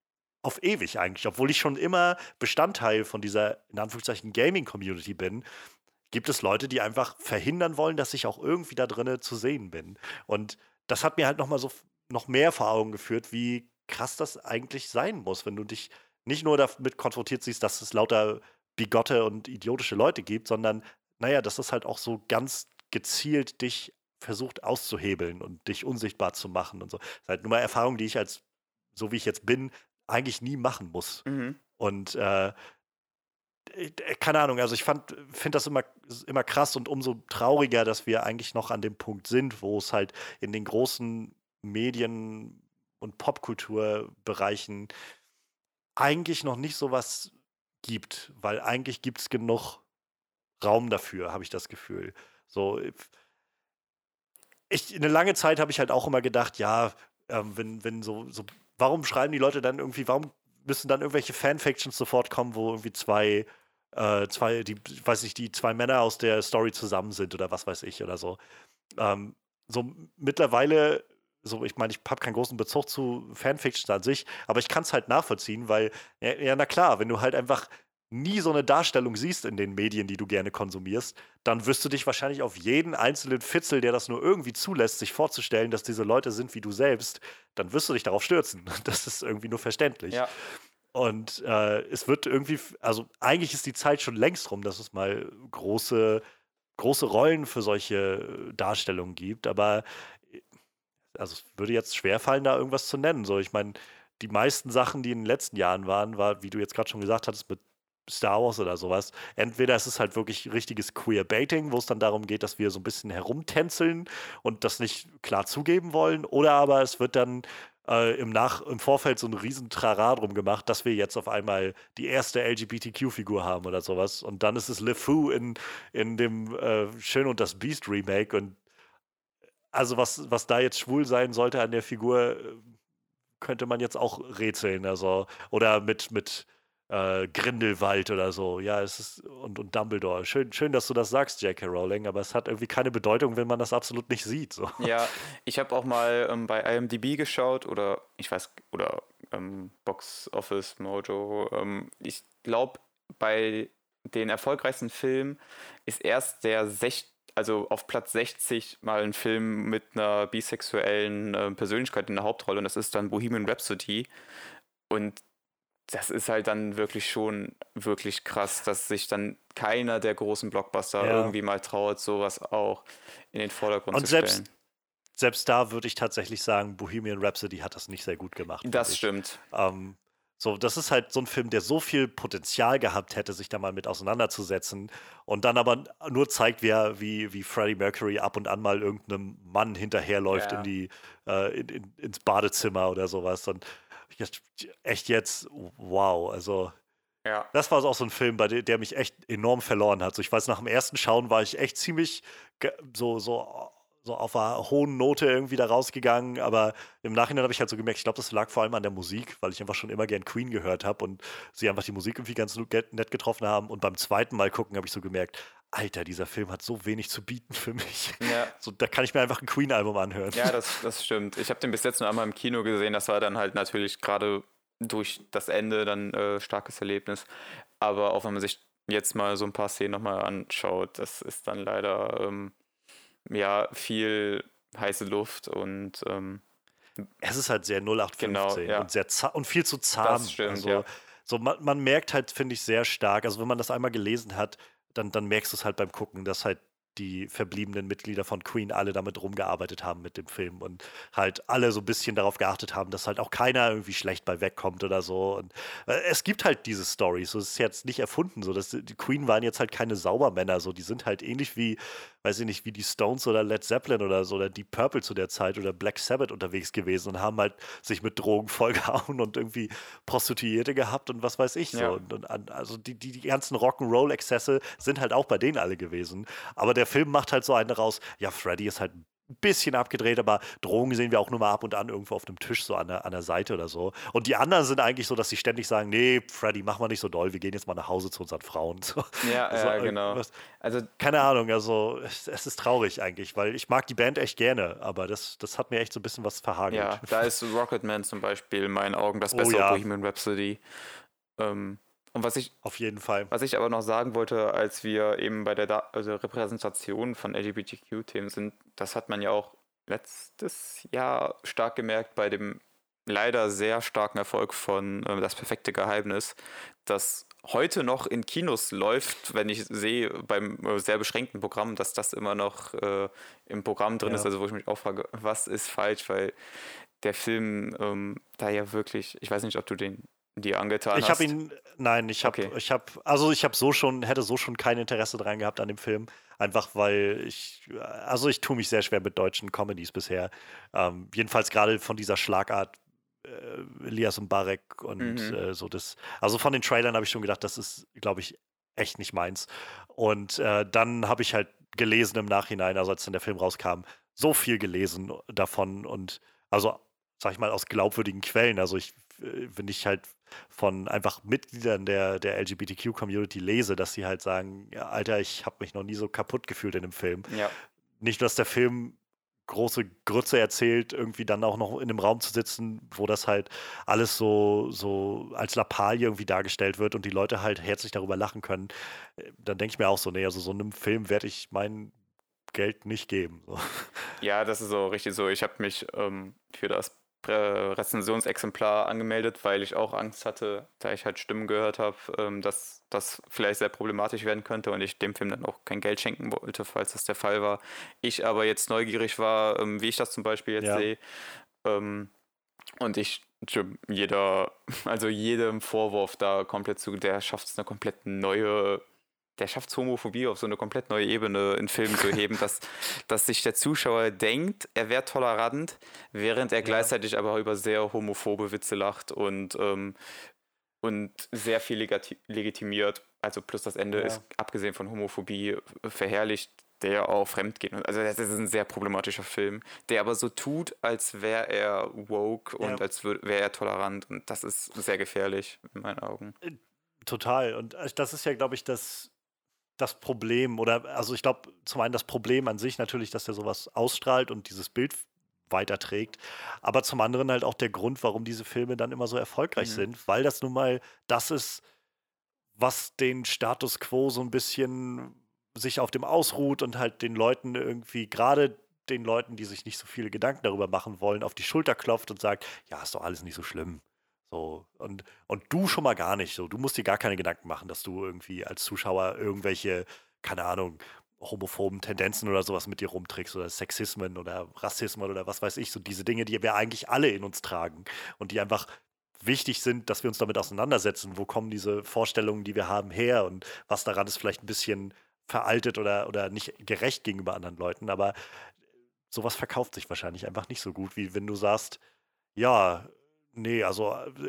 Speaker 1: auf ewig eigentlich. Obwohl ich schon immer Bestandteil von dieser, in Anführungszeichen, Gaming-Community bin, gibt es Leute, die einfach verhindern wollen, dass ich auch irgendwie da drinne zu sehen bin. Und das hat mir halt noch mal so noch mehr vor Augen geführt, wie krass das eigentlich sein muss, wenn du dich nicht nur damit konfrontiert siehst, dass es lauter bigotte und idiotische Leute gibt, sondern naja, dass das halt auch so ganz gezielt dich versucht auszuhebeln und dich unsichtbar zu machen und so. Das ist halt nur mal Erfahrung, die ich als, so wie ich jetzt bin, eigentlich nie machen muss.
Speaker 2: Mhm.
Speaker 1: Und keine Ahnung, also ich finde das immer krass und umso trauriger, dass wir eigentlich noch an dem Punkt sind, wo es halt in den großen Medien- und Popkulturbereichen eigentlich noch nicht so was gibt, weil eigentlich gibt es genug Raum dafür, habe ich das Gefühl. So, eine lange Zeit habe ich halt auch immer gedacht, ja, wenn warum schreiben die Leute dann irgendwie, warum müssen dann irgendwelche Fanfictions sofort kommen, wo irgendwie die zwei Männer aus der Story zusammen sind oder was weiß ich oder so. So mittlerweile, so ich meine, ich habe keinen großen Bezug zu Fanfictions an sich, aber ich kann es halt nachvollziehen, weil, ja, na klar, wenn du halt einfach nie so eine Darstellung siehst in den Medien, die du gerne konsumierst, dann wirst du dich wahrscheinlich auf jeden einzelnen Fitzel, der das nur irgendwie zulässt, sich vorzustellen, dass diese Leute sind wie du selbst, dann wirst du dich darauf stürzen. Das ist irgendwie nur verständlich.
Speaker 2: Ja,
Speaker 1: Und es wird irgendwie, also eigentlich ist die Zeit schon längst rum, dass es mal große Rollen für solche Darstellungen gibt, aber also es würde jetzt schwerfallen, da irgendwas zu nennen. So, ich meine, die meisten Sachen, die in den letzten Jahren waren, war, wie du jetzt gerade schon gesagt hattest, mit Star Wars oder sowas. Entweder es ist halt wirklich richtiges Queerbaiting, wo es dann darum geht, dass wir so ein bisschen herumtänzeln und das nicht klar zugeben wollen, oder aber es wird dann im Vorfeld so ein riesen Trara drum gemacht, dass wir jetzt auf einmal die erste LGBTQ-Figur haben oder sowas. Und dann ist es LeFou in dem Schön und das Biest Remake. Und also was da jetzt schwul sein sollte an der Figur, könnte man jetzt auch rätseln. Also, oder mit Grindelwald oder so. Ja, es ist, und Dumbledore. Schön, dass du das sagst, J.K. Rowling, aber es hat irgendwie keine Bedeutung, wenn man das absolut nicht sieht. So.
Speaker 2: ja. Ich habe auch mal bei IMDb geschaut oder ich weiß, oder Box Office Mojo. Ich glaube, bei den erfolgreichsten Filmen ist erst also auf Platz 60 mal ein Film mit einer bisexuellen Persönlichkeit in der Hauptrolle und das ist dann Bohemian Rhapsody. Und das ist halt dann wirklich schon wirklich krass, dass sich dann keiner der großen Blockbuster
Speaker 1: Ja.
Speaker 2: irgendwie mal traut, sowas auch in den Vordergrund
Speaker 1: Und
Speaker 2: zu stellen.
Speaker 1: selbst da würde ich tatsächlich sagen, Bohemian Rhapsody hat das nicht sehr gut gemacht, finde
Speaker 2: Das
Speaker 1: ich.
Speaker 2: stimmt.
Speaker 1: So, das ist halt so ein Film, der so viel Potenzial gehabt hätte, sich da mal mit auseinanderzusetzen und dann aber nur zeigt, wie Freddie Mercury ab und an mal irgendeinem Mann hinterherläuft
Speaker 2: Ja.
Speaker 1: ins Badezimmer oder sowas. Und echt jetzt, wow, also
Speaker 2: Ja.
Speaker 1: das war auch so ein Film, der mich echt enorm verloren hat. So, ich weiß, nach dem ersten Schauen war ich echt ziemlich so auf einer hohen Note irgendwie da rausgegangen, aber im Nachhinein habe ich halt so gemerkt, ich glaube, das lag vor allem an der Musik, weil ich einfach schon immer gern Queen gehört habe und sie einfach die Musik irgendwie ganz nett getroffen haben. Und beim zweiten Mal gucken habe ich so gemerkt, Alter, dieser Film hat so wenig zu bieten für mich.
Speaker 2: Ja.
Speaker 1: So, da kann ich mir einfach ein Queen-Album anhören.
Speaker 2: Ja, das stimmt. Ich habe den bis jetzt nur einmal im Kino gesehen. Das war dann halt natürlich gerade durch das Ende dann starkes Erlebnis. Aber auch wenn man sich jetzt mal so ein paar Szenen nochmal anschaut, das ist dann leider ja viel heiße Luft und
Speaker 1: Es ist halt sehr 0815
Speaker 2: genau, ja.
Speaker 1: und viel zu zahm.
Speaker 2: Das stimmt,
Speaker 1: also,
Speaker 2: ja.
Speaker 1: so man merkt halt, finde ich, sehr stark, also wenn man das einmal gelesen hat, dann merkst du es halt beim Gucken, dass halt die verbliebenen Mitglieder von Queen alle damit rumgearbeitet haben mit dem Film und halt alle so ein bisschen darauf geachtet haben, dass halt auch keiner irgendwie schlecht bei wegkommt oder so. Und es gibt halt diese Storys, so es ist jetzt nicht erfunden, so dass die Queen waren jetzt halt keine Saubermänner, so die sind halt ähnlich wie, weiß ich nicht, wie die Stones oder Led Zeppelin oder so oder Deep Purple zu der Zeit oder Black Sabbath unterwegs gewesen und haben halt sich mit Drogen vollgehauen und irgendwie Prostituierte gehabt und was weiß ich so.
Speaker 2: Ja.
Speaker 1: Also die ganzen Rock'n'Roll-Exzesse sind halt auch bei denen alle gewesen. Aber der Film macht halt so einen raus, ja, Freddy ist halt ein ein bisschen abgedreht, aber Drohungen sehen wir auch nur mal ab und an irgendwo auf einem Tisch, so an der Seite oder so. Und die anderen sind eigentlich so, dass sie ständig sagen, nee, Freddy, mach mal nicht so doll, wir gehen jetzt mal nach Hause zu unseren Frauen. So,
Speaker 2: Ja,
Speaker 1: also,
Speaker 2: ja, genau. Also,
Speaker 1: keine Ahnung, also es ist traurig eigentlich, weil ich mag die Band echt gerne, aber das hat mir echt so ein bisschen was verhagelt.
Speaker 2: ja, da ist Rocketman zum Beispiel in meinen Augen das
Speaker 1: Oh
Speaker 2: bessere
Speaker 1: ja,
Speaker 2: Bohemian Rhapsody. Ähm, und
Speaker 1: auf jeden Fall.
Speaker 2: was ich aber noch sagen wollte, als wir eben bei der also Repräsentation von LGBTQ-Themen sind, das hat man ja auch letztes Jahr stark gemerkt bei dem leider sehr starken Erfolg von Das perfekte Geheimnis, das heute noch in Kinos läuft, wenn ich sehe beim sehr beschränkten Programm, dass das immer noch im Programm drin ist,
Speaker 1: Ja.
Speaker 2: also wo ich mich auch frage, was ist falsch, weil der Film da ja wirklich, ich weiß nicht, ob du den dir angetan
Speaker 1: Ich habe
Speaker 2: hast.
Speaker 1: ihn, nein,
Speaker 2: Okay.
Speaker 1: ich habe hätte so schon kein Interesse dran gehabt an dem Film, einfach weil ich tue mich sehr schwer mit deutschen Comedies bisher. Jedenfalls gerade von dieser Schlagart Elias und Barek und
Speaker 2: Mhm.
Speaker 1: so das. Also von den Trailern habe ich schon gedacht, das ist, glaube ich, echt nicht meins. Und dann habe ich halt gelesen im Nachhinein, also als dann der Film rauskam, so viel gelesen davon und also, sag ich mal, aus glaubwürdigen Quellen. Also wenn ich halt von einfach Mitgliedern der LGBTQ-Community lese, dass sie halt sagen, ja, Alter, ich habe mich noch nie so kaputt gefühlt in einem Film.
Speaker 2: Ja.
Speaker 1: Nicht nur, dass der Film große Grütze erzählt, irgendwie dann auch noch in einem Raum zu sitzen, wo das halt alles so als Lappalie irgendwie dargestellt wird und die Leute halt herzlich darüber lachen können. Dann denke ich mir auch so, nee, also so einem Film werde ich mein Geld nicht geben. So.
Speaker 2: Ja, das ist so richtig so. Ich habe mich für das Rezensionsexemplar angemeldet, weil ich auch Angst hatte, da ich halt Stimmen gehört habe, dass das vielleicht sehr problematisch werden könnte und ich dem Film dann auch kein Geld schenken wollte, falls das der Fall war. Ich aber jetzt neugierig war, wie ich das zum Beispiel jetzt
Speaker 1: Ja,
Speaker 2: sehe. Ähm, und also jedem Vorwurf da komplett zu, der schafft es eine komplett neue, der schafft es Homophobie auf so eine komplett neue Ebene in Filmen zu heben, dass sich der Zuschauer denkt, er wäre tolerant, während er
Speaker 1: ja,
Speaker 2: gleichzeitig aber über sehr homophobe Witze lacht und sehr viel legitimiert. Also plus das Ende ist,
Speaker 1: ja,
Speaker 2: abgesehen von Homophobie, verherrlicht der auch Fremdgehen. Also das ist ein sehr problematischer Film, der aber so tut, als wäre er woke
Speaker 1: ja.
Speaker 2: und als wäre er tolerant. Und das ist sehr gefährlich in meinen Augen.
Speaker 1: Total. Und das ist ja, glaube ich, das Problem, oder also ich glaube, zum einen das Problem an sich natürlich, dass er sowas ausstrahlt und dieses Bild weiterträgt, aber zum anderen halt auch der Grund, warum diese Filme dann immer so erfolgreich
Speaker 2: Mhm.
Speaker 1: sind, weil das nun mal das ist, was den Status quo so ein bisschen sich auf dem ausruht und halt den Leuten irgendwie, gerade den Leuten, die sich nicht so viele Gedanken darüber machen wollen, auf die Schulter klopft und sagt, ja, ist doch alles nicht so schlimm. So, und du schon mal gar nicht. So, du musst dir gar keine Gedanken machen, dass du irgendwie als Zuschauer irgendwelche, keine Ahnung, homophoben Tendenzen oder sowas mit dir rumträgst oder Sexismen oder Rassismen oder was weiß ich, so diese Dinge, die wir eigentlich alle in uns tragen und die einfach wichtig sind, dass wir uns damit auseinandersetzen. Wo kommen diese Vorstellungen, die wir haben, her und was daran ist vielleicht ein bisschen veraltet oder nicht gerecht gegenüber anderen Leuten. Aber sowas verkauft sich wahrscheinlich einfach nicht so gut, wie wenn du sagst, ja, nee, also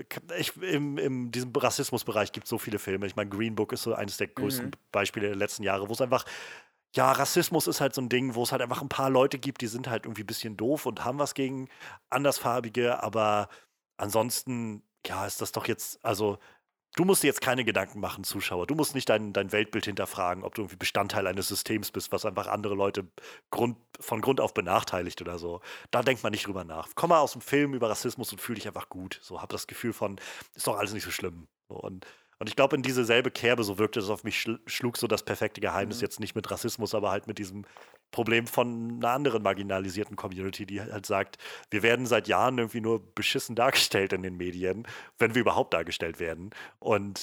Speaker 1: in diesem Rassismusbereich gibt es so viele Filme. Ich meine, Green Book ist so eines der größten
Speaker 2: Mhm.
Speaker 1: Beispiele der letzten Jahre, wo es einfach, ja, Rassismus ist halt so ein Ding, wo es halt einfach ein paar Leute gibt, die sind halt irgendwie ein bisschen doof und haben was gegen Andersfarbige, aber ansonsten, ja, ist das doch jetzt, also du musst dir jetzt keine Gedanken machen, Zuschauer. Du musst nicht dein Weltbild hinterfragen, ob du irgendwie Bestandteil eines Systems bist, was einfach andere Leute von Grund auf benachteiligt oder so. Da denkt man nicht drüber nach. Komm mal aus dem Film über Rassismus und fühl dich einfach gut. So, hab das Gefühl von, ist doch alles nicht so schlimm. So, und ich glaube, in diese selbe Kerbe, so wirkte es auf mich, schlug so das perfekte Geheimnis
Speaker 2: Mhm.
Speaker 1: jetzt nicht mit Rassismus, aber halt mit diesem Problem von einer anderen marginalisierten Community, die halt sagt, wir werden seit Jahren irgendwie nur beschissen dargestellt in den Medien, wenn wir überhaupt dargestellt werden. Und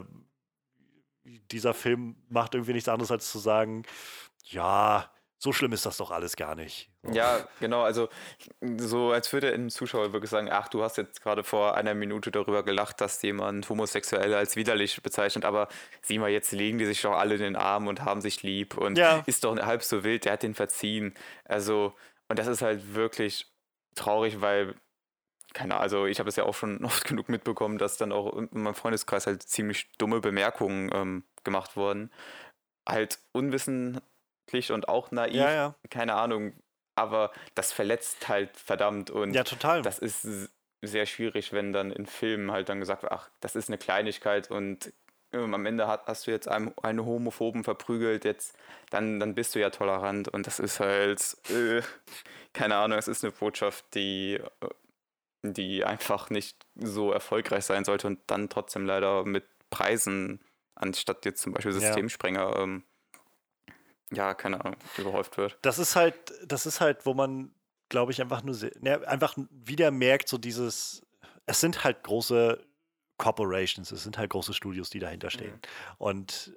Speaker 1: dieser Film macht irgendwie nichts anderes, als zu sagen, ja, so schlimm ist das doch alles gar nicht. So.
Speaker 2: Ja, genau, also so als würde ein Zuschauer wirklich sagen, ach, du hast jetzt gerade vor einer Minute darüber gelacht, dass jemand Homosexuelle als widerlich bezeichnet, aber sieh mal, jetzt legen die sich doch alle in den Arm und haben sich lieb und
Speaker 1: Ja,
Speaker 2: ist doch halb so wild, der hat den verziehen. Also, und das ist halt wirklich traurig, weil, keine Ahnung, also ich habe es ja auch schon oft genug mitbekommen, dass dann auch in meinem Freundeskreis halt ziemlich dumme Bemerkungen gemacht wurden. Halt unwissentlich und auch
Speaker 1: ja,
Speaker 2: naiv,
Speaker 1: ja.
Speaker 2: keine Ahnung, aber das verletzt halt verdammt und
Speaker 1: Ja, total.
Speaker 2: das ist sehr schwierig, wenn dann in Filmen halt dann gesagt wird, ach, das ist eine Kleinigkeit und am Ende hast du jetzt einen Homophoben verprügelt, jetzt dann bist du ja tolerant und das ist halt, keine Ahnung, es ist eine Botschaft, die einfach nicht so erfolgreich sein sollte und dann trotzdem leider mit Preisen, anstatt jetzt zum Beispiel
Speaker 1: Ja.
Speaker 2: Systemsprenger, ja, keine Ahnung, überhäuft wird.
Speaker 1: Das ist halt, wo man, glaube ich, einfach nur einfach wieder merkt, so dieses, es sind halt große Corporations, es sind halt große Studios, die dahinter stehen. Und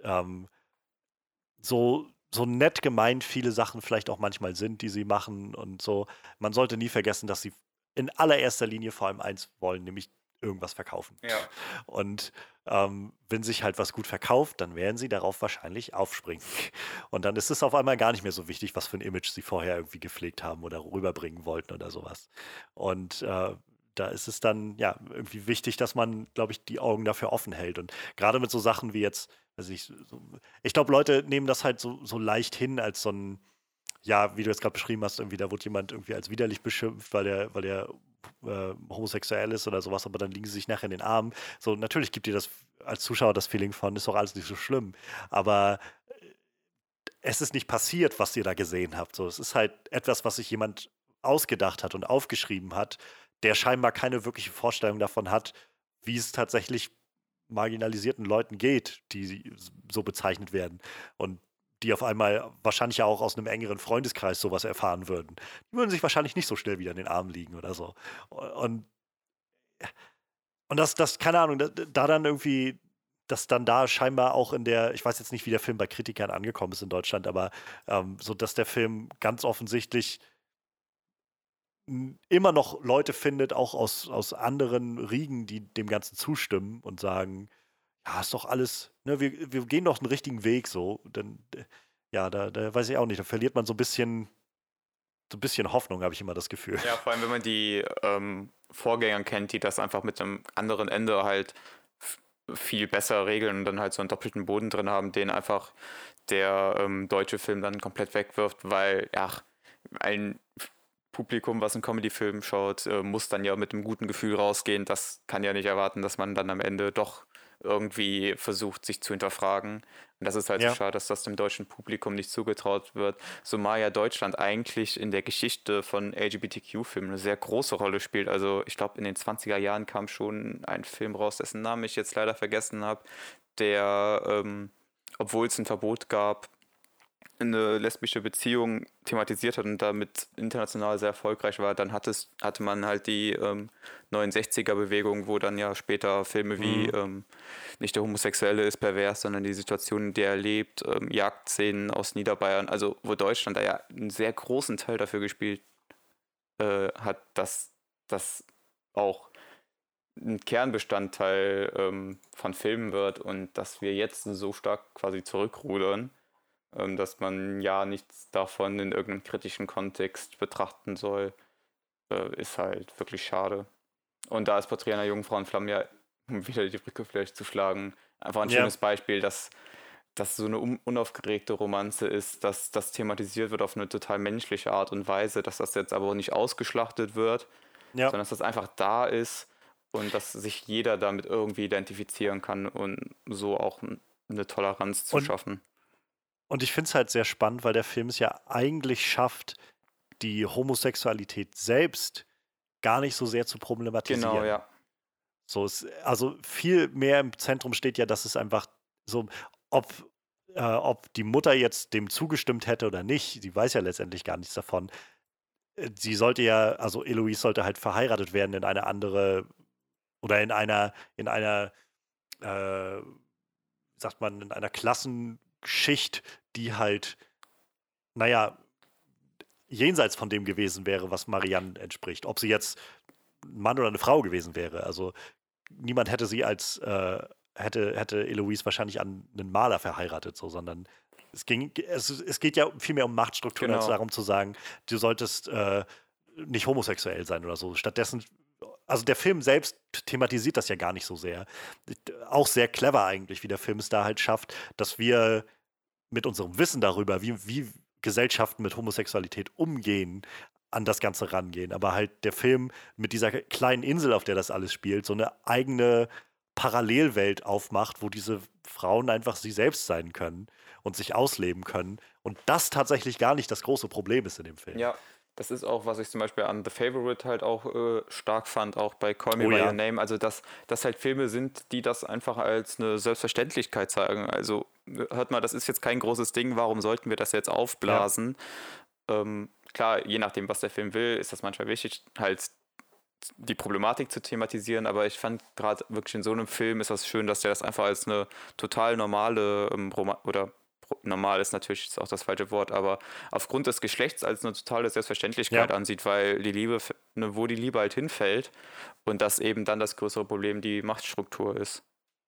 Speaker 1: so nett gemeint viele Sachen vielleicht auch manchmal sind, die sie machen und so, man sollte nie vergessen, dass sie in allererster Linie vor allem eins wollen, nämlich irgendwas verkaufen.
Speaker 2: Ja.
Speaker 1: Und wenn sich halt was gut verkauft, dann werden sie darauf wahrscheinlich aufspringen. Und dann ist es auf einmal gar nicht mehr so wichtig, was für ein Image sie vorher irgendwie gepflegt haben oder rüberbringen wollten oder sowas. Und da ist es dann ja irgendwie wichtig, dass man, glaube ich, die Augen dafür offen hält. Und gerade mit so Sachen wie jetzt, also ich glaube, Leute nehmen das halt so leicht hin als so ein, ja, wie du jetzt gerade beschrieben hast, irgendwie, da wurde jemand irgendwie als widerlich beschimpft, weil der homosexuell ist oder sowas, aber dann liegen sie sich nachher in den Armen. So, natürlich gibt dir das als Zuschauer das Feeling von, ist doch alles nicht so schlimm. Aber es ist nicht passiert, was ihr da gesehen habt. So, es ist halt etwas, was sich jemand ausgedacht hat und aufgeschrieben hat, der scheinbar keine wirkliche Vorstellung davon hat, wie es tatsächlich marginalisierten Leuten geht, die so bezeichnet werden. Und die auf einmal wahrscheinlich ja auch aus einem engeren Freundeskreis sowas erfahren würden. Die würden sich wahrscheinlich nicht so schnell wieder in den Armen liegen oder so. Und, und das, keine Ahnung, da dann irgendwie, dass dann da scheinbar auch in der, ich weiß jetzt nicht, wie der Film bei Kritikern angekommen ist in Deutschland, aber so, dass der Film ganz offensichtlich immer noch Leute findet, auch aus anderen Riegen, die dem Ganzen zustimmen und sagen, ja, ist doch alles, ne, wir gehen doch einen richtigen Weg so. Dann, ja, da weiß ich auch nicht, da verliert man so ein bisschen Hoffnung, habe ich immer das Gefühl.
Speaker 2: Ja, vor allem, wenn man die Vorgänger kennt, die das einfach mit einem anderen Ende halt viel besser regeln und dann halt so einen doppelten Boden drin haben, den einfach der deutsche Film dann komplett wegwirft, weil, ach, ein Publikum, was einen Comedy-Film schaut, muss dann ja mit einem guten Gefühl rausgehen. Das kann ja nicht erwarten, dass man dann am Ende doch irgendwie versucht, sich zu hinterfragen. Und das ist halt so schade, dass das dem deutschen Publikum nicht zugetraut wird. Zumal ja Deutschland eigentlich in der Geschichte von LGBTQ-Filmen eine sehr große Rolle spielt. Also ich glaube, in den 20er Jahren kam schon ein Film raus, dessen Namen ich jetzt leider vergessen habe, der, obwohl es ein Verbot gab, eine lesbische Beziehung thematisiert hat und damit international sehr erfolgreich war, dann hatte man halt die 69er-Bewegung, wo dann ja später Filme wie nicht der Homosexuelle ist pervers, sondern die Situation, in der er lebt, Jagdszenen aus Niederbayern, also wo Deutschland da ja einen sehr großen Teil dafür gespielt hat, dass das auch ein Kernbestandteil von Filmen wird und dass wir jetzt so stark quasi zurückrudern, dass man ja nichts davon in irgendeinem kritischen Kontext betrachten soll, ist halt wirklich schade. Und da ist Porträt einer jungen Frau in Flammen ja, um wieder die Brücke vielleicht zu schlagen, einfach ein schönes Beispiel, dass das so eine unaufgeregte Romanze ist, dass das thematisiert wird auf eine total menschliche Art und Weise, dass das jetzt aber nicht ausgeschlachtet wird, sondern dass das einfach da ist und dass sich jeder damit irgendwie identifizieren kann und so auch eine Toleranz zu schaffen.
Speaker 1: Und ich finde es halt sehr spannend, weil der Film es ja eigentlich schafft, die Homosexualität selbst gar nicht so sehr zu problematisieren.
Speaker 2: Genau, ja.
Speaker 1: So also viel mehr im Zentrum steht ja, dass es einfach so, ob die Mutter jetzt dem zugestimmt hätte oder nicht, sie weiß ja letztendlich gar nichts davon. Sie sollte ja, also Eloise sollte halt verheiratet werden in eine andere oder in einer sagt man, in einer Klassenschicht, die halt, naja, jenseits von dem gewesen wäre, was Marianne entspricht. Ob sie jetzt ein Mann oder eine Frau gewesen wäre. Also niemand hätte sie als, hätte Eloise wahrscheinlich an einen Maler verheiratet, so, sondern es geht ja viel mehr um Machtstrukturen, als darum zu sagen, du solltest nicht homosexuell sein oder so. Stattdessen, also der Film selbst thematisiert das ja gar nicht so sehr. Auch sehr clever eigentlich, wie der Film es da halt schafft, dass wir mit unserem Wissen darüber, wie Gesellschaften mit Homosexualität umgehen, an das Ganze rangehen. Aber halt der Film mit dieser kleinen Insel, auf der das alles spielt, so eine eigene Parallelwelt aufmacht, wo diese Frauen einfach sie selbst sein können und sich ausleben können. Und das tatsächlich gar nicht das große Problem ist in dem Film.
Speaker 2: Ja, das ist auch, was ich zum Beispiel an The Favorite halt auch stark fand, auch bei Call Me
Speaker 1: Oh
Speaker 2: By
Speaker 1: ja.
Speaker 2: Your Name. Also, dass halt Filme sind, die das einfach als eine Selbstverständlichkeit zeigen. Also, hört mal, das ist jetzt kein großes Ding, warum sollten wir das jetzt aufblasen? Klar, je nachdem, was der Film will, ist das manchmal wichtig, halt die Problematik zu thematisieren, aber ich fand gerade wirklich in so einem Film ist das schön, dass der das einfach als eine total normale normal ist natürlich ist auch das falsche Wort, aber aufgrund des Geschlechts als eine totale Selbstverständlichkeit
Speaker 1: Ja.
Speaker 2: ansieht, weil die Liebe, wo die Liebe halt hinfällt und das eben dann das größere Problem die Machtstruktur ist.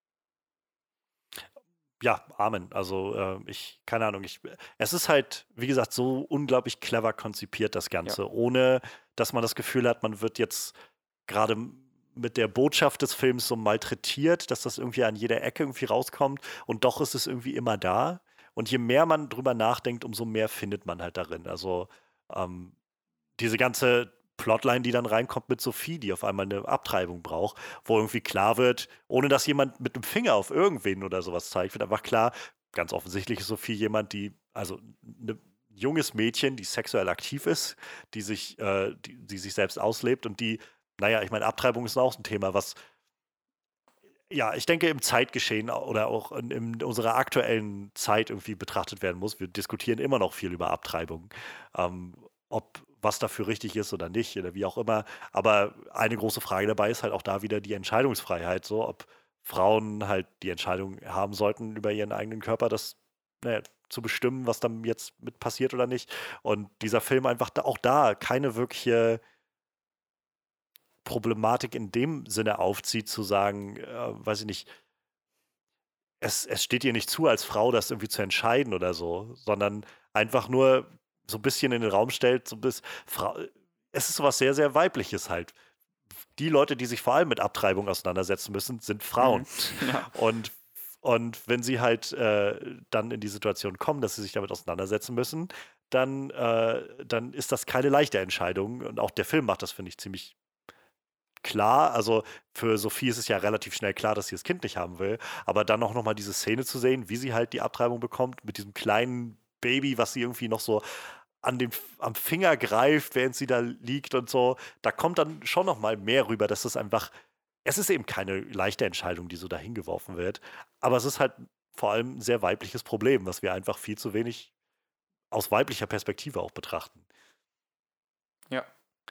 Speaker 1: Ja, Amen. Also keine Ahnung, es ist halt, wie gesagt, so unglaublich clever konzipiert, das Ganze, ohne dass man das Gefühl hat, man wird jetzt gerade mit der Botschaft des Films so malträtiert, dass das irgendwie an jeder Ecke irgendwie rauskommt und doch ist es irgendwie immer da. Und je mehr man drüber nachdenkt, umso mehr findet man halt darin. Also diese ganze Plotline, die dann reinkommt mit Sophie, die auf einmal eine Abtreibung braucht, wo irgendwie klar wird, ohne dass jemand mit dem Finger auf irgendwen oder sowas zeigt, wird einfach klar, ganz offensichtlich ist Sophie jemand, also ein junges Mädchen, die sexuell aktiv ist, die sich selbst auslebt und naja, ich meine, Abtreibung ist auch ein Thema, was, ja, ich denke, im Zeitgeschehen oder auch in unserer aktuellen Zeit irgendwie betrachtet werden muss. Wir diskutieren immer noch viel über Abtreibung. Ob was dafür richtig ist oder nicht oder wie auch immer. Aber eine große Frage dabei ist halt auch da wieder die Entscheidungsfreiheit, so ob Frauen halt die Entscheidung haben sollten, über ihren eigenen Körper zu bestimmen, was dann jetzt mit passiert oder nicht. Und dieser Film einfach auch da keine wirkliche Problematik in dem Sinne aufzieht, zu sagen, weiß ich nicht, es steht ihr nicht zu, als Frau das irgendwie zu entscheiden oder so, sondern einfach nur so ein bisschen in den Raum stellt, es ist sowas sehr, sehr Weibliches halt. Die Leute, die sich vor allem mit Abtreibung auseinandersetzen müssen, sind Frauen.
Speaker 2: Ja.
Speaker 1: Und wenn sie halt dann in die Situation kommen, dass sie sich damit auseinandersetzen müssen, dann ist das keine leichte Entscheidung. Und auch der Film macht das, finde ich, ziemlich klar. Also für Sophie ist es ja relativ schnell klar, dass sie das Kind nicht haben will. Aber dann auch nochmal diese Szene zu sehen, wie sie halt die Abtreibung bekommt, mit diesem kleinen Baby, was sie irgendwie noch so am Finger greift, während sie da liegt und so, da kommt dann schon nochmal mehr rüber, dass es ist eben keine leichte Entscheidung, die so dahin geworfen wird. Aber es ist halt vor allem ein sehr weibliches Problem, was wir einfach viel zu wenig aus weiblicher Perspektive auch betrachten.
Speaker 2: Ja.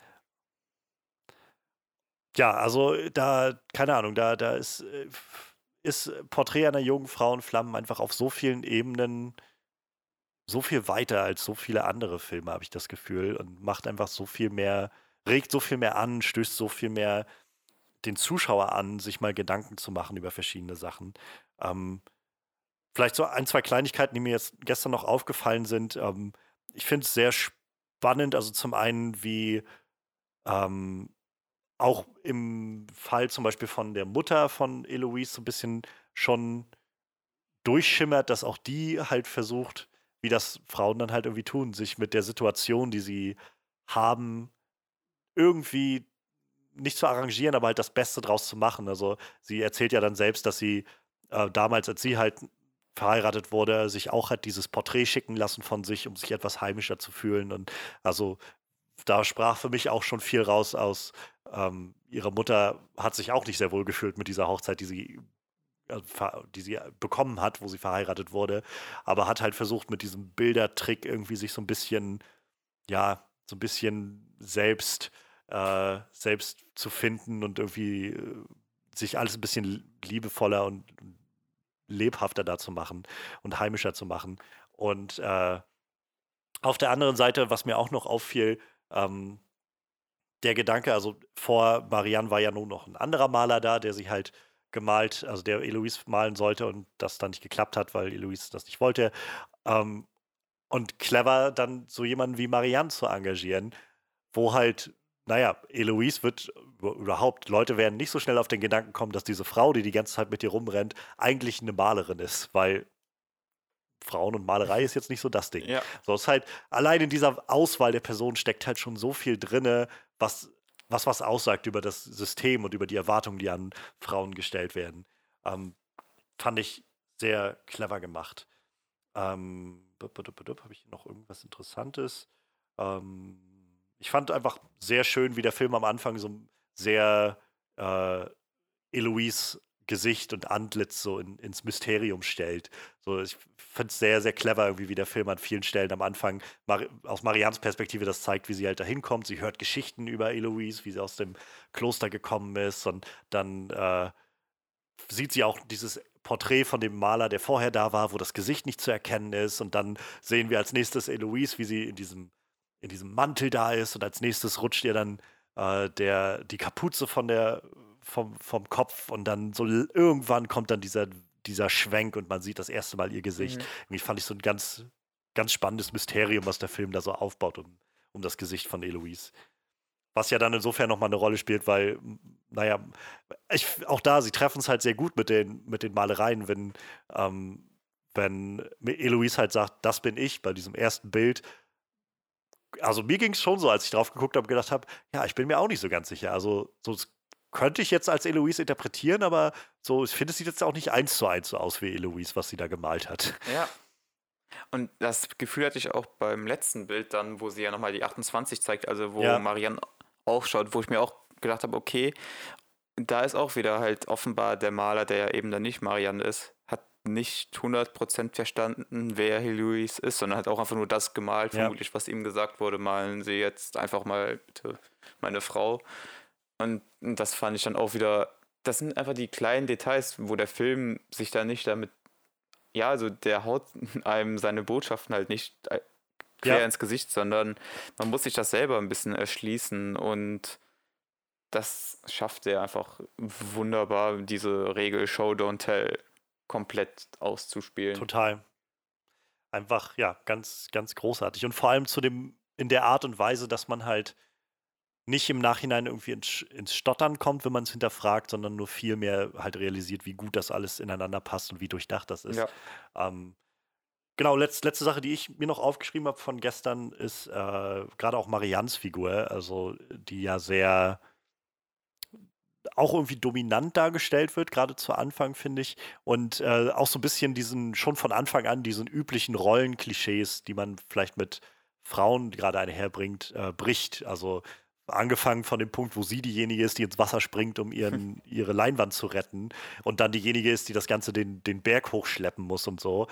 Speaker 1: Ja, also keine Ahnung, da ist Porträt einer jungen Frau in Flammen einfach auf so vielen Ebenen so viel weiter als so viele andere Filme, habe ich das Gefühl, und macht einfach so viel mehr, regt so viel mehr an, stößt so viel mehr den Zuschauer an, sich mal Gedanken zu machen über verschiedene Sachen. Vielleicht so ein, zwei Kleinigkeiten, die mir jetzt gestern noch aufgefallen sind. Ich finde es sehr spannend, also zum einen, wie ähm, auch im Fall zum Beispiel von der Mutter von Eloise so ein bisschen schon durchschimmert, dass auch die halt versucht, wie das Frauen dann halt irgendwie tun, sich mit der Situation, die sie haben, irgendwie nicht zu arrangieren, aber halt das Beste draus zu machen. Also sie erzählt ja dann selbst, dass sie damals, als sie halt verheiratet wurde, sich auch hat dieses Porträt schicken lassen von sich, um sich etwas heimischer zu fühlen. Und also da sprach für mich auch schon viel raus aus, ihre Mutter hat sich auch nicht sehr wohl gefühlt mit dieser Hochzeit, die sie bekommen hat, wo sie verheiratet wurde, aber hat halt versucht, mit diesem Bildertrick irgendwie sich so ein bisschen, ja, so ein bisschen selbst zu finden und irgendwie sich alles ein bisschen liebevoller und lebhafter da zu machen und heimischer zu machen. Und auf der anderen Seite, was mir auch noch auffiel, der Gedanke, also vor Marianne war ja nun noch ein anderer Maler da, der sie halt gemalt, also der Eloise malen sollte und das dann nicht geklappt hat, weil Eloise das nicht wollte. Ähm, und clever dann so jemanden wie Marianne zu engagieren, wo halt, naja, Eloise wird überhaupt, Leute werden nicht so schnell auf den Gedanken kommen, dass diese Frau, die die ganze Zeit mit ihr rumrennt, eigentlich eine Malerin ist, weil Frauen und Malerei ist jetzt nicht so das Ding.
Speaker 2: Ja.
Speaker 1: So, es ist halt, allein in dieser Auswahl der Person steckt halt schon so viel drinne, was aussagt über das System und über die Erwartungen, die an Frauen gestellt werden. Ähm, Fand ich sehr clever gemacht. Habe ich noch irgendwas Interessantes? Ähm, Ich fand einfach sehr schön, wie der Film am Anfang so sehr Eloise Gesicht und Antlitz so ins Mysterium stellt. So, ich finde es sehr, sehr clever, irgendwie, wie der Film an vielen Stellen am Anfang aus Mariannes Perspektive das zeigt, wie sie halt da hinkommt. Sie hört Geschichten über Eloise, wie sie aus dem Kloster gekommen ist, und dann sieht sie auch dieses Porträt von dem Maler, der vorher da war, wo das Gesicht nicht zu erkennen ist. Und dann sehen wir als nächstes Eloise, wie sie in diesem Mantel da ist. Und als nächstes rutscht ihr dann die Kapuze vom Kopf. Und dann so irgendwann kommt dann dieser Schwenk und man sieht das erste Mal ihr Gesicht. Irgendwie fand ich so ein ganz, ganz spannendes Mysterium, was der Film da so aufbaut um das Gesicht von Eloise. Was ja dann insofern nochmal eine Rolle spielt, weil, naja, auch da, sie treffen es halt sehr gut mit den Malereien, wenn Eloise halt sagt, das bin ich, bei diesem ersten Bild. Also mir ging es schon so, als ich drauf geguckt habe, gedacht habe, ja, ich bin mir auch nicht so ganz sicher. Also so könnte ich jetzt als Eloise interpretieren, aber so, ich finde, es sieht jetzt auch nicht 1:1 so aus wie Eloise, was sie da gemalt hat.
Speaker 2: Ja. Und das Gefühl hatte ich auch beim letzten Bild dann, wo sie ja nochmal die 28 zeigt, also wo
Speaker 1: Ja.
Speaker 2: Marianne aufschaut, wo ich mir auch gedacht habe, okay, da ist auch wieder halt offenbar der Maler, der ja eben dann nicht Marianne ist, hat nicht 100% verstanden, wer Heloise ist, sondern hat auch einfach nur das gemalt,
Speaker 1: Ja.
Speaker 2: vermutlich, was ihm gesagt wurde, malen Sie jetzt einfach mal bitte meine Frau. Und das fand ich dann auch wieder, das sind einfach die kleinen Details, wo der Film sich da nicht damit, ja, also der haut einem seine Botschaften halt nicht quer
Speaker 1: Ja.
Speaker 2: ins Gesicht, sondern man muss sich das selber ein bisschen erschließen, und das schafft er einfach wunderbar, diese Regel Show, Don't Tell komplett auszuspielen.
Speaker 1: Total. Einfach, ja, ganz, ganz großartig. Und vor allem in der Art und Weise, dass man halt nicht im Nachhinein irgendwie ins Stottern kommt, wenn man es hinterfragt, sondern nur viel mehr halt realisiert, wie gut das alles ineinander passt und wie durchdacht das ist.
Speaker 2: Ja.
Speaker 1: Genau, letzte Sache, die ich mir noch aufgeschrieben habe von gestern, ist gerade auch Mariannes Figur, also die ja sehr auch irgendwie dominant dargestellt wird, gerade zu Anfang, finde ich. Und auch so ein bisschen schon von Anfang an diesen üblichen Rollenklischees, die man vielleicht mit Frauen gerade einherbringt, bricht. Also angefangen von dem Punkt, wo sie diejenige ist, die ins Wasser springt, um ihre Leinwand zu retten, und dann diejenige ist, die das Ganze den Berg hochschleppen muss und so.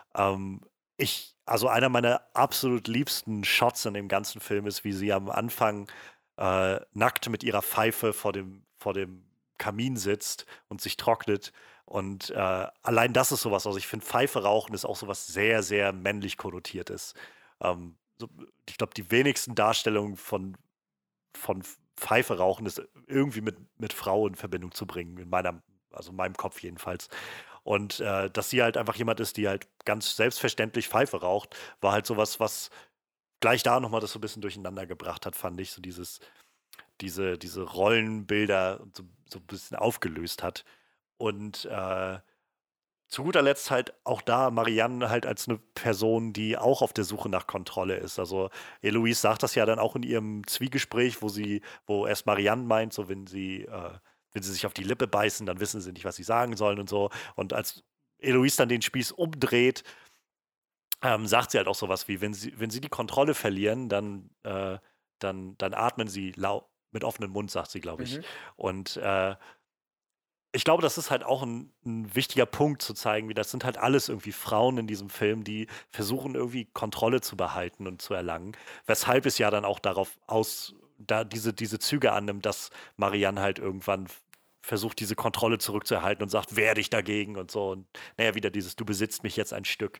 Speaker 1: Also einer meiner absolut liebsten Shots in dem ganzen Film ist, wie sie am Anfang nackt mit ihrer Pfeife vor dem Kamin sitzt und sich trocknet. Und allein das ist sowas. Also ich finde, Pfeife rauchen ist auch sowas sehr, sehr männlich konnotiertes. Ich glaube, die wenigsten Darstellungen von Pfeife rauchen ist irgendwie mit Frau in Verbindung zu bringen, in meinem Kopf jedenfalls. Und dass sie halt einfach jemand ist, die halt ganz selbstverständlich Pfeife raucht, war halt sowas, was gleich da nochmal das so ein bisschen durcheinander gebracht hat, fand ich. So diese Rollenbilder so ein bisschen aufgelöst hat. Und zu guter Letzt halt auch da Marianne halt als eine Person, die auch auf der Suche nach Kontrolle ist. Also Eloise sagt das ja dann auch in ihrem Zwiegespräch, wo erst Marianne meint, so wenn sie sich auf die Lippe beißen, dann wissen sie nicht, was sie sagen sollen und so. Und als Eloise dann den Spieß umdreht, sagt sie halt auch sowas wie, wenn sie die Kontrolle verlieren, dann atmen sie mit offenem Mund, sagt sie, glaube ich. Und ich glaube, das ist halt auch ein wichtiger Punkt zu zeigen, wie das sind halt alles irgendwie Frauen in diesem Film, die versuchen irgendwie Kontrolle zu behalten und zu erlangen, weshalb es ja dann auch da diese Züge annimmt, dass Marianne halt irgendwann versucht, diese Kontrolle zurückzuerhalten und sagt, wehr dich dagegen und so. Und naja, wieder dieses, du besitzt mich jetzt ein Stück.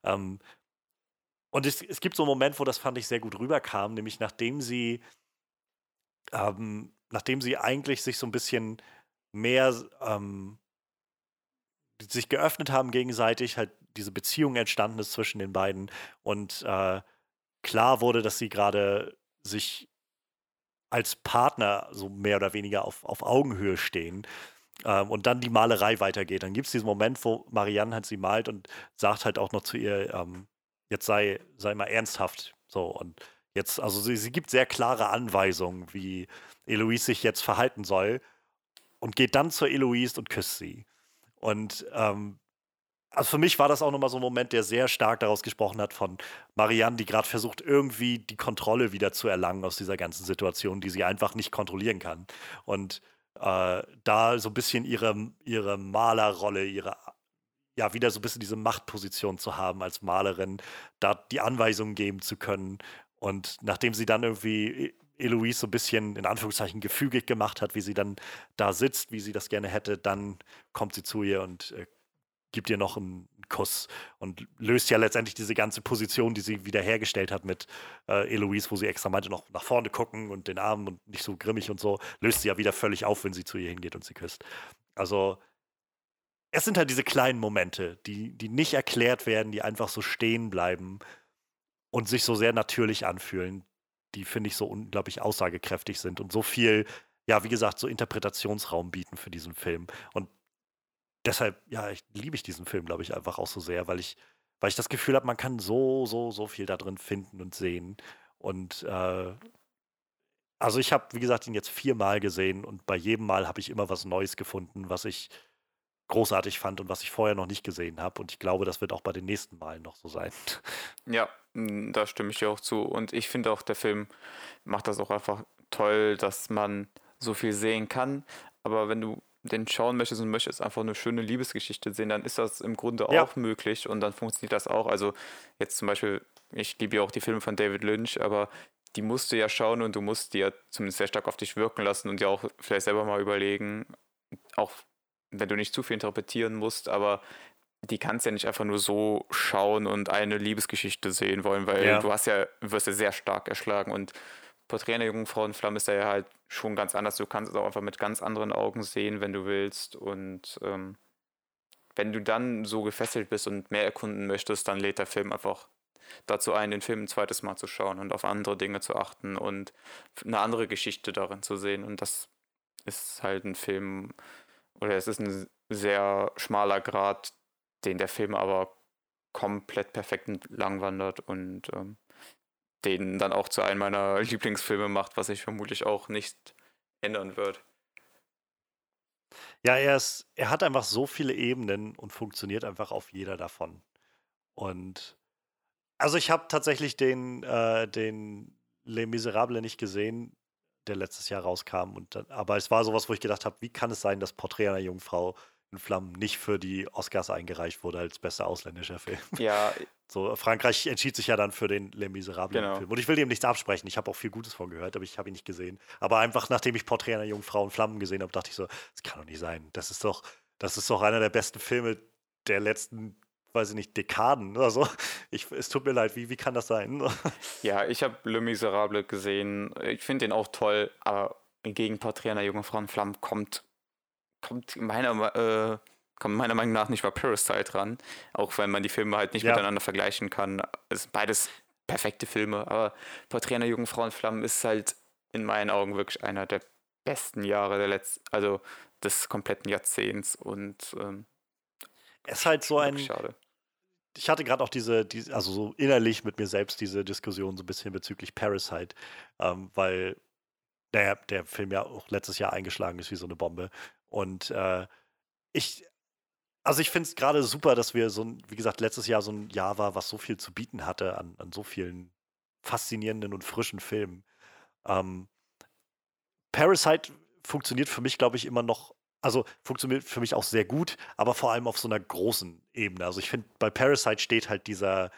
Speaker 1: Und es gibt so einen Moment, wo das, fand ich, sehr gut rüberkam, nämlich nachdem sie eigentlich sich so ein bisschen mehr sich geöffnet haben gegenseitig, halt diese Beziehung entstanden ist zwischen den beiden und klar wurde, dass sie gerade sich als Partner so mehr oder weniger auf Augenhöhe stehen, Und dann die Malerei weitergeht. Dann gibt es diesen Moment, wo Marianne halt sie malt und sagt halt auch noch zu ihr, jetzt sei mal ernsthaft. So, und jetzt, also sie gibt sehr klare Anweisungen, wie Eloise sich jetzt verhalten soll und geht dann zur Eloise und küsst sie. Und also für mich war das auch nochmal so ein Moment, der sehr stark daraus gesprochen hat von Marianne, die gerade versucht, irgendwie die Kontrolle wieder zu erlangen aus dieser ganzen Situation, die sie einfach nicht kontrollieren kann. Und da so ein bisschen ihre Malerrolle, ja, wieder so ein bisschen diese Machtposition zu haben als Malerin, da die Anweisungen geben zu können. Und nachdem sie dann irgendwie Eloise so ein bisschen in Anführungszeichen gefügig gemacht hat, wie sie dann da sitzt, wie sie das gerne hätte, dann kommt sie zu ihr und gibt ihr noch einen Kuss und löst ja letztendlich diese ganze Position, die sie wiederhergestellt hat mit Eloise, wo sie extra meinte, noch nach vorne gucken und den Arm und nicht so grimmig und so, löst sie ja wieder völlig auf, wenn sie zu ihr hingeht und sie küsst. Also es sind halt diese kleinen Momente, die nicht erklärt werden, die einfach so stehen bleiben und sich so sehr natürlich anfühlen, die, finde ich, so unglaublich aussagekräftig sind und so viel, ja, wie gesagt, so Interpretationsraum bieten für diesen Film. Und deshalb, ja, liebe ich diesen Film, glaube ich, einfach auch so sehr, weil ich das Gefühl habe, man kann so viel da drin finden und sehen. Und also ich habe, wie gesagt, ihn jetzt 4-mal gesehen und bei jedem Mal habe ich immer was Neues gefunden, was ich großartig fand und was ich vorher noch nicht gesehen habe. Und ich glaube, das wird auch bei den nächsten Malen noch so sein.
Speaker 2: Ja, da stimme ich dir auch zu. Und ich finde auch, der Film macht das auch einfach toll, dass man so viel sehen kann. Aber wenn du den schauen möchtest und möchtest einfach eine schöne Liebesgeschichte sehen, dann ist das im Grunde
Speaker 1: Ja,
Speaker 2: auch möglich und dann funktioniert das auch. Also jetzt zum Beispiel, ich liebe ja auch die Filme von David Lynch, aber die musst du ja schauen und du musst die ja zumindest sehr stark auf dich wirken lassen und dir auch vielleicht selber mal überlegen, auch wenn du nicht zu viel interpretieren musst, aber die kannst ja nicht einfach nur so schauen und eine Liebesgeschichte sehen wollen, weil
Speaker 1: ja.
Speaker 2: wirst ja sehr stark erschlagen und Porträt einer jungen Frau in Flammen ist ja halt schon ganz anders. Du kannst es auch einfach mit ganz anderen Augen sehen, wenn du willst. Und wenn du dann so gefesselt bist und mehr erkunden möchtest, dann lädt der Film einfach dazu ein, den Film ein zweites Mal zu schauen und auf andere Dinge zu achten und eine andere Geschichte darin zu sehen. Und das ist halt ein Film, oder es ist ein sehr schmaler Grat, den der Film aber komplett perfekt entlang wandert und den dann auch zu einem meiner Lieblingsfilme macht, was sich vermutlich auch nicht ändern wird.
Speaker 1: Ja, er hat einfach so viele Ebenen und funktioniert einfach auf jeder davon. Und also ich habe tatsächlich den Les Miserables nicht gesehen, der letztes Jahr rauskam. Aber es war sowas, wo ich gedacht habe, wie kann es sein, dass Porträt einer Jungfrau in Flammen nicht für die Oscars eingereicht wurde als bester ausländischer Film?
Speaker 2: Ja,
Speaker 1: So, Frankreich entschied sich ja dann für den Les Miserables
Speaker 2: genau.
Speaker 1: Film. Und ich will dem nichts absprechen. Ich habe auch viel Gutes von gehört, aber ich habe ihn nicht gesehen. Aber einfach, nachdem ich Porträt einer Jungfrau in Flammen gesehen habe, dachte ich so, das kann doch nicht sein. Das ist doch einer der besten Filme der letzten, weiß ich nicht, Dekaden oder so. Es tut mir leid, wie kann das sein?
Speaker 2: Ja, ich habe Le Miserable gesehen. Ich finde den auch toll, aber gegen Porträt einer jungen Frau in Flammen kommt kommt meiner Meinung nach nicht mal Parasite ran. Auch wenn man die Filme halt nicht
Speaker 1: Ja,
Speaker 2: miteinander vergleichen kann. Es sind beides perfekte Filme, aber Porträt einer jungen Frau in Flammen ist halt in meinen Augen wirklich einer der besten Jahre also des kompletten Jahrzehnts und
Speaker 1: es ist halt so
Speaker 2: wirklich
Speaker 1: ein,
Speaker 2: schade.
Speaker 1: ich hatte gerade auch also so innerlich mit mir selbst diese Diskussion so ein bisschen bezüglich Parasite, weil der Film ja auch letztes Jahr eingeschlagen ist wie so eine Bombe. Und ich, also ich finde es gerade super, dass wir wie gesagt, letztes Jahr so ein Jahr war, was so viel zu bieten hatte an so vielen faszinierenden und frischen Filmen. Ähm, Parasite funktioniert für mich, glaube ich, immer noch, also funktioniert für mich auch sehr gut, aber vor allem auf so einer großen Ebene. Also ich finde, bei Parasite steht halt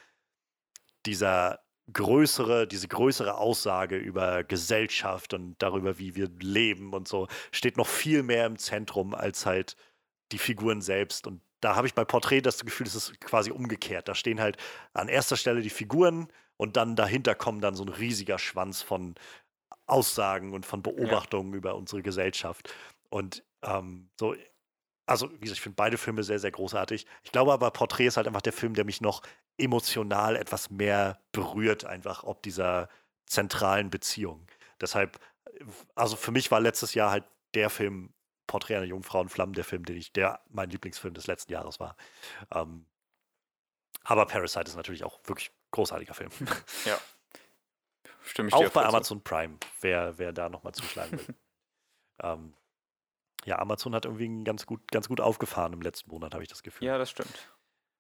Speaker 1: dieser diese größere Aussage über Gesellschaft und darüber, wie wir leben und so, steht noch viel mehr im Zentrum als halt die Figuren selbst. Und da habe ich bei Porträt das Gefühl, es ist quasi umgekehrt. Da stehen halt an erster Stelle die Figuren und dann dahinter kommen dann so ein riesiger Schwanz von Aussagen und von
Speaker 2: Ja,
Speaker 1: Beobachtungen über unsere Gesellschaft. Und so, also wie gesagt, ich finde beide Filme sehr, sehr großartig. Ich glaube aber, Porträt ist halt einfach der Film, der mich noch emotional etwas mehr berührt, einfach ob dieser zentralen Beziehung. Deshalb, also für mich war letztes Jahr halt der Film, Porträt einer jungen Frau in Flammen der mein Lieblingsfilm des letzten Jahres war. Ähm, aber Parasite ist natürlich auch wirklich ein großartiger Film.
Speaker 2: Ja, stimme ich dir
Speaker 1: Auch bei
Speaker 2: voll zu.
Speaker 1: Amazon Prime, wer da nochmal zuschlagen will. ähm, ja, Amazon hat irgendwie ganz gut aufgefahren im letzten Monat, habe ich das Gefühl.
Speaker 2: Ja, das stimmt.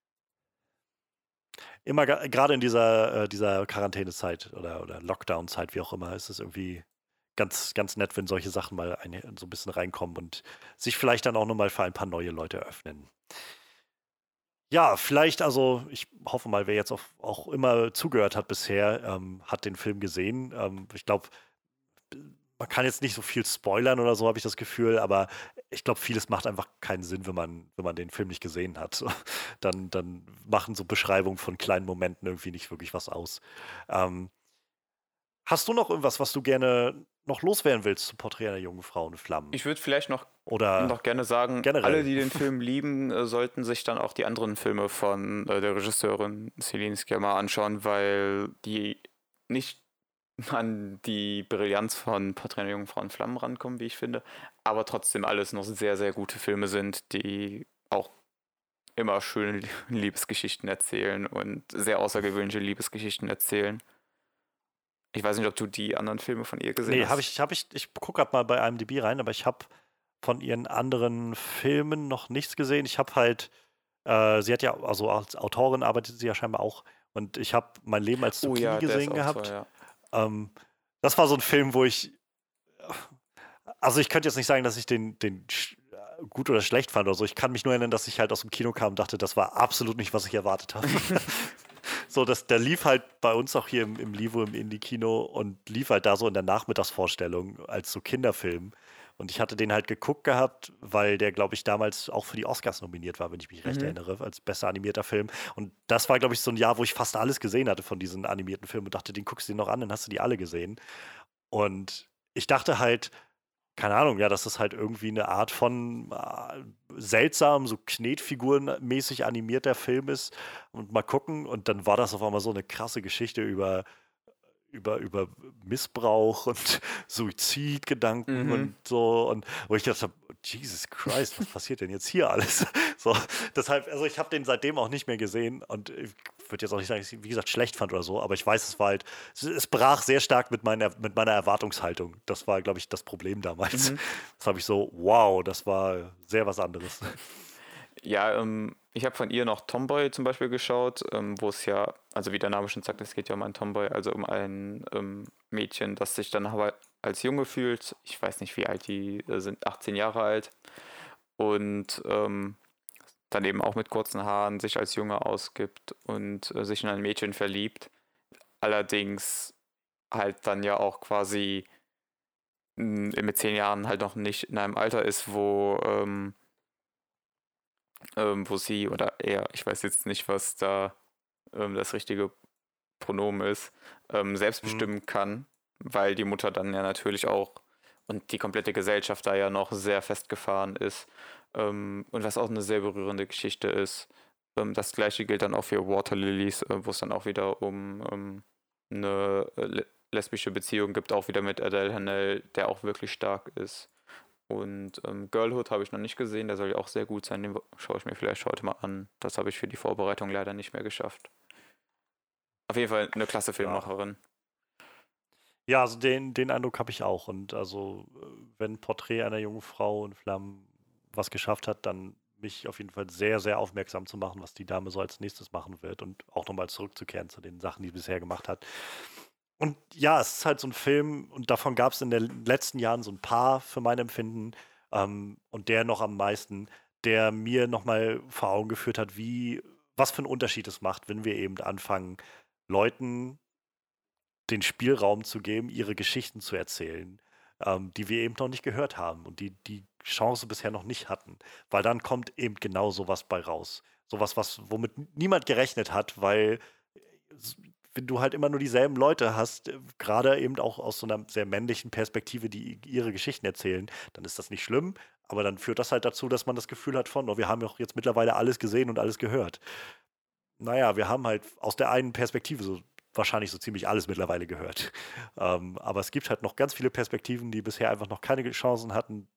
Speaker 1: Immer gerade in dieser Quarantänezeit oder Lockdown-Zeit, wie auch immer, ist es irgendwie ganz nett, wenn solche Sachen mal so ein bisschen reinkommen und sich vielleicht dann auch nochmal für ein paar neue Leute öffnen. Ja, vielleicht, also ich hoffe mal, wer jetzt auch immer zugehört hat bisher, hat den Film gesehen. Ich glaube, man kann jetzt nicht so viel spoilern oder so, habe ich das Gefühl, aber ich glaube, vieles macht einfach keinen Sinn, wenn man den Film nicht gesehen hat. Dann machen so Beschreibungen von kleinen Momenten irgendwie nicht wirklich was aus. Ähm, Hast du noch irgendwas, was du gerne noch loswerden willst zu Porträt einer jungen Frau in Flammen?
Speaker 2: Ich würde vielleicht noch
Speaker 1: Oder
Speaker 2: gerne sagen,
Speaker 1: generell?
Speaker 2: alle, die den Film lieben, sollten sich dann auch die anderen Filme von der Regisseurin Celine Sciamma anschauen, weil die nicht an die Brillanz von Porträt einer jungen Frau in Flammen rankommen, wie ich finde, aber trotzdem alles noch sehr, sehr gute Filme sind, die auch immer schöne Liebesgeschichten erzählen und sehr außergewöhnliche Liebesgeschichten erzählen. Ich weiß nicht, ob du die anderen Filme von ihr gesehen
Speaker 1: Nee,
Speaker 2: hast.
Speaker 1: ich gucke gerade mal bei IMDb rein, aber ich habe von ihren anderen Filmen noch nichts gesehen. Ich habe halt, sie hat ja, also als Autorin arbeitet sie ja scheinbar auch. Und ich habe Mein Leben als
Speaker 2: Oh
Speaker 1: Zucchini
Speaker 2: ja, der ist
Speaker 1: gesehen
Speaker 2: auch toll,
Speaker 1: gehabt.
Speaker 2: ja.
Speaker 1: Das war so ein Film, wo also ich könnte jetzt nicht sagen, dass ich den gut oder schlecht fand oder so. Ich kann mich nur erinnern, dass ich halt aus dem Kino kam und dachte, das war absolut nicht, was ich erwartet habe. So, der lief halt bei uns auch hier im Livo, im Indie-Kino und lief halt da so in der Nachmittagsvorstellung als so Kinderfilm. Und ich hatte den halt geguckt gehabt, weil der, glaube ich, damals auch für die Oscars nominiert war, wenn ich mich recht
Speaker 2: Mhm.
Speaker 1: erinnere, als bester animierter Film. Und das war, glaube ich, so ein Jahr, wo ich fast alles gesehen hatte von diesen animierten Filmen und dachte, den guckst du dir noch an, dann hast du die alle gesehen. Und ich dachte halt, keine Ahnung, ja, dass das halt irgendwie eine Art von seltsam, so Knetfigurenmäßig animierter Film ist. Und mal gucken. Und dann war das auf einmal so eine krasse Geschichte über Missbrauch und Suizidgedanken
Speaker 2: Mhm.
Speaker 1: und so. Und wo ich gedacht habe, Jesus Christ, was passiert denn jetzt hier alles? So, deshalb, also ich habe den seitdem auch nicht mehr gesehen und ich würde jetzt auch nicht sagen, dass ich, wie gesagt, schlecht fand oder so, aber ich weiß, es brach sehr stark mit meiner Erwartungshaltung. Das war, glaube ich, das Problem damals.
Speaker 2: Mhm.
Speaker 1: Das habe ich so, wow, das war sehr was anderes.
Speaker 2: Ja, ich habe von ihr noch Tomboy zum Beispiel geschaut, wo es ja, also wie der Name schon sagt, es geht ja um einen Tomboy, also um ein Mädchen, das sich dann aber als Junge fühlt. Ich weiß nicht, wie alt die sind, 18 Jahre alt. Und dann eben auch mit kurzen Haaren sich als Junge ausgibt und sich in ein Mädchen verliebt. Allerdings halt dann ja auch quasi mit 10 Jahren halt noch nicht in einem Alter ist, wo sie oder er, ich weiß jetzt nicht, was da das richtige Pronomen ist, selbst
Speaker 1: Mhm.
Speaker 2: bestimmen kann, weil die Mutter dann ja natürlich auch und die komplette Gesellschaft da ja noch sehr festgefahren ist. Und was auch eine sehr berührende Geschichte ist. Das gleiche gilt dann auch für Water Lilies, wo es dann auch wieder um eine lesbische Beziehung gibt, auch wieder mit Adele Hanel, der auch wirklich stark ist. Und Girlhood habe ich noch nicht gesehen, der soll ja auch sehr gut sein, den schaue ich mir vielleicht heute mal an. Das habe ich für die Vorbereitung leider nicht mehr geschafft. Auf jeden Fall eine klasse
Speaker 1: Ja.
Speaker 2: Filmmacherin.
Speaker 1: Ja, also den Eindruck habe ich auch. Und also, wenn Porträt einer jungen Frau in Flammen was geschafft hat, dann mich auf jeden Fall sehr, sehr aufmerksam zu machen, was die Dame so als nächstes machen wird und auch nochmal zurückzukehren zu den Sachen, die sie bisher gemacht hat. Und ja, es ist halt so ein Film, und davon gab es in den letzten Jahren so ein paar für mein Empfinden, und der noch am meisten, der mir nochmal vor Augen geführt hat, was für einen Unterschied es macht, wenn wir eben anfangen, Leuten den Spielraum zu geben, ihre Geschichten zu erzählen, die wir eben noch nicht gehört haben und die Chance bisher noch nicht hatten. Weil dann kommt eben genau sowas bei raus. Sowas, womit niemand gerechnet hat, weil wenn du halt immer nur dieselben Leute hast, gerade eben auch aus so einer sehr männlichen Perspektive, die ihre Geschichten erzählen, dann ist das nicht schlimm, aber dann führt das halt dazu, dass man das Gefühl hat von, oh, wir haben ja auch jetzt mittlerweile alles gesehen und alles gehört. Naja, wir haben halt aus der einen Perspektive so wahrscheinlich so ziemlich alles mittlerweile gehört. Aber es gibt halt noch ganz viele Perspektiven, die bisher einfach noch keine Chancen hatten,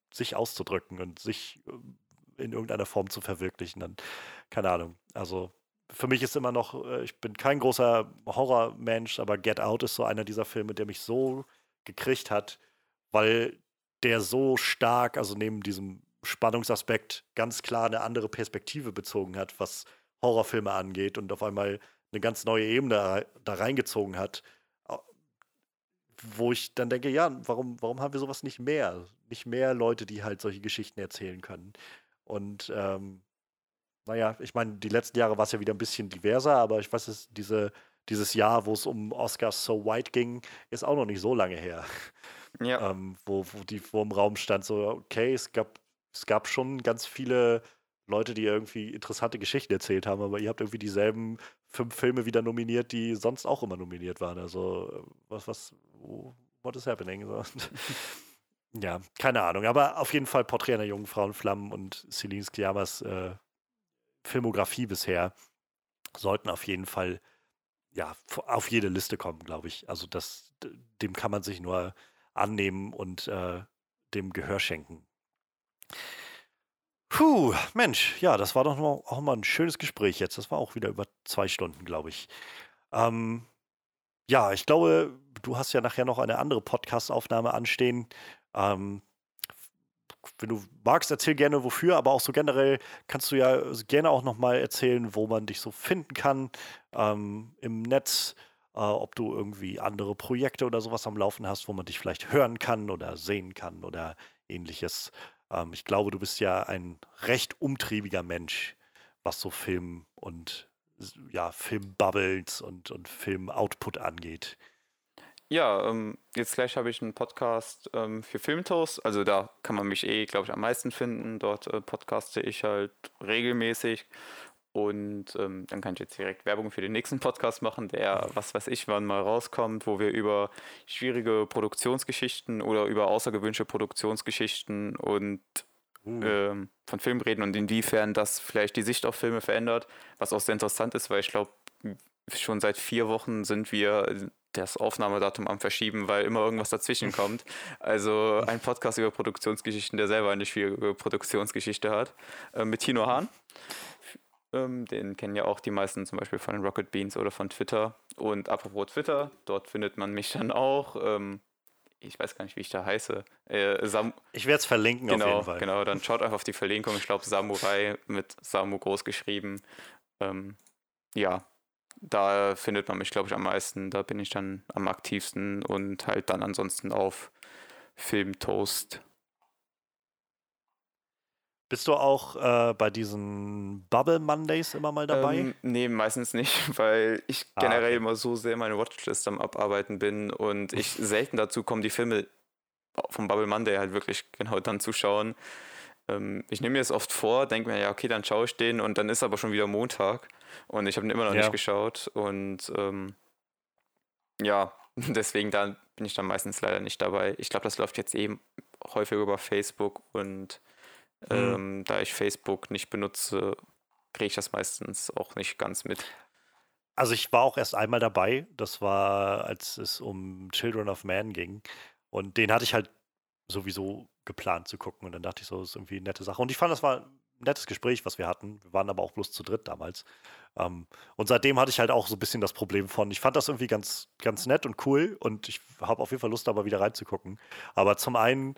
Speaker 1: sich auszudrücken und sich in irgendeiner Form zu verwirklichen. Dann, keine Ahnung. Also für mich ist immer noch, ich bin kein großer Horrormensch, aber Get Out ist so einer dieser Filme, der mich so gekriegt hat, weil der so stark, also neben diesem Spannungsaspekt, ganz klar eine andere Perspektive bezogen hat, was Horrorfilme angeht und auf einmal eine ganz neue Ebene da reingezogen hat, wo ich dann denke, ja, warum haben wir sowas nicht mehr? Nicht mehr Leute, die halt solche Geschichten erzählen können. Und naja, ich meine, die letzten Jahre war es ja wieder ein bisschen diverser, aber ich weiß, dieses Jahr, wo es um Oscars So White ging, ist auch noch nicht so lange her.
Speaker 2: Ja.
Speaker 1: Wo im Raum stand, so, okay, es gab schon ganz viele Leute, die irgendwie interessante Geschichten erzählt haben, aber ihr habt irgendwie dieselben 5 Filme wieder nominiert, die sonst auch immer nominiert waren. Also, what is happening? So. Ja, keine Ahnung. Aber auf jeden Fall Porträt einer jungen Frau in Flammen und Celine Sciammas Filmografie bisher sollten auf jeden Fall ja, auf jede Liste kommen, glaube ich. Also dem kann man sich nur annehmen und dem Gehör schenken. Puh, Mensch, ja, das war doch auch mal ein schönes Gespräch jetzt. Das war auch wieder über 2 Stunden, glaube ich. Ja, ich glaube, du hast ja nachher noch eine andere Podcast-Aufnahme anstehen. Ähm, Wenn du magst, erzähl gerne wofür, aber auch so generell kannst du ja gerne auch nochmal erzählen, wo man dich so finden kann im Netz, ob du irgendwie andere Projekte oder sowas am Laufen hast, wo man dich vielleicht hören kann oder sehen kann oder ähnliches. Ich glaube, du bist ja ein recht umtriebiger Mensch, was so Film und ja, Filmbubbles und Film-Output angeht.
Speaker 2: Ja, jetzt gleich habe ich einen Podcast für Filmtoast. Also da kann man mich glaube ich, am meisten finden. Dort podcaste ich halt regelmäßig. Und dann kann ich jetzt direkt Werbung für den nächsten Podcast machen, der, was weiß ich, wann mal rauskommt, wo wir über schwierige Produktionsgeschichten oder über außergewöhnliche Produktionsgeschichten und von Filmen reden und inwiefern das vielleicht die Sicht auf Filme verändert, was auch sehr interessant ist, weil ich glaube, schon seit 4 Wochen sind wir das Aufnahmedatum am Verschieben, weil immer irgendwas dazwischen kommt. Also ein Podcast über Produktionsgeschichten, der selber eine schwierige Produktionsgeschichte hat, mit Tino Hahn. Den kennen ja auch die meisten zum Beispiel von den Rocket Beans oder von Twitter. Und apropos Twitter, dort findet man mich dann auch. Ich weiß gar nicht, wie ich da heiße.
Speaker 1: Ich werde es verlinken auf jeden Fall.
Speaker 2: Genau, dann schaut einfach auf die Verlinkung. Ich glaube, Samurai mit Samu groß geschrieben. Ja, da findet man mich, glaube ich, am meisten. Da bin ich dann am aktivsten und halt dann ansonsten auf Filmtoast.
Speaker 1: Bist du auch bei diesen Bubble Mondays immer mal dabei?
Speaker 2: Nee, meistens nicht, weil ich generell
Speaker 1: okay.
Speaker 2: immer so sehr meine Watchlist am Abarbeiten bin und ich selten dazu komme, die Filme vom Bubble Monday halt wirklich genau dann zu schauen. Ich nehme mir das oft vor, denke mir, ja, okay, dann schaue ich den und dann ist aber schon wieder Montag und ich habe den immer noch nicht geschaut und ja, deswegen bin ich dann meistens leider nicht dabei. Ich glaube, das läuft jetzt eben häufig über Facebook und da ich Facebook nicht benutze, kriege ich das meistens auch nicht ganz mit.
Speaker 1: Also ich war auch erst einmal dabei. Das war, als es um Children of Man ging. Und den hatte ich halt sowieso geplant zu gucken. Und dann dachte ich so, das ist irgendwie eine nette Sache. Und ich fand, das war ein nettes Gespräch, was wir hatten. Wir waren aber auch bloß zu dritt damals. Und seitdem hatte ich halt auch so ein bisschen das Problem von, ich fand das irgendwie ganz, ganz nett und cool. Und ich habe auf jeden Fall Lust, da mal wieder reinzugucken. Aber zum einen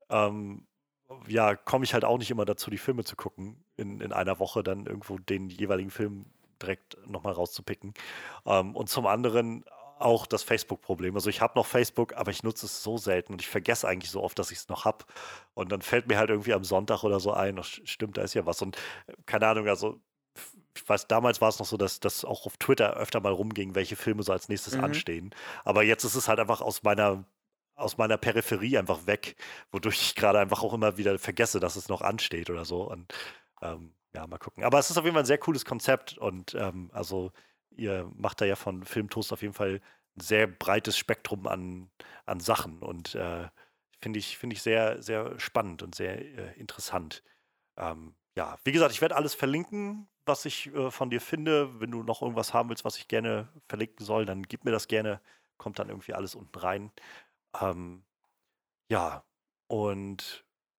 Speaker 1: ja, komme ich halt auch nicht immer dazu, die Filme zu gucken, in einer Woche dann irgendwo den jeweiligen Film direkt nochmal rauszupicken. Und zum anderen auch das Facebook-Problem. Also ich habe noch Facebook, aber ich nutze es so selten und ich vergesse eigentlich so oft, dass ich es noch habe. Und dann fällt mir halt irgendwie am Sonntag oder so ein, ach, stimmt, da ist ja was. Und keine Ahnung, also ich weiß, damals war es noch so, dass das auch auf Twitter öfter mal rumging, welche Filme so als nächstes anstehen. Aber jetzt ist es halt einfach aus meiner Peripherie einfach weg, wodurch ich gerade einfach auch immer wieder vergesse, dass es noch ansteht oder so. Und ja, mal gucken. Aber es ist auf jeden Fall ein sehr cooles Konzept und also ihr macht da ja von Filmtoast auf jeden Fall ein sehr breites Spektrum an Sachen und finde ich sehr, sehr spannend und sehr interessant. Ja, wie gesagt, ich werde alles verlinken, was ich von dir finde. Wenn du noch irgendwas haben willst, was ich gerne verlinken soll, dann gib mir das gerne. Kommt dann irgendwie alles unten rein. Ja, und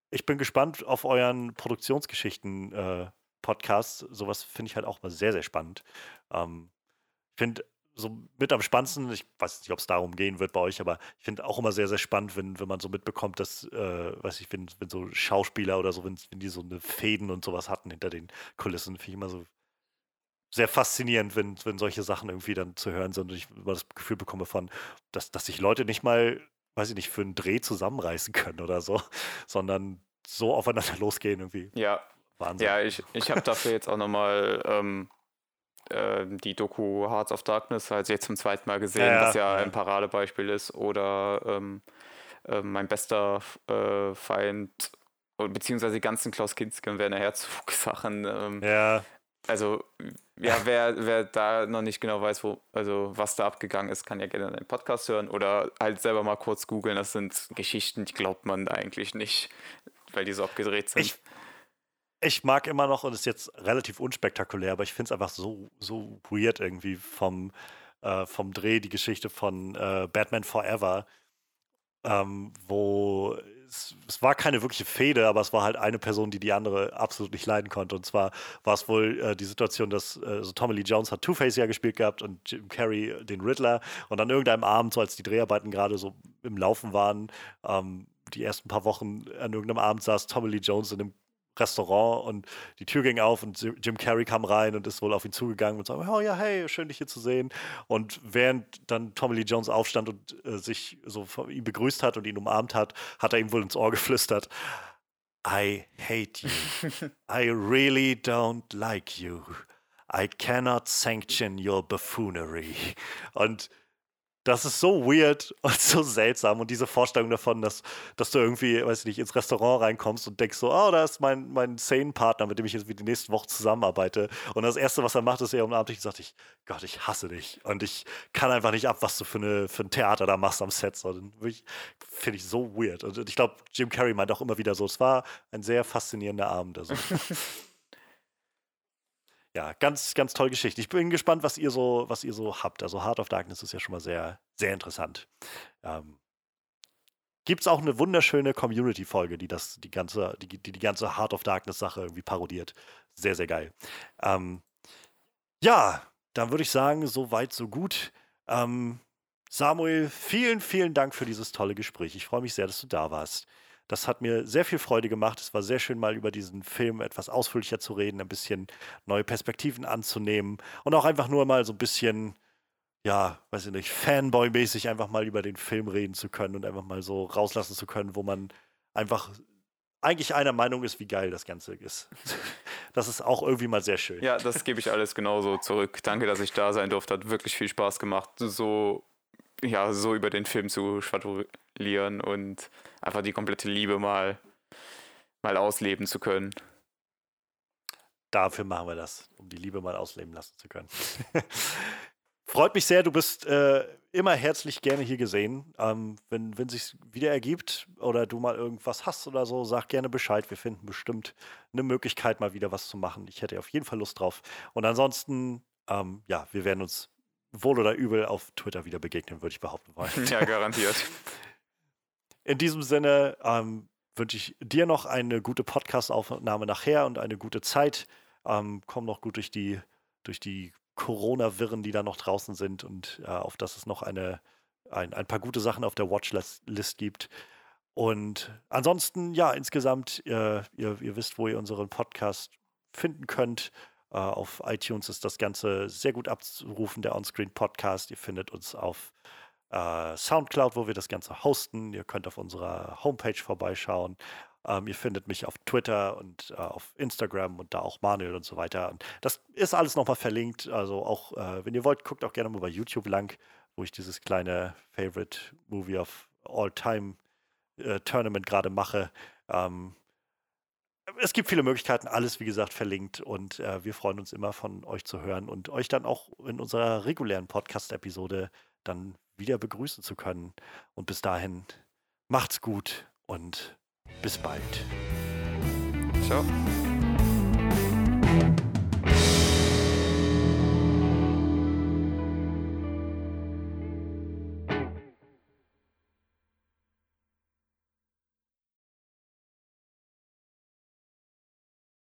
Speaker 1: ich bin gespannt auf euren Produktionsgeschichten-Podcast. Sowas finde ich halt auch mal sehr, sehr spannend. Ich finde so mit am spannendsten, ich weiß nicht, ob es darum gehen wird bei euch, aber ich finde auch immer sehr, sehr spannend, wenn man so mitbekommt, dass, weiß ich, wenn so Schauspieler oder so, wenn die so eine Fäden und sowas hatten hinter den Kulissen, finde ich immer so sehr faszinierend, wenn solche Sachen irgendwie dann zu hören sind und ich immer das Gefühl bekomme dass sich Leute nicht mal, weiß ich nicht, für einen Dreh zusammenreißen können oder so, sondern so aufeinander losgehen irgendwie.
Speaker 2: Ja,
Speaker 1: Wahnsinn.
Speaker 2: ja, ich habe dafür jetzt auch nochmal die Doku Hearts of Darkness halt jetzt zum zweiten Mal gesehen, was ja ein Paradebeispiel ist. Oder mein bester Feind, beziehungsweise die ganzen Klaus Kinski und Werner Herzog-Sachen.
Speaker 1: Ja.
Speaker 2: Also, ja, wer da noch nicht genau weiß, was da abgegangen ist, kann ja gerne einen Podcast hören oder halt selber mal kurz googeln. Das sind Geschichten, die glaubt man eigentlich nicht, weil die so abgedreht sind.
Speaker 1: Ich mag immer noch, und ist jetzt relativ unspektakulär, aber ich finde es einfach so weird irgendwie vom Dreh, die Geschichte von Batman Forever, wo es war keine wirkliche Fehde, aber es war halt eine Person, die andere absolut nicht leiden konnte. Und zwar war es wohl die Situation, dass so Tommy Lee Jones hat Two-Face ja gespielt gehabt und Jim Carrey den Riddler. Und an irgendeinem Abend, so als die Dreharbeiten gerade so im Laufen waren, die ersten paar Wochen, an irgendeinem Abend saß Tommy Lee Jones in einem Restaurant und die Tür ging auf und Jim Carrey kam rein und ist wohl auf ihn zugegangen und sagte, oh ja, hey, schön dich hier zu sehen. Und während dann Tommy Lee Jones aufstand und sich so von ihm begrüßt hat und ihn umarmt hat, hat er ihm wohl ins Ohr geflüstert, I hate you. I really don't like you. I cannot sanction your buffoonery. Und das ist so weird und so seltsam. Und diese Vorstellung davon, dass du irgendwie, weiß ich nicht, ins Restaurant reinkommst und denkst so, oh, da ist mein Szenenpartner, mit dem ich jetzt die nächsten Wochen zusammenarbeite. Und das Erste, was er macht, ist, er umarmt dich und sagt, Gott, ich hasse dich. Und ich kann einfach nicht ab, was du für ein Theater da machst am Set. Finde ich so weird. Und ich glaube, Jim Carrey meint auch immer wieder so, es war ein sehr faszinierender Abend. Also. Ja, ganz, ganz tolle Geschichte. Ich bin gespannt, was ihr so habt. Also Heart of Darkness ist ja schon mal sehr, sehr interessant. Gibt es auch eine wunderschöne Community-Folge, die die ganze Heart of Darkness-Sache irgendwie parodiert. Sehr, sehr geil. Ja, dann würde ich sagen, so weit, so gut. Samuel, vielen, vielen Dank für dieses tolle Gespräch. Ich freue mich sehr, dass du da warst. Das hat mir sehr viel Freude gemacht. Es war sehr schön, mal über diesen Film etwas ausführlicher zu reden, ein bisschen neue Perspektiven anzunehmen und auch einfach nur mal so ein bisschen, ja, weiß ich nicht, Fanboy-mäßig einfach mal über den Film reden zu können und einfach mal so rauslassen zu können, wo man einfach eigentlich einer Meinung ist, wie geil das Ganze ist. Das ist auch irgendwie mal sehr schön.
Speaker 2: Ja, das gebe ich alles genauso zurück. Danke, dass ich da sein durfte. Hat wirklich viel Spaß gemacht, so über den Film zu schwadronieren und einfach die komplette Liebe mal ausleben zu können.
Speaker 1: Dafür machen wir das, um die Liebe mal ausleben lassen zu können. Freut mich sehr, du bist immer herzlich gerne hier gesehen. Wenn sich's wieder ergibt oder du mal irgendwas hast oder so, sag gerne Bescheid. Wir finden bestimmt eine Möglichkeit, mal wieder was zu machen. Ich hätte auf jeden Fall Lust drauf. Und ansonsten, wir werden uns wohl oder übel auf Twitter wieder begegnen, würde ich behaupten wollen.
Speaker 2: Ja, garantiert.
Speaker 1: In diesem Sinne wünsche ich dir noch eine gute Podcast-Aufnahme nachher und eine gute Zeit. Komm noch gut durch die Corona-Wirren, die da noch draußen sind und auf dass es noch ein paar gute Sachen auf der Watchlist gibt. Und ansonsten, ja, insgesamt, ihr wisst, wo ihr unseren Podcast finden könnt. Auf iTunes ist das Ganze sehr gut abzurufen, der Onscreen Podcast. Ihr findet uns auf Soundcloud, wo wir das Ganze hosten. Ihr könnt auf unserer Homepage vorbeischauen. Ihr findet mich auf Twitter und auf Instagram und da auch Manuel und so weiter. Und das ist alles nochmal verlinkt. Also auch, wenn ihr wollt, guckt auch gerne mal bei YouTube lang, wo ich dieses kleine Favorite Movie of All Time Tournament gerade mache. Es gibt viele Möglichkeiten, alles wie gesagt verlinkt und wir freuen uns immer von euch zu hören und euch dann auch in unserer regulären Podcast-Episode dann wieder begrüßen zu können. Und bis dahin, macht's gut und bis bald.
Speaker 2: Ciao.